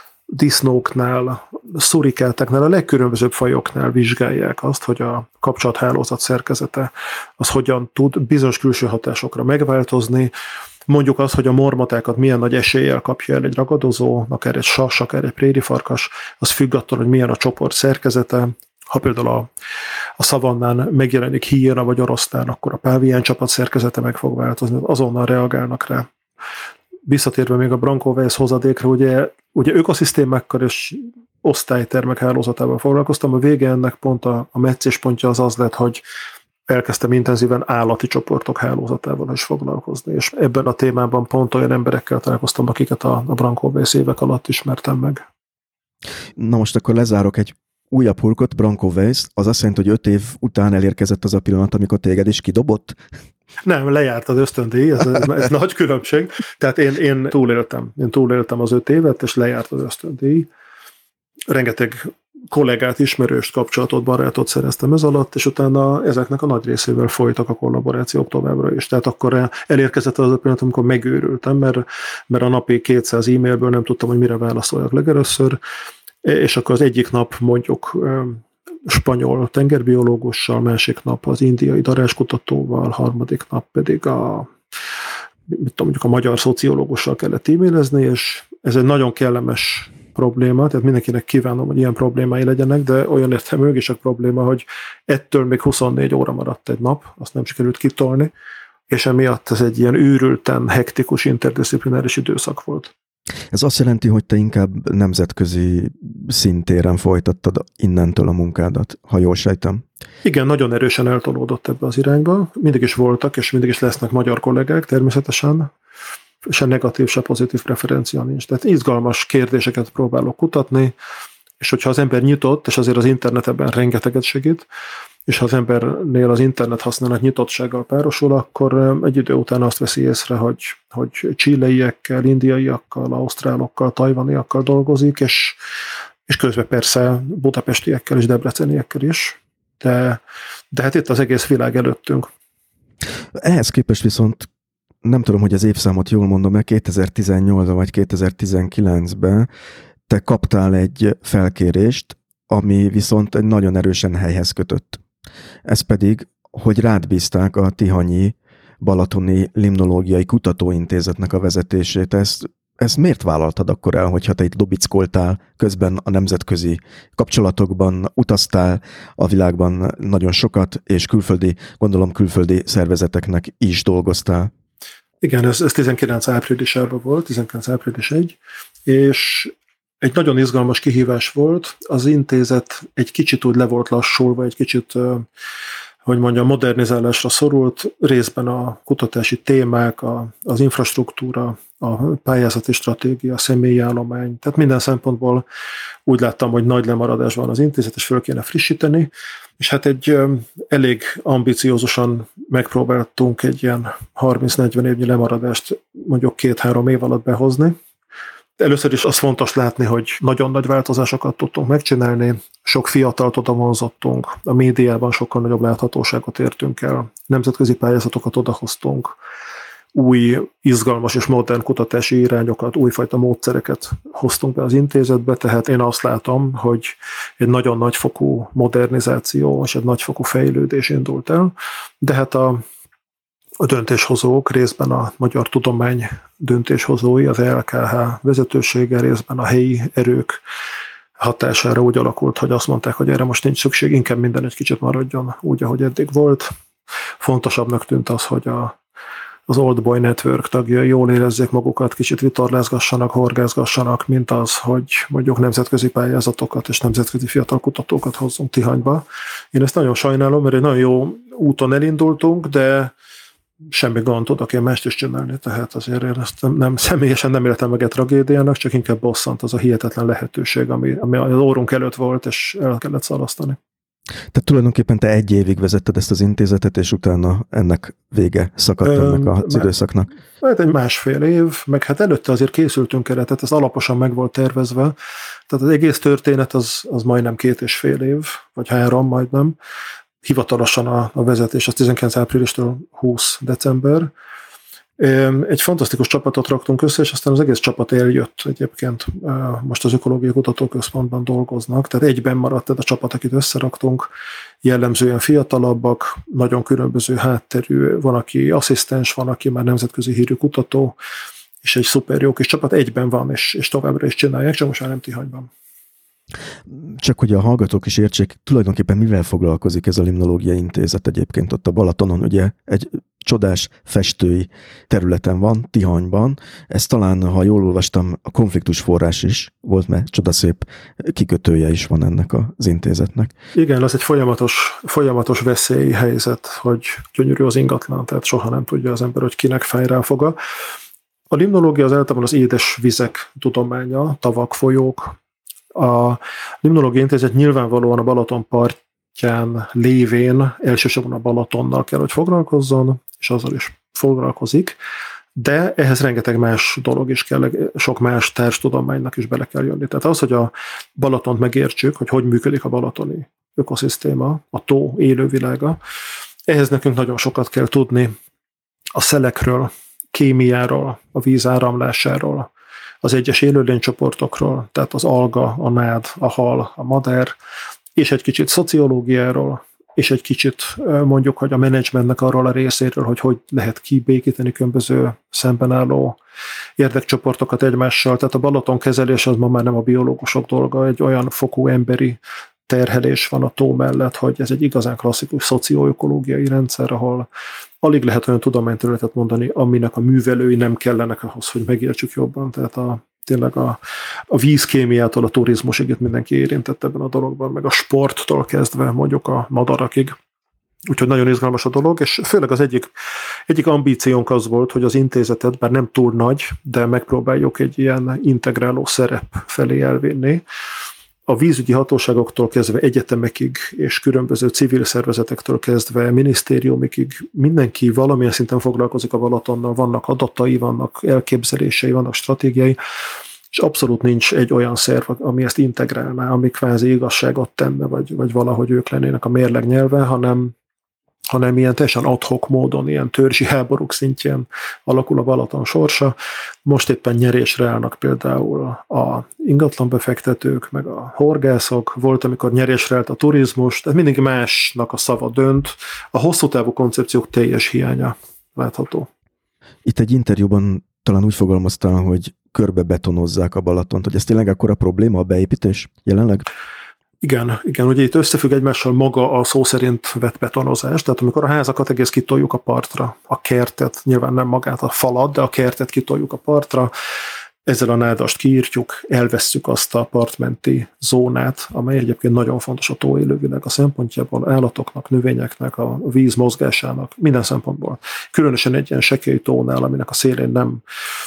disznóknál, szurikáteknál, a legkülönbözőbb fajoknál vizsgálják azt, hogy a kapcsolathálózat szerkezete az hogyan tud bizonyos külső hatásokra megváltozni. Mondjuk azt, hogy a mormotákat milyen nagy eséllyel kapja el egy ragadozó, akár egy sas, akár egy prérifarkas, az függ attól, hogy milyen a csoport szerkezete. Ha például a, a szavannán megjelenik híjra vagy oroszlán, akkor a pávián csapat szerkezete meg fog változni, azonnal reagálnak rá. Visszatérve még a Branko-Weiss hozadékra, ugye, ugye ökoszisztémákkal és osztálytermek hálózatával foglalkoztam, a vége ennek pont a, a meccéspontja az az lett, hogy elkezdtem intenzíven állati csoportok hálózatával is foglalkozni, és ebben a témában pont olyan emberekkel találkoztam, akiket a, a Branko-Weiss évek alatt ismertem meg. Na most akkor lezárok egy újabb hurkot, Branko-Weiss, az azt jelenti, hogy öt év után elérkezett az a pillanat, amikor téged is kidobott? Nem, lejárt az ösztöndíj, ez, ez, ez nagy különbség. Tehát én, én túléltem, én túléltem az öt évet, és lejárt az ösztöndíj. Rengeteg kollégát, ismerőst, kapcsolatot, barátot szereztem ez alatt, és utána ezeknek a nagy részével folytak a kollaborációk továbbra is. Tehát akkor elérkezett az a pillanat, amikor megőrültem, mert, mert a napi kétszáz e-mailből nem tudtam, hogy mire válaszoljak legelőször, és akkor az egyik nap mondjuk spanyol tengerbiológussal, másik nap az indiai daráskutatóval, harmadik nap pedig a, mit tudom, mondjuk a magyar szociológussal kellett e-mailezni, és ez egy nagyon kellemes probléma, tehát mindenkinek kívánom, hogy ilyen problémái legyenek, de olyan értem mégis a probléma, hogy ettől még huszonnégy óra maradt egy nap, azt nem sikerült kitolni, és emiatt ez egy ilyen őrülten, hektikus, interdisziplináris időszak volt. Ez azt jelenti, hogy te inkább nemzetközi szintéren folytattad innentől a munkádat, ha jól sejtem. Igen, nagyon erősen eltolódott ebbe az irányba. Mindig is voltak, és mindig is lesznek magyar kollégák természetesen. Se negatív, se pozitív preferencia nincs. Tehát izgalmas kérdéseket próbálok kutatni, és hogyha az ember nyitott, és azért az internet ebben rengeteget segít, és ha az embernél az internet használat nyitottsággal párosul, akkor egy idő után azt veszi észre, hogy, hogy csileiekkel, indiaiakkal, ausztrálokkal, tajvaniakkal dolgozik, és, és közben persze budapestiekkel és debreceniekkel is. De, de hát itt az egész világ előttünk. Ehhez képest viszont nem tudom, hogy az évszámot jól mondom, mert kétezer-tizennyolcban vagy kétezer-tizenkilencben te kaptál egy felkérést, ami viszont egy nagyon erősen helyhez kötött. Ez pedig, hogy rád bízták a Tihanyi Balatoni Limnológiai Kutatóintézetnek a vezetését. Ezt, ezt miért vállaltad akkor el, hogyha te itt dobickoltál, közben a nemzetközi kapcsolatokban utaztál a világban nagyon sokat, és külföldi, gondolom külföldi szervezeteknek is dolgoztál? Igen, ez, ez tizenkilenc áprilisában volt, tizenkilenc április egy, és egy nagyon izgalmas kihívás volt. Az intézet egy kicsit úgy le volt lassulva, egy kicsit, hogy mondjam, modernizálásra szorult, részben a kutatási témák, a, az infrastruktúra, a pályázati stratégia, a személyi állomány. Tehát minden szempontból úgy láttam, hogy nagy lemaradás van az intézet, és föl kéne frissíteni. És hát egy elég ambiciózusan megpróbáltunk egy ilyen harminc-negyven évnyi lemaradást mondjuk két-három év alatt behozni. Először is az fontos látni, hogy nagyon nagy változásokat tudtunk megcsinálni, sok fiatalt oda vonzottunk, a médiában sokkal nagyobb láthatóságot értünk el, nemzetközi pályázatokat odahoztunk, új, izgalmas és modern kutatási irányokat, újfajta módszereket hoztunk be az intézetbe, tehát én azt látom, hogy egy nagyon nagyfokú modernizáció és egy nagyfokú fejlődés indult el, de hát a A döntéshozók, részben a Magyar Tudomány döntéshozói, az E L K H vezetősége, részben a helyi erők hatására úgy alakult, hogy azt mondták, hogy erre most nincs szükség, inkább minden egy kicsit maradjon úgy, ahogy eddig volt. Fontosabbnak tűnt az, hogy a, az Old Boy Network tagjai jól érezzék magukat, kicsit vitorlázgassanak, horgászgassanak, mint az, hogy mondjuk nemzetközi pályázatokat és nemzetközi fiatal kutatókat hozzunk Tihanyba. Én ezt nagyon sajnálom, mert egy nagyon jó úton elindultunk, de semmi gond, tudok én mást is csinálni, tehát azért én ezt nem, nem, személyesen nem éltem meg egy tragédiának, csak inkább bosszant az a hihetetlen lehetőség, ami, ami az órunk előtt volt, és el kellett szalasztani. Tehát tulajdonképpen te egy évig vezetted ezt az intézetet, és utána ennek vége szakadt Ö, ennek az meg, időszaknak. Hát egy másfél év, meg hát előtte azért készültünk erre, tehát ez alaposan meg volt tervezve, tehát az egész történet az, az majdnem két és fél év, vagy három majdnem. Hivatalosan a, a vezetés az tizenkilenc áprilistől húsz december. Egy fantasztikus csapatot raktunk össze, és aztán az egész csapat eljött egyébként. Most az Ökológiai Kutatóközpontban dolgoznak, tehát egyben maradt ez a csapat, akit összeraktunk, jellemzően fiatalabbak, nagyon különböző hátterű, van, aki asszisztens, van, aki már nemzetközi hírű kutató, és egy szuper jó kis csapat egyben van, és, és továbbra is csinálják, csak most már nem Tihanyban. Csak hogy a hallgatók is értsék, tulajdonképpen mivel foglalkozik ez a Limnológiai Intézet egyébként ott a Balatonon, ugye egy csodás festői területen van, Tihanyban. Ez talán, ha jól olvastam, a konfliktus forrás is volt, mert csodaszép kikötője is van ennek az intézetnek. Igen, ez egy folyamatos, folyamatos veszélyhelyzet, hogy gyönyörű az ingatlan, tehát soha nem tudja az ember, hogy kinek fáj rá a foga. A limnológia az általában az édes vizek tudománya, tavak, folyók. A Limnológiai Intézet nyilvánvalóan a Balaton partján lévén elsősorban a Balatonnal kell, hogy foglalkozzon, és azzal is foglalkozik, de ehhez rengeteg más dolog is kell, sok más társtudománynak is bele kell jönni. Tehát az, hogy a Balatont megértsük, hogy hogy működik a balatoni ökoszisztéma, a tó élővilága, ehhez nekünk nagyon sokat kell tudni a szelekről, kémiáról, a víz áramlásáról, az egyes élőlénycsoportokról, tehát az alga, a nád, a hal, a madár, és egy kicsit szociológiáról, és egy kicsit mondjuk, hogy a menedzsmentnek arról a részéről, hogy hogy lehet kibékíteni különböző szemben álló érdekcsoportokat egymással. Tehát a Balaton kezelés az ma már nem a biológusok dolga, egy olyan fokú emberi terhelés van a tó mellett, hogy ez egy igazán klasszikus szocioökológiai rendszer, ahol alig lehet olyan tudományterületet mondani, aminek a művelői nem kellenek ahhoz, hogy megértsük jobban. Tehát a, tényleg a, a vízkémiától a turizmusig mindenki érintett ebben a dologban, meg a sporttól kezdve mondjuk a madarakig. Úgyhogy nagyon izgalmas a dolog, és főleg az egyik, egyik ambíciónk az volt, hogy az intézetet, bár nem túl nagy, de megpróbáljuk egy ilyen integráló szerep felé elvinni. A vízügyi hatóságoktól kezdve egyetemekig, és különböző civil szervezetektől kezdve minisztériumikig mindenki valamilyen szinten foglalkozik a Balatonnal, vannak adatai, vannak elképzelései, vannak stratégiái, és abszolút nincs egy olyan szerv, ami ezt integrálná, ami kvázi igazságot tenne, vagy, vagy valahogy ők lennének a mérleg nyelve, hanem hanem ilyen teljesen ad-hoc módon, ilyen törzsi háborúk szintjén alakul a Balaton sorsa. Most éppen nyerésre állnak például a ingatlanbefektetők, meg a horgászok, volt, amikor nyerésre állt a turizmus, tehát mindenki másnak a szava dönt. A hosszú távú koncepciók teljes hiánya látható. Itt egy interjúban talán úgy fogalmaztál, hogy körbe betonozzák a Balatont, hogy ez tényleg akkora probléma a beépítés jelenleg? Igen, igen, ugye itt összefügg egymással maga a szó szerint vett betonozás, tehát amikor a házakat egész kitoljuk a partra, a kertet, nyilván nem magát a falat, de a kertet kitoljuk a partra, ezzel a nádast kiírtjuk, elvesszük azt a partmenti zónát, amely egyébként nagyon fontos a tó élővilág a szempontjából, állatoknak, növényeknek, a víz mozgásának, minden szempontból. Különösen egy ilyen sekély tónál, aminek a szélén nem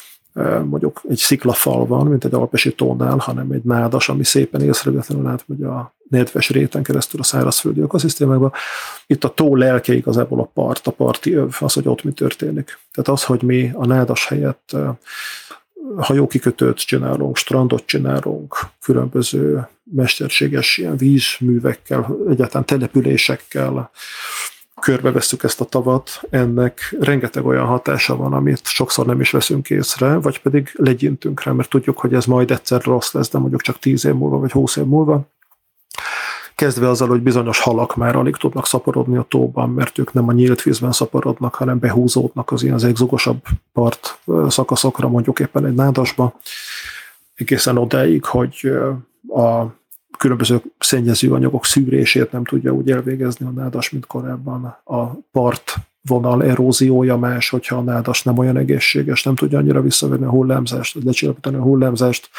mondjuk egy sziklafal van, mint egy alpesi tónál, hanem egy nádas, ami szépen észrevétlenül átmegy a nedves réten keresztül a szárazföldi ökoszisztémákba. Itt a tó lelke igazából a part, a parti öv, az, hogy ott mi történik. Tehát az, hogy mi a nádas helyett hajókikötőt csinálunk, strandot csinálunk, különböző mesterséges ilyen vízművekkel, egyáltalán településekkel körbevesszük ezt a tavat, ennek rengeteg olyan hatása van, amit sokszor nem is veszünk észre, vagy pedig legyintünk rá, mert tudjuk, hogy ez majd egyszer rossz lesz, de mondjuk csak tíz év múlva, vagy húsz év múlva. Kezdve azzal, hogy bizonyos halak már alig tudnak szaporodni a tóban, mert ők nem a nyílt vízben szaporodnak, hanem behúzódnak az ilyen az exogosabb part szakaszokra, mondjuk éppen egy nádasba. Egészen odáig, hogy a különböző szennyező anyagok szűrését nem tudja úgy elvégezni a nádas, mint korábban. A partvonal eróziója más, hogyha a nádas nem olyan egészséges, nem tudja annyira visszavenni a hullámzást, vagy lecsillapítani a hullámzást.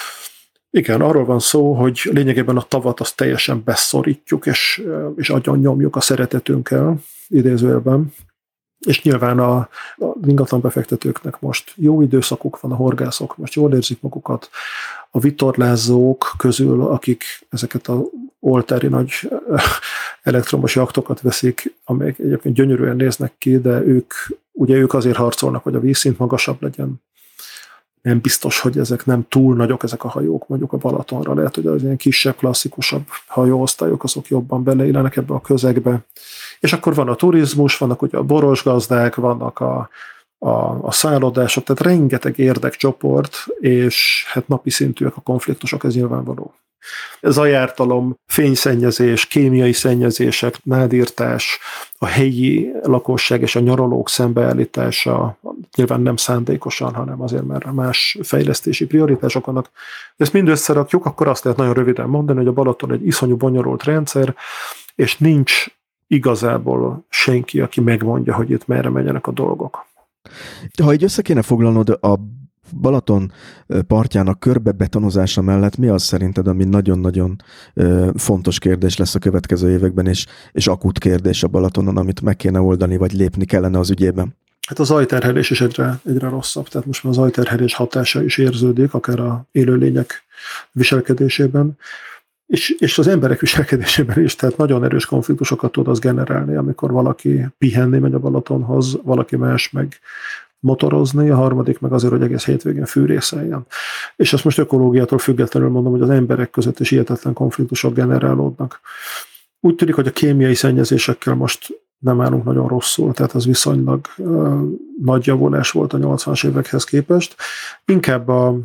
Igen, arról van szó, hogy lényegében a tavat azt teljesen beszorítjuk, és, és agyon nyomjuk a szeretetünkkel, idézőjelben. És nyilván a, a ingatlanbefektetőknek most jó időszakuk van, a horgászok most jól érzik magukat, a vitorlázók közül, akik ezeket a oltári nagy elektromos jaktokat veszik, amelyek egyébként gyönyörűen néznek ki, de ők, ugye ők azért harcolnak, hogy a vízszint magasabb legyen. Nem biztos, hogy ezek nem túl nagyok, ezek a hajók, mondjuk a Balatonra. Lehet, hogy az ilyen kisebb, klasszikusabb hajóosztályok, azok jobban beleillenek ebbe a közegbe. És akkor van a turizmus, vannak ugye a borosgazdák, vannak a, a, a szállodások, tehát rengeteg érdekcsoport, és hát napi szintűek a konfliktusok, ez nyilvánvaló. Zajártalom, fényszennyezés, kémiai szennyezések, nádírtás, a helyi lakosság és a nyaralók szembeállítása, nyilván nem szándékosan, hanem azért, mert más fejlesztési prioritások vannak. Ezt mind összerakjuk, akkor azt lehet nagyon röviden mondani, hogy a Balaton egy iszonyú bonyolult rendszer, és nincs igazából senki, aki megmondja, hogy itt merre menjenek a dolgok. Ha így össze kéne foglalnod a Balaton partjának körbebetonozása mellett, mi az szerinted, ami nagyon-nagyon fontos kérdés lesz a következő években, és, és akut kérdés a Balatonon, amit meg kéne oldani, vagy lépni kellene az ügyében? Hát a zajterhelés is egyre, egyre rosszabb, tehát most már a zajterhelés hatása is érződik, akár a élőlények viselkedésében, és, és az emberek viselkedésében is, tehát nagyon erős konfliktusokat tud az generálni, amikor valaki pihenni megy a Balatonhoz, valaki más meg motorozni, a harmadik meg azért, hogy egész hétvégén fűrészeljen. És ezt most ökológiától függetlenül mondom, hogy az emberek között is hihetetlen konfliktusok generálódnak. Úgy tűnik, hogy a kémiai szennyezésekkel most nem állunk nagyon rosszul, tehát az viszonylag uh, nagy javulás volt a nyolcvanas évekhez képest. Inkább a,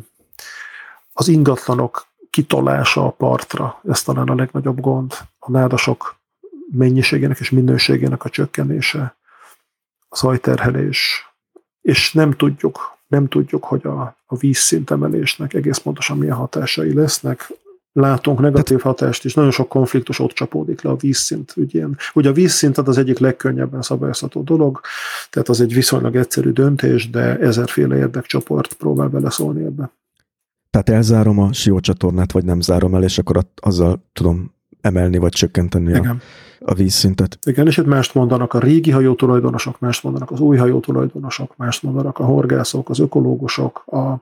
az ingatlanok kitolása a partra, ez talán a legnagyobb gond. A nádasok mennyiségének és minőségének a csökkenése, a zajterhelés, és nem tudjuk, nem tudjuk, hogy a, a vízszintemelésnek egész pontosan milyen hatásai lesznek. Látunk negatív hatást is, nagyon sok konfliktus ott csapódik le a vízszint ügyén. Ugye a vízszint az egyik legkönnyebben szabályozható dolog, tehát az egy viszonylag egyszerű döntés, de ezerféle érdekcsoport próbál beleszólni ebbe. Tehát elzárom a siócsatornát, vagy nem zárom el, és akkor azzal tudom emelni, vagy csökkenteni a, a vízszintet. Igen, és itt mást mondanak a régi hajótulajdonosok, mást mondanak az új hajótulajdonosok, mást mondanak a horgászok, az ökológusok, a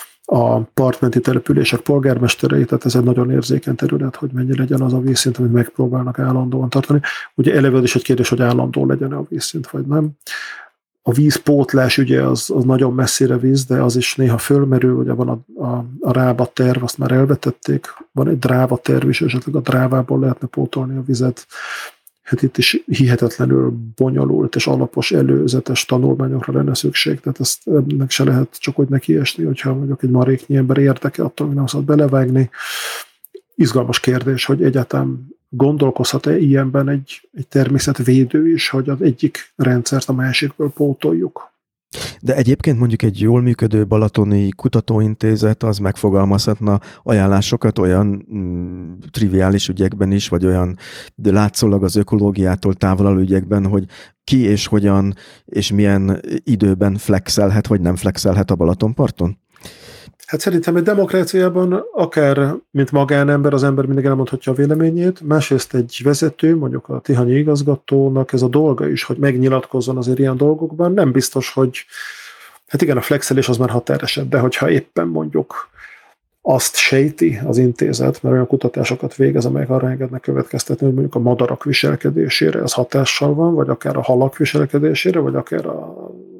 a partmenti települések polgármesterei, tehát ez egy nagyon érzékeny terület, hogy mennyi legyen az a vízszint, amit megpróbálnak állandóan tartani. Ugye eleve is egy kérdés, hogy állandó legyen a vízszint, vagy nem. A vízpótlás ugye az, az nagyon messzire víz, de az is néha fölmerül, ugye van a, a, a rába terv, azt már elvetették, van egy dráva terv is, esetleg a drávából lehetne pótolni a vizet. Hát itt is hihetetlenül bonyolult és alapos előzetes tanulmányokra lenne szükség, tehát ezt ennek se lehet csak úgy nekiesni, hogyha mondjuk egy maréknyi ember érdeke, attól még nem szabad belevágni. Izgalmas kérdés, hogy egyáltalán gondolkozhat-e ilyenben egy, egy természetvédő is, hogy az egyik rendszert a másikból pótoljuk. De egyébként mondjuk egy jól működő balatoni kutatóintézet az megfogalmazhatna ajánlásokat olyan mm, triviális ügyekben is, vagy olyan de látszólag az ökológiától távol álló ügyekben, hogy ki és hogyan és milyen időben flexelhet, vagy nem flexelhet a Balatonparton? Hát szerintem egy demokráciában akár, mint magánember, az ember mindig elmondhatja a véleményét, másrészt egy vezető, mondjuk a tihanyi igazgatónak ez a dolga is, hogy megnyilatkozzon azért ilyen dolgokban. Nem biztos, hogy, hát igen, a flexelés az már határeset, de hogyha éppen mondjuk azt sejti az intézet, mert olyan kutatásokat végez, amelyek arra engednek következtetni, hogy mondjuk a madarak viselkedésére ez hatással van, vagy akár a halak viselkedésére, vagy akár a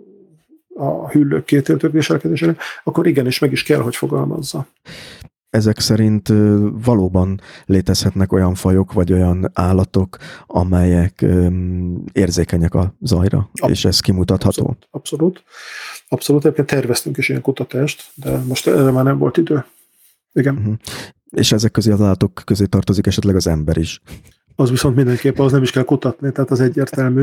a hüllők kétéltők viselkedésére, akkor igenis meg is kell, hogy fogalmazza. Ezek szerint valóban létezhetnek olyan fajok, vagy olyan állatok, amelyek érzékenyek a zajra, Ab- és ez kimutatható. Abszolút. Abszolút. Abszolút. Egyébként terveztünk is ilyen kutatást, de most erre már nem volt idő. Igen. Uh-huh. És ezek közé az állatok közé tartozik esetleg az ember is. Az viszont mindenképpen, az nem is kell kutatni, tehát az egyértelmű.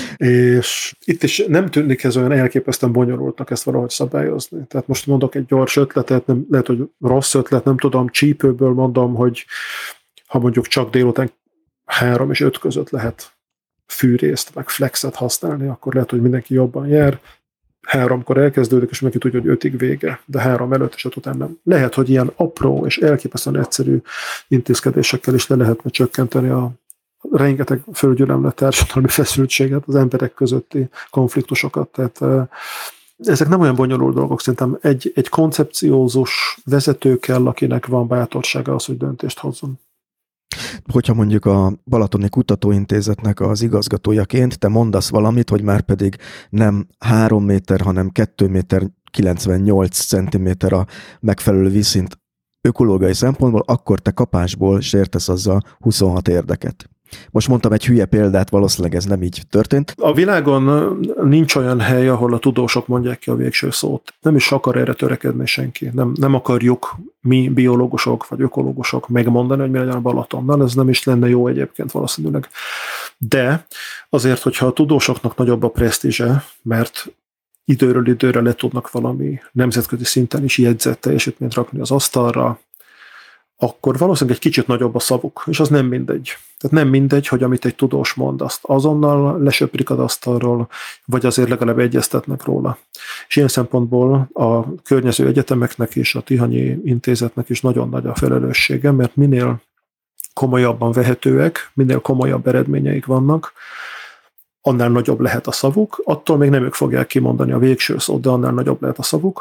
És itt is nem tűnik ez olyan elképesztően bonyolultnak ezt valahogy szabályozni. Tehát most mondok egy gyors ötletet, nem, lehet, hogy rossz ötlet, nem tudom, csípőből mondom, hogy ha mondjuk csak délután három és öt között lehet fűrészt, meg flexet használni, akkor lehet, hogy mindenki jobban jár. Háromkor elkezdődik, és mindenki tudja, hogy ötig vége, de három előtt és öt után nem. Lehet, hogy ilyen apró és elképesztően egyszerű intézkedésekkel is le lehetne csökkenteni a rengeteg földgyülemlett társadalmi feszültséget, az emberek közötti konfliktusokat. Tehát ezek nem olyan bonyolult dolgok, szerintem egy, egy koncepciózus vezető kell, akinek van bátorsága az, hogy döntést hozzon. Hogyha mondjuk a Balatoni Kutatóintézetnek az igazgatójaként te mondasz valamit, hogy már pedig nem három méter, hanem két méter kilencvennyolc centiméter a megfelelő vízszint ökológiai szempontból, akkor te kapásból sértesz azzal huszonhat érdeket. Most mondtam egy hülye példát, valószínűleg ez nem így történt. A világon nincs olyan hely, ahol a tudósok mondják ki a végső szót. Nem is akar erre törekedni senki. Nem, nem akarjuk mi biológusok vagy ökológusok megmondani, hogy mi legyen a Balatonnal. Ez nem is lenne jó egyébként valószínűleg. De azért, hogyha a tudósoknak nagyobb a presztízse, mert időről időre le tudnak valami nemzetközi szinten is jegyzett teljesítményt rakni az asztalra, akkor valószínűleg egy kicsit nagyobb a szavuk, és az nem mindegy. Tehát nem mindegy, hogy amit egy tudós mond, azt azonnal lesöprik az asztalról, vagy azért legalább egyeztetnek róla. És ilyen szempontból a környező egyetemeknek és a Tihanyi Intézetnek is nagyon nagy a felelőssége, mert minél komolyabban vehetőek, minél komolyabb eredményeik vannak, annál nagyobb lehet a szavuk, attól még nem ők fogják kimondani a végső szót, de annál nagyobb lehet a szavuk,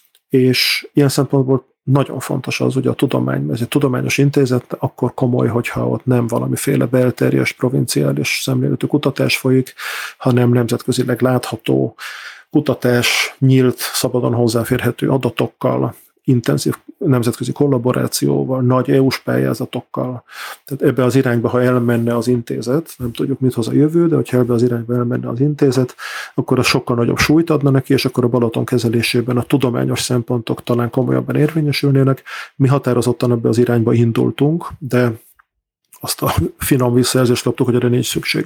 és ilyen szempontból nagyon fontos az, hogy a tudomány, ez egy tudományos intézet, akkor komoly, hogyha ott nem valamiféle belterjes, provinciális szemléletű kutatás folyik, hanem nemzetközileg látható kutatás, nyílt, szabadon hozzáférhető adatokkal, intenzív nemzetközi kollaborációval, nagy é u-s pályázatokkal. Tehát ebbe az irányba, ha elmenne az intézet, nem tudjuk, mit hoz a jövő, de hogyha ebbe az irányba elmenne az intézet, akkor az sokkal nagyobb súlyt adna neki, és akkor a Balaton kezelésében a tudományos szempontok talán komolyabban érvényesülnének. Mi határozottan ebbe az irányba indultunk, de azt a finom visszajelzést kaptuk, hogy erre nincs szükség.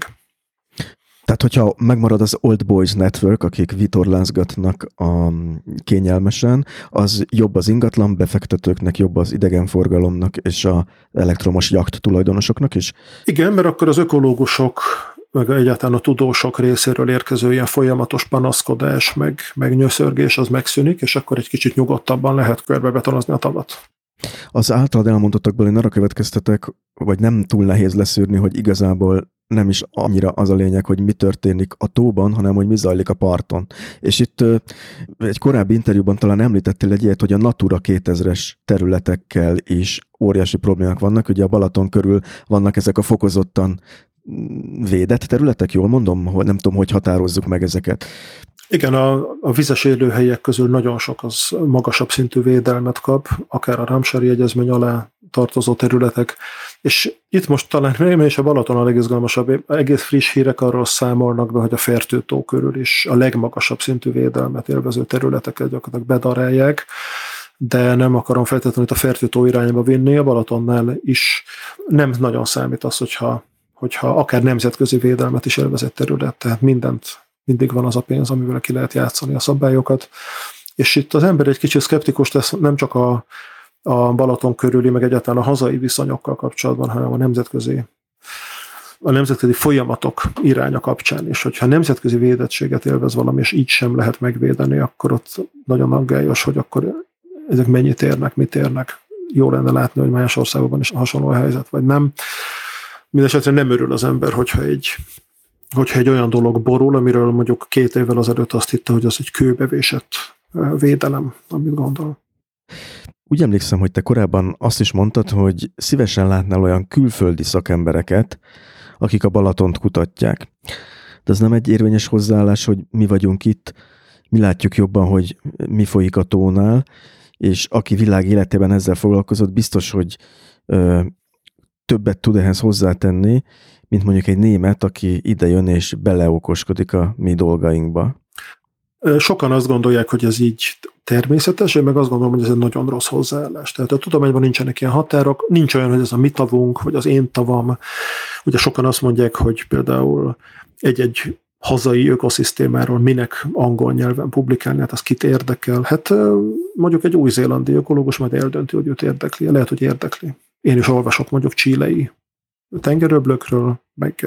Tehát, hogyha megmarad az Old Boys Network, akik vitorlázgatnak a kényelmesen, az jobb az ingatlan befektetőknek, jobb az idegenforgalomnak és az elektromos jakt tulajdonosoknak is? Igen, mert akkor az ökológusok, meg egyáltalán a tudósok részéről érkező ilyen folyamatos panaszkodás, meg, meg nyöszörgés, az megszűnik, és akkor egy kicsit nyugodtabban lehet körbebetonozni a tavat. Az általad elmondottakból én arra következtetek, vagy nem túl nehéz leszűrni, hogy igazából nem is annyira az a lényeg, hogy mi történik a tóban, hanem hogy mi zajlik a parton. És itt egy korábbi interjúban talán említettél egy ilyet, hogy a Natura kétezres területekkel is óriási problémák vannak. Ugye a Balaton körül vannak ezek a fokozottan védett területek, jól mondom? Nem tudom, hogy határozzuk meg ezeket. Igen, a, a vizes élőhelyek közül nagyon sok az magasabb szintű védelmet kap, akár a Ramsari egyezmény alá tartozó területek, és itt most talán még is a Balaton a legizgalmasabb, egész friss hírek arról számolnak be, hogy a Fertő-tó körül is a legmagasabb szintű védelmet élvező területeket gyakorlatilag bedarálják, de nem akarom feltétlenül a Fertő-tó irányba vinni, a Balatonnál is nem nagyon számít az, hogyha, hogyha akár nemzetközi védelmet is élvezett terület, tehát mindent mindig van az a pénz, amivel ki lehet játszani a szabályokat. És itt az ember egy kicsit szkeptikus lesz, nem csak a, a Balaton körüli, meg egyáltalán a hazai viszonyokkal kapcsolatban, hanem a nemzetközi, a nemzetközi folyamatok iránya kapcsán is. Hogyha nemzetközi védettséget élvez valami, és így sem lehet megvédeni, akkor ott nagyon aggályos, hogy akkor ezek mennyit érnek, mit érnek. Jó lenne látni, hogy más országokban is hasonló a helyzet, vagy nem. Mindenesetre nem örül az ember, hogyha egy hogyha egy olyan dolog borul, amiről mondjuk két évvel azelőtt azt hitte, hogy az egy kőbevésett védelem, amit gondol. Úgy emlékszem, hogy te korábban azt is mondtad, hogy szívesen látnál olyan külföldi szakembereket, akik a Balatont kutatják. De ez nem egy érvényes hozzáállás, hogy mi vagyunk itt, mi látjuk jobban, hogy mi folyik a tónál, és aki világ életében ezzel foglalkozott, biztos, hogy ö, többet tud ehhez hozzátenni, mint mondjuk egy német, aki idejön és beleokoskodik a mi dolgainkba. Sokan azt gondolják, hogy ez így természetes, én meg azt gondolom, hogy ez egy nagyon rossz hozzáállás. Tehát a tudományban nincsenek ilyen határok, nincs olyan, hogy ez a mi tavunk, vagy az én tavam. Ugye sokan azt mondják, hogy például egy-egy hazai ökoszisztémáról minek angol nyelven publikálni, hát az kit érdekel. Hát mondjuk egy új-zélandi ökológus majd eldönti, hogy őt érdekli. Lehet, hogy érdekli. Én is olvasok mondjuk chilei tengeröblökről, meg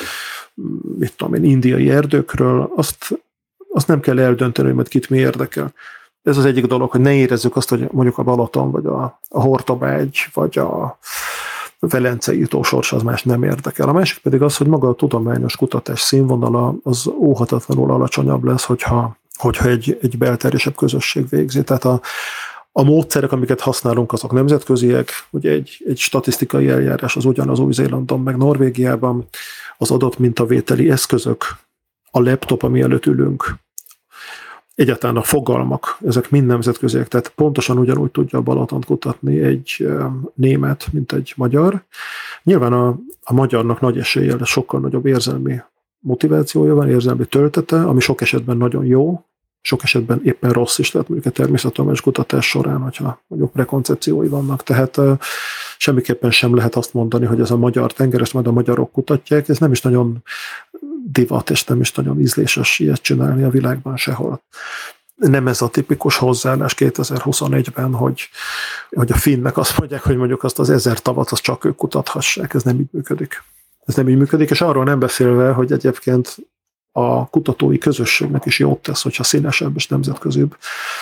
mit tudom én, indiai erdőkről, azt, azt nem kell eldönteni, hogy majd kit mi érdekel. Ez az egyik dolog, hogy ne érezzük azt, hogy mondjuk a Balaton, vagy a, a Hortobágy, vagy a Velencei tó sorsa az más nem érdekel. A másik pedig az, hogy maga a tudományos kutatás színvonala az óhatatlanul alacsonyabb lesz, hogyha, hogyha egy, egy belterjesebb közösség végzi. Tehát a A módszerek, amiket használunk, azok nemzetköziek, ugye egy, egy statisztikai eljárás az ugyanaz Új-Zélandon, meg Norvégiában, az adott mintavételi eszközök, a laptop, ami előtt ülünk, egyáltalán a fogalmak, ezek mind nemzetköziek, tehát pontosan ugyanúgy tudja a Balatont kutatni egy német, mint egy magyar. Nyilván a, a magyarnak nagy eséllyel sokkal nagyobb érzelmi motivációja van, érzelmi töltete, ami sok esetben nagyon jó, sok esetben éppen rossz is lehet mondjuk a természettudományos kutatás során, hogyha mondjuk prekoncepciói vannak. Tehát uh, semmiképpen sem lehet azt mondani, hogy ez a magyar tenger, ezt majd a magyarok kutatják, ez nem is nagyon divat, és nem is nagyon ízléses ilyet csinálni a világban sehol. Nem ez a tipikus hozzáállás kétezer-huszonegyben, hogy, hogy a finnek azt mondják, hogy mondjuk azt az ezer tavat, azt csak ők kutathassák, ez nem így működik. Ez nem így működik, és arról nem beszélve, hogy egyébként a kutatói közösségnek is jót tesz, hogyha színesebb és nemzetközibb,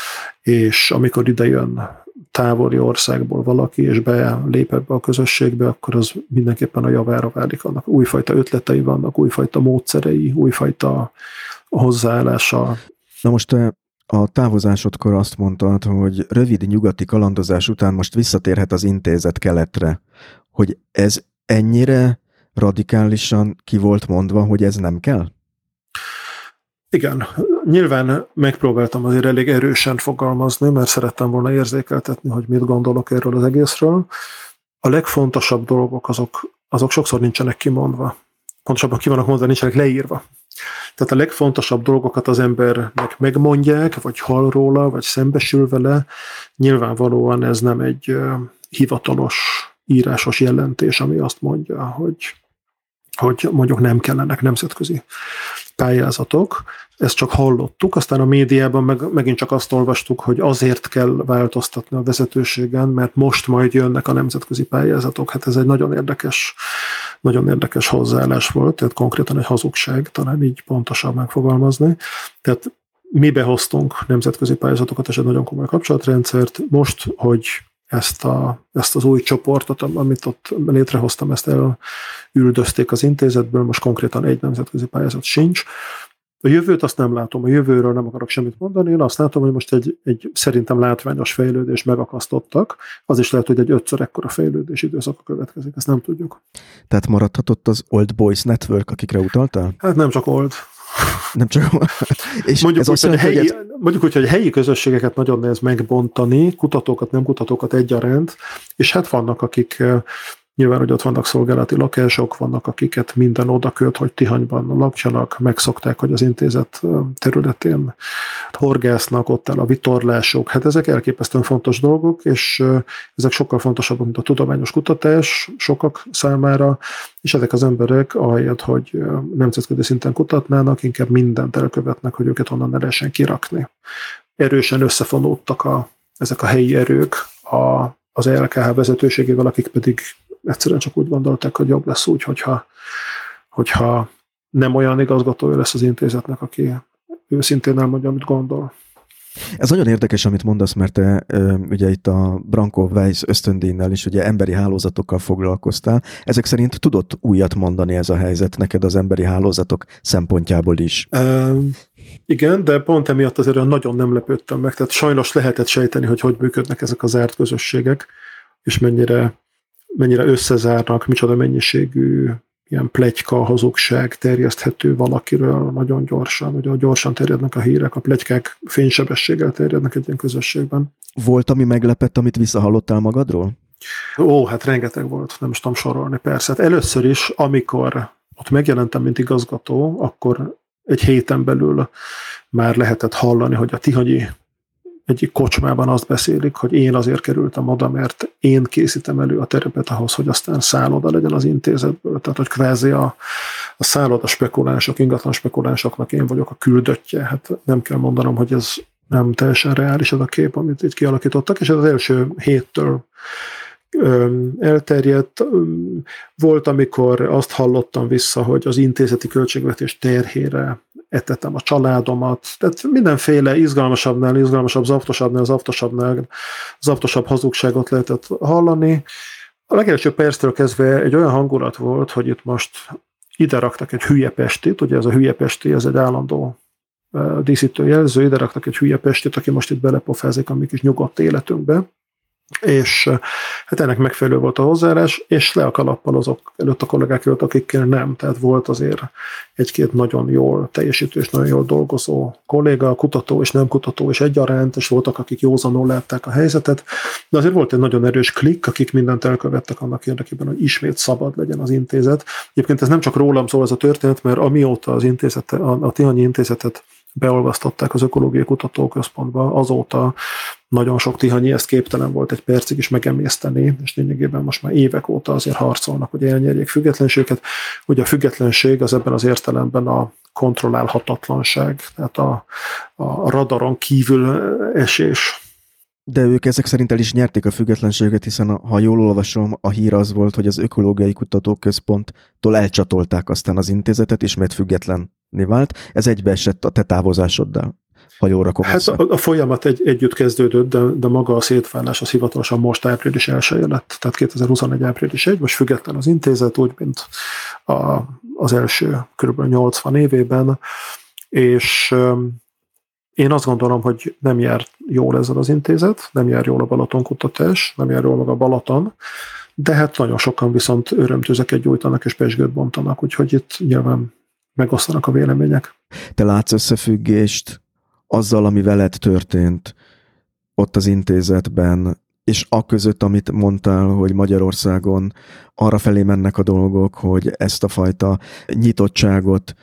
és amikor ide jön távoli országból valaki, és belép ebbe a közösségbe, akkor az mindenképpen a javára válik annak. Újfajta ötletei vannak, újfajta módszerei, újfajta hozzáállása. Na most te a távozásodkor azt mondtad, hogy rövid nyugati kalandozás után most visszatérhet az intézet keletre, hogy ez ennyire radikálisan ki volt mondva, hogy ez nem kell? Igen, nyilván megpróbáltam azért elég erősen fogalmazni, mert szerettem volna érzékeltetni, hogy mit gondolok erről az egészről. A legfontosabb dolgok azok, azok sokszor nincsenek kimondva. Pontosabban ki vannak mondva, nincsenek leírva. Tehát a legfontosabb dolgokat az embernek megmondják, vagy hall róla, vagy szembesül vele. Nyilvánvalóan ez nem egy hivatalos írásos jelentés, ami azt mondja, hogy, hogy mondjuk nem kellenek nemzetközi pályázatok. Ezt csak hallottuk, aztán a médiában meg, megint csak azt olvastuk, hogy azért kell változtatni a vezetőségen, mert most majd jönnek a nemzetközi pályázatok. Hát ez egy nagyon érdekes, nagyon érdekes hozzáállás volt, tehát konkrétan egy hazugság, talán így pontosan megfogalmazni. Tehát mi behoztunk nemzetközi pályázatokat, és egy nagyon komoly kapcsolatrendszert. Most, hogy ezt, a, ezt az új csoportot, amit ott létrehoztam, ezt elüldözték az intézetből, most konkrétan egy nemzetközi pályázat sincs. A jövőt azt nem látom, a jövőről nem akarok semmit mondani, én azt látom, hogy most egy, egy szerintem látványos fejlődés megakasztottak, az is lehet, hogy egy ötször ekkora fejlődés időszaka következik, ezt nem tudjuk. Tehát maradhatott az Old Boys Network, akikre utaltál? Hát nem csak old. Nem csak... És mondjuk, ez úgy, hogy helyi, hogy... mondjuk úgy, hogy helyi közösségeket nagyon nehéz megbontani, kutatókat, nem kutatókat egyaránt, és hát vannak, akik nyilván, hogy ott vannak szolgálati lakások, vannak, akiket minden oda költ, hogy Tihanyban lakjanak, megszokták, hogy az intézet területén horgásznak, ott áll a vitorlások. Hát ezek elképesztően fontos dolgok, és ezek sokkal fontosabbak, mint a tudományos kutatás sokak számára, és ezek az emberek, ahelyett, hogy nemzetközi szinten kutatnának, inkább mindent elkövetnek, hogy őket onnan ne lehessen kirakni. Erősen összefonódtak a, ezek a helyi erők a, az é el ká há vezetőségével, akik pedig egyszerűen csak úgy gondolták, hogy jobb lesz úgy, hogyha, hogyha nem olyan igazgatója lesz az intézetnek, aki őszintén elmondja, amit gondol. Ez nagyon érdekes, amit mondasz, mert te ugye itt a Branko Weiss ösztöndíjnál is ugye emberi hálózatokkal foglalkoztál. Ezek szerint tudott újat mondani ez a helyzet neked az emberi hálózatok szempontjából is? Uh, igen, de pont emiatt azért olyan nagyon nem lepődtem meg. Tehát sajnos lehetett sejteni, hogy hogy működnek ezek a zárt közösségek, és mennyire mennyire összezárnak, micsoda mennyiségű ilyen pletyka, hazugság terjeszthető valakiről nagyon gyorsan. Ugye gyorsan terjednek a hírek, a pletykák fénysebességgel terjednek egy ilyen közösségben. Volt, ami meglepett, amit visszahallottál magadról? Ó, hát rengeteg volt, nem is tudom sorolni, persze. Hát először is, amikor ott megjelentem, mint igazgató, akkor egy héten belül már lehetett hallani, hogy a tihanyi egyik kocsmában azt beszélik, hogy én azért kerültem oda, mert én készítem elő a terepet ahhoz, hogy aztán szálloda legyen az intézetből. Tehát, hogy kvázi a, a szálloda spekulánsok, ingatlan spekulánsoknak én vagyok a küldöttje. Hát nem kell mondanom, hogy ez nem teljesen reális az a kép, amit itt kialakítottak, és ez az első héttől elterjedt. Volt, amikor azt hallottam vissza, hogy az intézeti költségvetés terhére etettem a családomat, tehát mindenféle izgalmasabbnál, izgalmasabb, zaftosabbnál, zaftosabbnál, zaftosabb hazugságot lehetett hallani. A legelső perctől kezdve egy olyan hangulat volt, hogy itt most ide raktak egy hülye pestit, ugye ez a hülye pesti, ez egy állandó díszítő jelző, ide raktak egy hülye pestit, aki most itt belepofázik a mi kis nyugodt életünkbe, és hát ennek megfelelő volt a hozzáállás, és le a kalappal azok előtt a kollégák előtt, akikkel nem, tehát volt azért egy-két nagyon jól teljesítő és nagyon jól dolgozó kolléga, kutató és nem kutató és egyaránt, és voltak, akik józanul látták a helyzetet, de azért volt egy nagyon erős klikk, akik mindent elkövettek annak érdekében, hogy ismét szabad legyen az intézet. Egyébként ez nem csak rólam szól ez a történet, mert amióta az intézet, a, a Tihanyi intézetet beolvasztották az Ökológiai Kutatóközpontba, azóta nagyon sok tihanyi ezt képtelen volt egy percig is megemészteni, és lényegében most már évek óta azért harcolnak, hogy elnyerjék függetlenséget. Ugye a függetlenség az ebben az értelemben a kontrollálhatatlanság, tehát a, a radaron kívül esés. De ők ezek szerint el is nyerték a függetlenséget, hiszen ha jól olvasom, a hír az volt, hogy az Ökológiai Kutatóközponttól elcsatolták aztán az intézetet, ismét függetlenné vált. Ez egybeesett a te távozásoddal, ha jól rakom. Hát a, a folyamat egy, együtt kezdődött, de, de maga a szétválás az hivatalosan most április elsője lett, tehát kétezer-huszonegy április elseje, most független az intézet, úgy, mint a, az első kb. nyolcvan évében, és én azt gondolom, hogy nem jár jól ezzel az intézet, nem jár jól a Balatonkutatás, nem jár jól maga a Balaton, de hát nagyon sokan viszont örömtüzeket gyújtanak és pezsgőt bontanak, úgyhogy itt nyilván megosztanak a vélemények. Te látsz összefüggést azzal, ami veled történt ott az intézetben, és aközött, amit mondtál, hogy Magyarországon arra felé mennek a dolgok, hogy ezt a fajta nyitottságot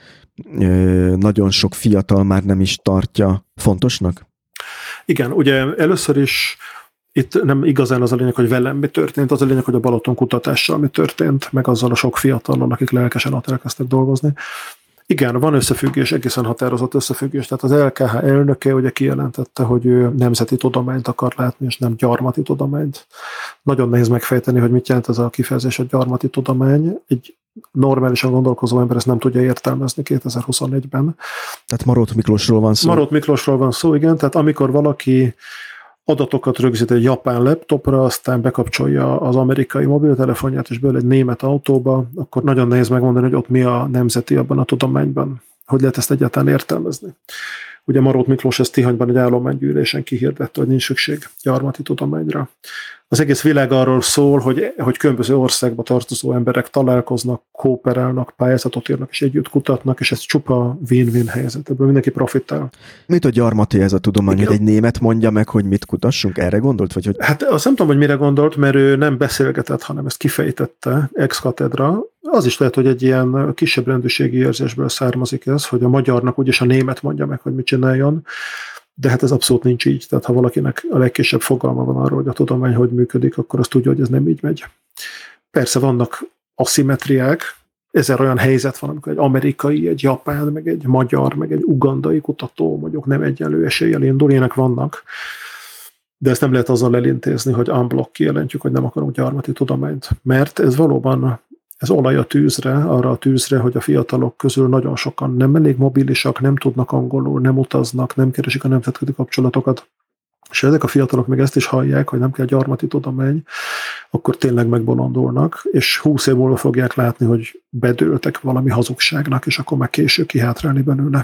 nagyon sok fiatal már nem is tartja fontosnak? Igen, ugye először is itt nem igazán az a lényeg, hogy velem mi történt, az a lényeg, hogy a Balaton kutatással mi történt, meg azzal a sok fiatallal, akik lelkesen ott elkezdtek dolgozni. Igen, van összefüggés, egészen határozott összefüggés. Tehát az el ká há elnöke ugye kijelentette, hogy ő nemzeti tudományt akar látni, és nem gyarmati tudományt. Nagyon nehéz megfejteni, hogy mit jelent ez a kifejezés, a gyarmati tudomány. Egy normálisan gondolkozó ember ezt nem tudja értelmezni kétezer-huszonnégyben. Tehát Marót Miklósról van szó. Marót Miklósról van szó, igen. Tehát amikor valaki adatokat rögzít egy japán laptopra, aztán bekapcsolja az amerikai mobiltelefonját, és belőle egy német autóba, akkor nagyon nehéz megmondani, hogy ott mi a nemzeti abban a tudományban. Hogy lehet ezt egyáltalán értelmezni? Ugye Marót Miklós ezt Tihanyban egy állománygyűlésen kihirdette, hogy nincs szükség gyarmati tudományra. Az egész világ arról szól, hogy, hogy különböző országba tartozó emberek találkoznak, kooperálnak, pályázatot írnak és együtt kutatnak, és ez csupa win-win helyzet. Ebből mindenki profitál. Mit a gyarmati ez a tudomány, igen, hogy egy német mondja meg, hogy mit kutassunk? Erre gondolt? Vagy hogy... Hát azt nem tudom, hogy mire gondolt, mert ő nem beszélgetett, hanem ezt kifejtette ex cathedra. Az is lehet, hogy egy ilyen kisebb rendőrségi érzésből származik ez, hogy a magyarnak úgyis a német mondja meg, hogy mit csináljon. De hát ez abszolút nincs így. Tehát ha valakinek a legkisebb fogalma van arról, hogy a tudomány hogy működik, akkor azt tudja, hogy ez nem így megy. Persze vannak aszimmetriák, ezer olyan helyzet van, amikor egy amerikai, egy japán, meg egy magyar, meg egy ugandai kutató mondjuk nem egyenlő eséllyel indul, ilyenek vannak. De ezt nem lehet azzal elintézni, hogy unblock kijelentjük, hogy nem akarunk gyarmati tudományt. Mert ez valóban ez olaj a tűzre, arra a tűzre, hogy a fiatalok közül nagyon sokan nem elég mobilisak, nem tudnak angolul, nem utaznak, nem keresik a nemzetközi kapcsolatokat. És ezek a fiatalok még ezt is hallják, hogy nem kell gyarmati tudomány, akkor tényleg megbolondulnak, és húsz év múlva fogják látni, hogy bedőltek valami hazugságnak, és akkor már később kihátrálni belőle.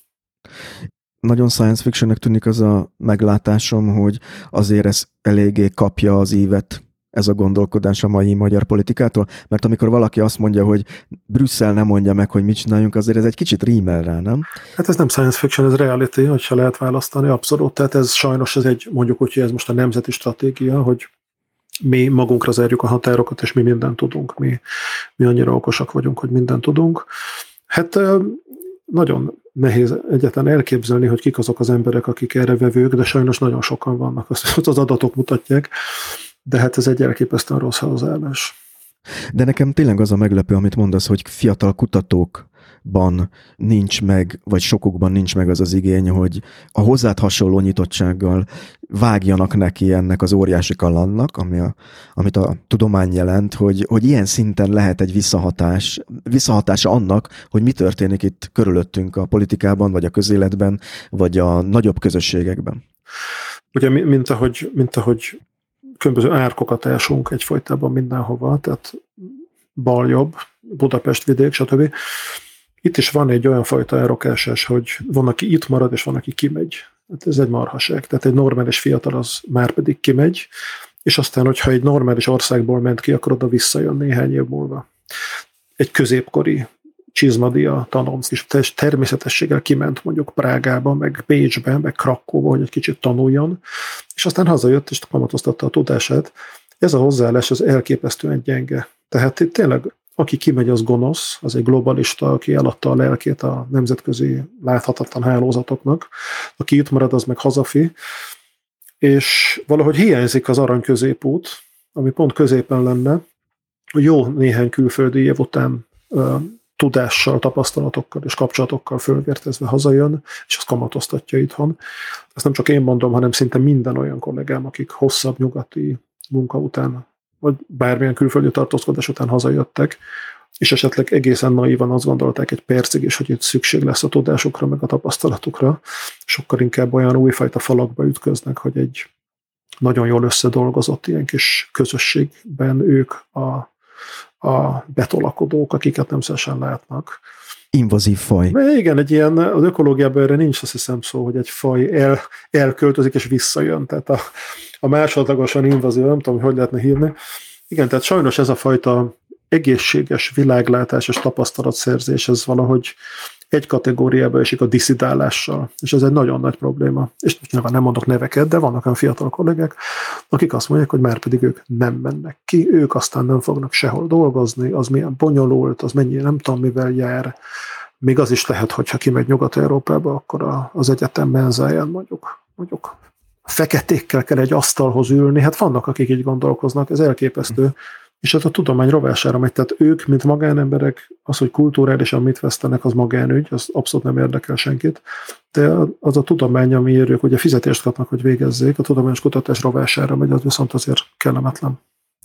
Nagyon science fictionnek tűnik az a meglátásom, hogy azért ez eléggé kapja az ívet, ez a gondolkodás a mai magyar politikától, mert amikor valaki azt mondja, hogy Brüsszel nem mondja meg, hogy mit csináljunk, azért ez egy kicsit rímel rá, nem? Hát ez nem science fiction, ez reality, hogyha lehet választani, abszolút. Tehát ez sajnos ez egy, mondjuk úgy, hogy ez most a nemzeti stratégia, hogy mi magunkra zárjuk a határokat, és mi mindent tudunk. Mi, mi annyira okosak vagyunk, hogy mindent tudunk. Hát nagyon nehéz egyáltalán elképzelni, hogy kik azok az emberek, akik erre vevők, de sajnos nagyon sokan vannak. Azt az adatok mutatják. De hát ez egy elképesztően rossz hozzáállás. De nekem tényleg az a meglepő, amit mondasz, hogy fiatal kutatókban nincs meg, vagy sokukban nincs meg az az igény, hogy a hozzád hasonló nyitottsággal vágjanak neki ennek az óriási kalandnak, ami a, amit a tudomány jelent, hogy, hogy ilyen szinten lehet egy visszahatás, visszahatása annak, hogy mi történik itt körülöttünk a politikában, vagy a közéletben, vagy a nagyobb közösségekben. Ugye, mint ahogy, mint ahogy különböző árkokat ásunk egyfajtában mindenhova, tehát bal-jobb, Budapest vidék, stb. Itt is van egy olyan fajta árokásás, hogy van, aki itt marad, és van, aki kimegy. Hát ez egy marhaság. Tehát egy normális fiatal az már pedig kimegy, és aztán, hogyha egy normális országból ment ki, akkor oda visszajön néhány év múlva. Egy középkori csizmadia tanonc is természetességgel kiment mondjuk Prágába, meg Bécsbe, meg Krakóba, hogy egy kicsit tanuljon, és aztán hazajött, és kamatoztatta a tudását. Ez a hozzáállás az elképesztően gyenge. Tehát itt tényleg, aki kimegy, az gonosz, az egy globalista, aki eladta a lelkét a nemzetközi láthatatlan hálózatoknak, aki itt marad, az meg hazafi, és valahogy hiányzik az arany középút, ami pont középen lenne, hogy jó néhány külföldi év után tudással, tapasztalatokkal és kapcsolatokkal fölvértezve hazajön, és azt kamatoztatja itthon. Ezt nem csak én mondom, hanem szinte minden olyan kollégám, akik hosszabb nyugati munka után, vagy bármilyen külföldi tartózkodás után hazajöttek, és esetleg egészen naívan azt gondolták egy percig is, hogy itt szükség lesz a tudásukra, meg a tapasztalatukra, sokkal inkább olyan újfajta falakba ütköznek, hogy egy nagyon jól összedolgozott ilyen kis közösségben ők a a betolakodók, akiket nem szívesen látnak. Invazív faj. Igen, egy ilyen, az ökológiában erre nincs azt hiszem szó, hogy egy faj el, elköltözik és visszajön. Tehát a, a másodlagosan invazív, nem tudom, hogy lehetne hívni. Igen, tehát sajnos ez a fajta egészséges világlátás és tapasztalatszerzés, ez valahogy egy kategóriába esik a disszidálással, és ez egy nagyon nagy probléma. És nyilván nem mondok neveket, de vannak olyan fiatal kollégák, akik azt mondják, hogy már pedig ők nem mennek ki, ők aztán nem fognak sehol dolgozni, az milyen bonyolult, az mennyi nem tudom mivel jár. Még az is lehet, hogyha kimegy Nyugat-Európába, akkor az egyetem menzáján mondjuk, mondjuk feketékkel kell egy asztalhoz ülni, hát vannak, akik így gondolkoznak, ez elképesztő, és ez a tudomány rovására megy, tehát ők, mint magánemberek, az, hogy kulturálisan mit vesztenek, az magánügy, az abszolút nem érdekel senkit, de az a tudomány, amiért ők ugye fizetést kapnak, hogy végezzék, a tudományos kutatás rovására megy, az viszont azért kellemetlen.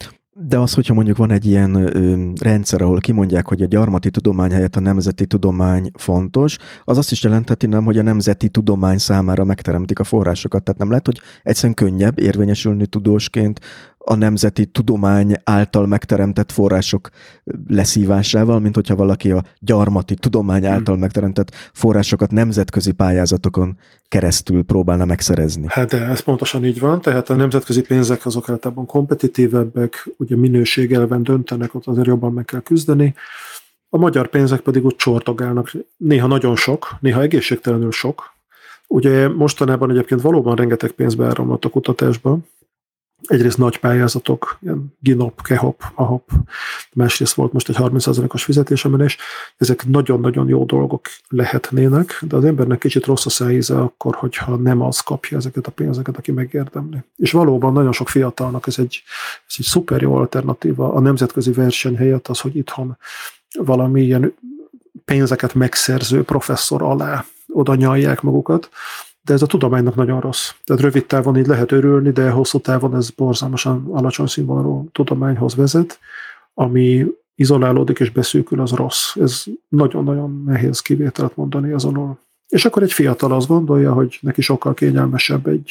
De az, hogyha mondjuk van egy ilyen ö, rendszer, ahol kimondják, hogy a gyarmati tudomány helyett a nemzeti tudomány fontos, az azt is jelentheti, nem, hogy a nemzeti tudomány számára megteremtik a forrásokat. Tehát nem lehet, hogy egyszerűen könnyebb érvényesülni tudósként a nemzeti tudomány által megteremtett források leszívásával, mint hogyha valaki a gyarmati tudomány által hmm. megteremtett forrásokat nemzetközi pályázatokon keresztül próbálna megszerezni. Hát de ez pontosan így van, tehát a nemzetközi pénzek azok általában kompetitívebbek, ugye minőségelven döntenek, ott azért jobban meg kell küzdeni. A magyar pénzek pedig úgy csortogálnak, néha nagyon sok, néha egészségtelenül sok. Ugye mostanában egyébként valóban rengeteg pénzbe áramlott a kutatásba, egyrészt nagy pályázatok, ilyen GINOP, KEHOP, AHOP, másrészt volt most egy harminc százalékos fizetésemelés, ezek nagyon-nagyon jó dolgok lehetnének, de az embernek kicsit rossz a szájíze akkor, hogyha nem az kapja ezeket a pénzeket, aki megérdemli. És valóban nagyon sok fiatalnak ez egy, ez egy szuper jó alternatíva a nemzetközi verseny helyett az, hogy itthon valami ilyen pénzeket megszerző professzor alá oda nyalják magukat, de ez a tudománynak nagyon rossz. Tehát rövid távon így lehet örülni, de hosszú távon ez borzalmasan alacsony színvonalú tudományhoz vezet, ami izolálódik és beszűkül, az rossz. Ez nagyon-nagyon nehéz kivételt mondani azonul. És akkor egy fiatal azt gondolja, hogy neki sokkal kényelmesebb egy,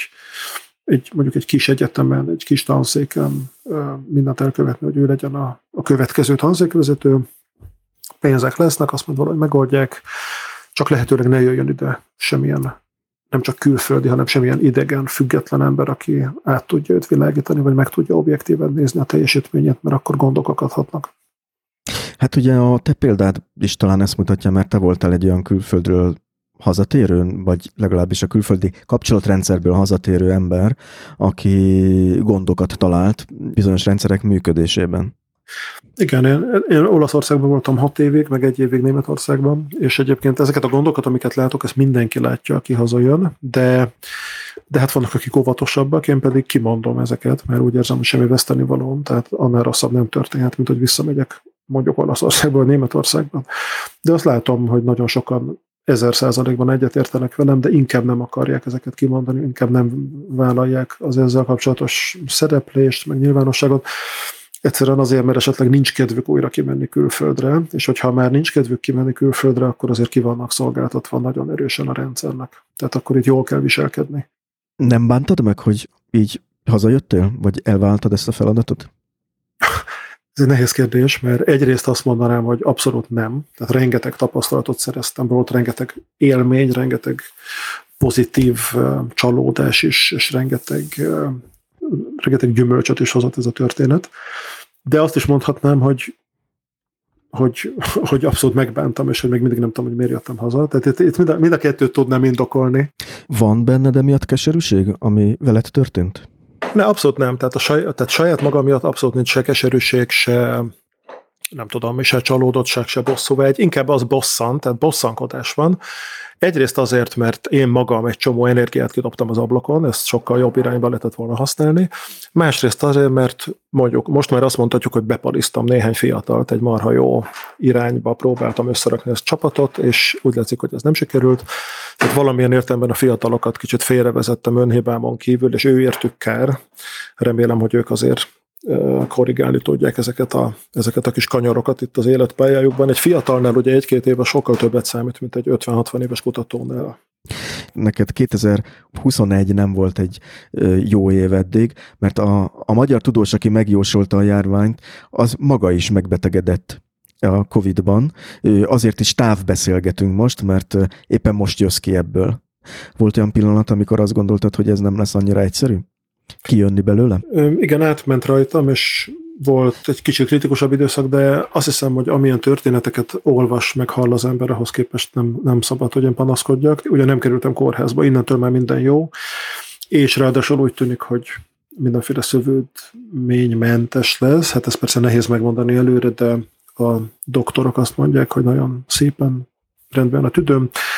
egy mondjuk egy kis egyetemen, egy kis tanszéken mindent elkövetni, hogy ő legyen a, a következő tanszékvezető. Pénzek lesznek, azt mondja, valahogy megoldják, csak lehetőleg ne jöjjön ide semmilyen, nem csak külföldi, hanem semmilyen idegen, független ember, aki át tudja őt világítani, vagy meg tudja objektíven nézni a teljesítményét, mert akkor gondok akadhatnak. Hát ugye a te példád is talán ezt mutatja, mert te voltál egy olyan külföldről hazatérő, vagy legalábbis a külföldi kapcsolatrendszerből hazatérő ember, aki gondokat talált bizonyos rendszerek működésében. Igen, én, én Olaszországban voltam hat évig, meg egy évig Németországban, és egyébként ezeket a gondokat, amiket látok, ezt mindenki látja, aki hazajön, de, de hát vannak, akik óvatosabbak, én pedig kimondom ezeket, mert úgy érzem, hogy semmi vesztenivalóm, tehát annál rosszabb nem történhet, mint hogy visszamegyek mondjuk Olaszországban, Németországban. De azt látom, hogy nagyon sokan ezer százalékban egyetértenek velem, de inkább nem akarják ezeket kimondani, inkább nem vállalják az ezzel kapcsolatos szereplést, meg nyilvánosságot. Egyszerűen azért, mert esetleg nincs kedvük újra kimenni külföldre, és hogyha már nincs kedvük kimenni külföldre, akkor azért ki vannak szolgáltatva nagyon erősen a rendszernek. Tehát akkor itt jól kell viselkedni. Nem bántad meg, hogy így hazajöttél, vagy elváltad ezt a feladatot? Ez egy nehéz kérdés, mert egyrészt azt mondanám, hogy abszolút nem. Tehát rengeteg tapasztalatot szereztem, volt rengeteg élmény, rengeteg pozitív uh, csalódás is, és rengeteg, uh, rengeteg gyümölcsöt is hozott ez a történet. De azt is mondhatnám, hogy, hogy, hogy abszolút megbántam, és hogy még mindig nem tudom, hogy miért jöttem haza. Tehát itt, itt mind, a, mind a kettőt tudnám indokolni. Van benned emiatt keserűség, ami veled történt? Ne, abszolút nem. Tehát, a saját, tehát saját magam miatt abszolút nincs se keserűség, se nem tudom, se csalódottság, se bosszúvágy. Inkább az bosszant, tehát bosszankodás van. Egyrészt azért, mert én magam egy csomó energiát kidobtam az ablakon, ezt sokkal jobb irányba lehetett volna használni. Másrészt azért, mert mondjuk, most már azt mondhatjuk, hogy bepalisztam néhány fiatalt, egy marha jó irányba próbáltam összerakni ezt a csapatot, és úgy látszik, hogy ez nem sikerült. Tehát valamilyen értelemben a fiatalokat kicsit félrevezettem önhibámon kívül, és ő értük kár. Remélem, hogy ők azért korrigálni tudják ezeket a, ezeket a kis kanyarokat itt az életpályájukban. Egy fiatalnál ugye egy-két éve sokkal többet számít, mint egy ötven-hatvan éves kutatónál. Neked kétezer-huszonegy nem volt egy jó év eddig, mert a, a magyar tudós, aki megjósolta a járványt, az maga is megbetegedett a Covid-ban. Azért is távbeszélgetünk most, mert éppen most jössz ki ebből. Volt olyan pillanat, amikor azt gondoltad, hogy ez nem lesz annyira egyszerű? Kijönni belőle? Igen, átment rajtam, és volt egy kicsit kritikusabb időszak, de azt hiszem, hogy amilyen történeteket olvas, meg hall az ember, ahhoz képest nem, nem szabad, hogy én panaszkodjak. Ugye nem kerültem kórházba, innentől már minden jó, és ráadásul úgy tűnik, hogy mindenféle szövődménymentes lesz. Hát ezt persze nehéz megmondani előre, de a doktorok azt mondják, hogy nagyon szépen rendben a tüdőm.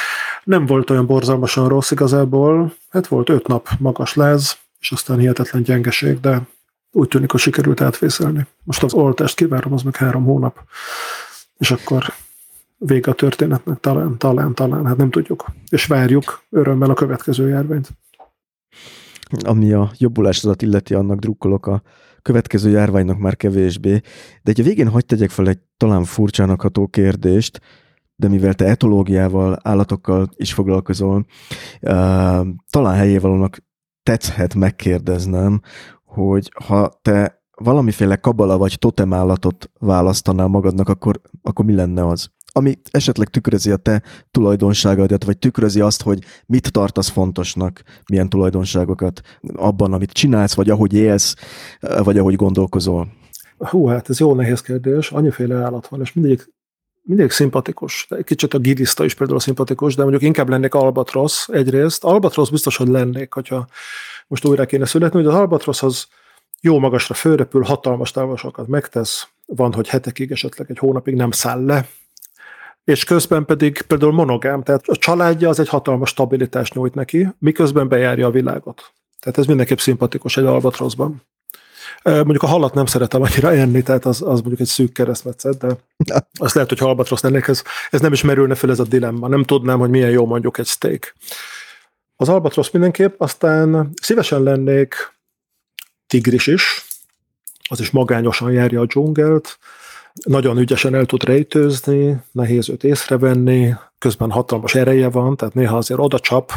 Nem volt olyan borzalmasan rossz igazából, hát volt öt nap magas láz, és aztán hihetetlen gyengeség, de úgy tűnik, hogy sikerült átvészelni. Most az oltást kivárom, az meg három hónap, és akkor vége a történetnek, talán, talán, talán, hát nem tudjuk. És várjuk örömmel a következő járványt. Ami a jobbulásodat illeti, annak drukkolok, a következő járványnak már kevésbé. De egy a végén hadd tegyek fel egy talán furcsának ható kérdést, de mivel te etológiával, állatokkal is foglalkozol, talán helyévalónak tetszhet megkérdeznem, hogy ha te valamiféle kabala vagy totemállatot választanál magadnak, akkor, akkor mi lenne az? Ami esetleg tükrözi a te tulajdonságaidat, vagy tükrözi azt, hogy mit tartasz fontosnak, milyen tulajdonságokat abban, amit csinálsz, vagy ahogy élsz, vagy ahogy gondolkozol. Hú, hát ez jó nehéz kérdés. Annyiféle állat van, és mindegyik, mindegyik szimpatikus. Egy kicsit a giliszta is például szimpatikus, de mondjuk inkább lennék albatrosz egyrészt. Albatrosz biztos, hogy lennék, hogyha most újra kéne születni, hogy az albatrosz az jó magasra fölrepül, hatalmas távolságokat megtesz, van, hogy hetekig, esetleg egy hónapig nem száll le, és közben pedig például monogám, tehát a családja az egy hatalmas stabilitást nyújt neki, miközben bejárja a világot. Tehát ez mindenképp szimpatikus egy albatroszban. Mondjuk a halat nem szeretem annyira enni, tehát az, az mondjuk egy szűk keresztmetszet, de azt lehet, hogy ha albatrosz lennék, ez, ez nem is merülne fel ez a dilemma. Nem tudnám, hogy milyen jó mondjuk egy steak. Az albatrosz mindenképp, aztán szívesen lennék tigris is, az is magányosan járja a dzsungelt, nagyon ügyesen el tud rejtőzni, nehéz őt észrevenni, közben hatalmas ereje van, tehát néha azért oda csap.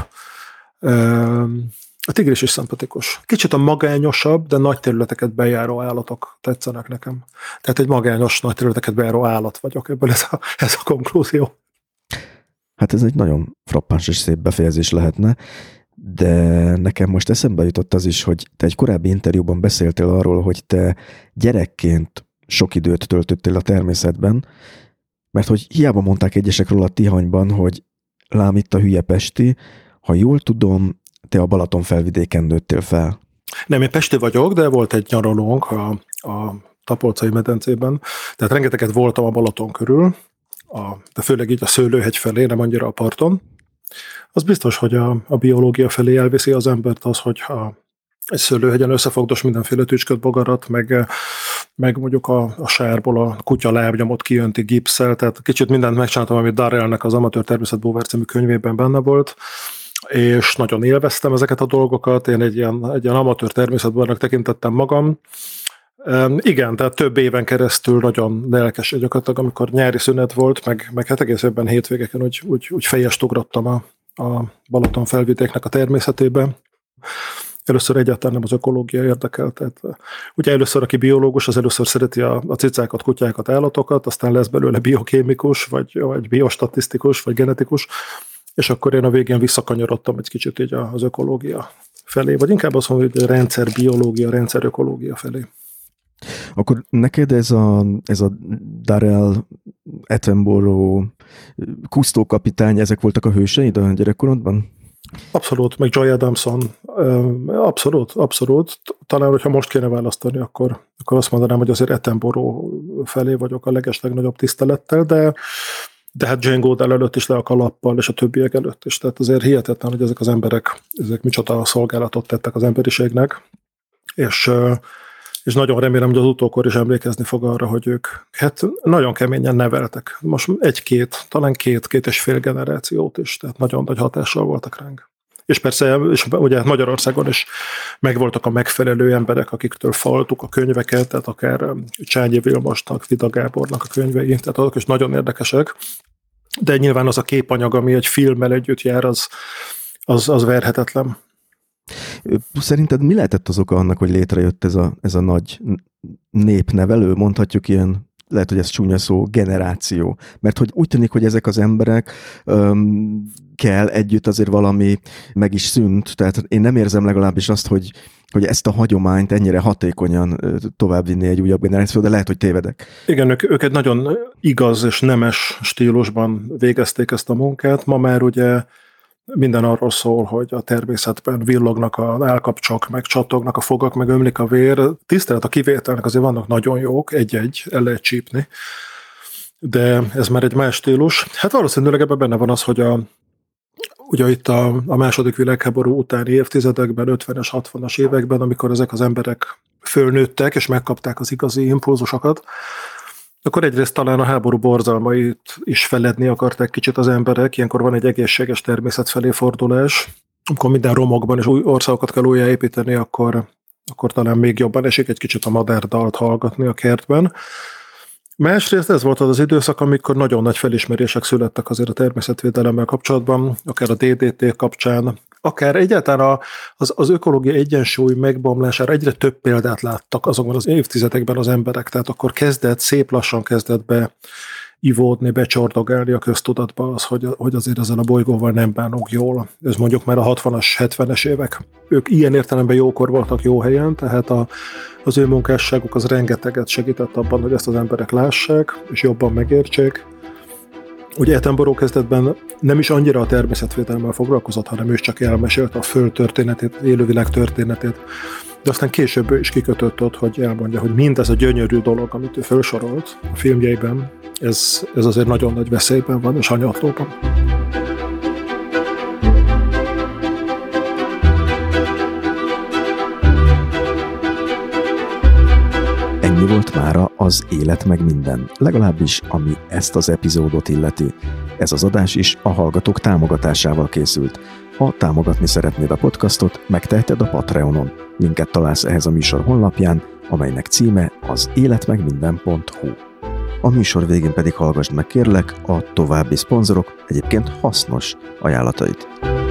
A tigris is szimpatikus. Kicsit a magányosabb, de nagy területeket bejáró állatok tetszenek nekem. Tehát egy magányos, nagy területeket bejáró állat vagyok, ebből ez a, ez a konklúzió. Hát ez egy nagyon frappáns és szép befejezés lehetne, de nekem most eszembe jutott az is, hogy te egy korábbi interjúban beszéltél arról, hogy te gyerekként sok időt töltöttél a természetben, mert hogy hiába mondták egyesek róla a Tihanyban, hogy lám itt a hülye pesti, ha jól tudom, te a Balaton felvidéken nőttél fel. Nem, én pesti vagyok, de volt egy nyaralónk a, a Tapolcai medencében, tehát rengeteget voltam a Balaton körül, a, de főleg így a Szőlőhegy felé, nem annyira a parton. Az biztos, hogy a, a biológia felé elviszi az embert az, hogyha egy szőlőhegyen összefogdos mindenféle tücsköt, bogarat, meg, meg mondjuk a, a sárból a kutya lábnyomot kijönti gipszel, tehát kicsit mindent megcsináltam, amit Darrellnek az Amatőr Természetbúvár című könyvében benne volt, és nagyon élveztem ezeket a dolgokat, én egy ilyen, egy ilyen amatőr természetbúvárnak tekintettem magam. Um, igen, tehát több éven keresztül nagyon lelkes gyakorlatilag, amikor nyári szünet volt, meg, meg hát egész évben hétvégeken úgy, úgy, úgy fejest ugrottam a, a Balaton felvidéknek a természetébe. Először egyáltalán nem az ökológia érdekel, tehát ugye először, aki biológus, az először szereti a, a cicákat, kutyákat, állatokat, aztán lesz belőle biokémikus, vagy, vagy biostatisztikus, vagy genetikus, és akkor én a végén visszakanyarodtam egy kicsit így az ökológia felé, vagy inkább azt mondom, hogy rendszerbiológia, rendszerökológia felé. Akkor neked ez a, ez a Darrell, Attenborough, Cousteau kapitány, ezek voltak a hőseid a gyerekkorodban? Abszolút, meg Joy Adamson. Abszolút, abszolút. Talán, hogyha most kéne választani, akkor, akkor azt mondanám, hogy azért Attenborough felé vagyok a legeslegnagyobb tisztelettel, de, de hát Jane Goodall előtt is le a kalappal, és a többiek előtt is. Tehát azért hihetetlen, hogy ezek az emberek, ezek micsoda szolgálatot tettek az emberiségnek, és és nagyon remélem, hogy az utókor is emlékezni fog arra, hogy ők hát nagyon keményen neveltek. Most egy-két, talán két, két és fél generációt is, tehát nagyon nagy hatással voltak ránk. És persze, és ugye Magyarországon is megvoltak a megfelelő emberek, akiktől faltuk a könyveket, tehát akár Csányi Vilmosnak, Vida Gábornak a könyvei, tehát azok is nagyon érdekesek. De nyilván az a képanyag, ami egy filmmel együtt jár, az, az, az verhetetlen. Szerinted mi lehetett az oka annak, hogy létrejött ez a, ez a nagy népnevelő, mondhatjuk ilyen, lehet, hogy ez csúnya szó, generáció? Mert hogy úgy tűnik, hogy ezek az emberek öm, kell együtt azért valami meg is szűnt, tehát én nem érzem legalábbis azt, hogy, hogy ezt a hagyományt ennyire hatékonyan továbbvinni egy újabb generáció, de lehet, hogy tévedek. Igen, ők, ők egy nagyon igaz és nemes stílusban végezték ezt a munkát. Ma már ugye minden arról szól, hogy a természetben villognak az állkapcsok, meg csattognak a fogak, meg ömlik a vér. Tisztelet a kivételnek, azért vannak nagyon jók, egy-egy, el lehet csípni. De ez már egy más stílus. Hát valószínűleg ebben benne van az, hogy a, ugye itt a, a második világháború utáni évtizedekben, ötvenes, hatvanas években, amikor ezek az emberek fölnőttek, és megkapták az igazi impulzusokat, akkor egyrészt talán a háború borzalmait is feledni akarták kicsit az emberek, ilyenkor van egy egészséges természet felé fordulás, amikor minden romokban és új országokat kell újjáépíteni, akkor, akkor talán még jobban esik egy kicsit a madár dalt hallgatni a kertben. Másrészt ez volt az az időszak, amikor nagyon nagy felismerések születtek azért a természetvédelemmel kapcsolatban, akár a dé dé té kapcsán, akár egyáltalán a, az, az ökológiai egyensúly megbomlására egyre több példát láttak azokban az évtizedekben az emberek, tehát akkor kezdett, szép lassan kezdett be ivódni, becsordogálni a köztudatba az, hogy, hogy azért ezzel a bolygóval nem bánunk jól. Ez mondjuk már a hatvanas, hetvenes évek. Ők ilyen értelemben jókor voltak jó helyen, tehát a, az ő munkásságuk az rengeteget segített abban, hogy ezt az emberek lássák, és jobban megértsék. Ugye Attenborough kezdetben nem is annyira a természetvédelemmel foglalkozott, hanem ő csak elmesélte a föld történetét, az élővilág történetét, de aztán később ő is kikötött ott, hogy elmondja, hogy mindez a gyönyörű dolog, amit ő felsorolt a filmjeiben, ez, ez azért nagyon nagy veszélyben van, és hanyatlóban. Ennyi volt mára az Élet meg minden, legalábbis ami ezt az epizódot illeti. Ez az adás is a hallgatók támogatásával készült. Ha támogatni szeretnéd a podcastot, megteheted a Patreonon. Linket találsz ehhez a műsor honlapján, amelynek címe az életmegminden pont hu. A műsor végén pedig hallgassd meg kérlek a további szponzorok egyébként hasznos ajánlatait.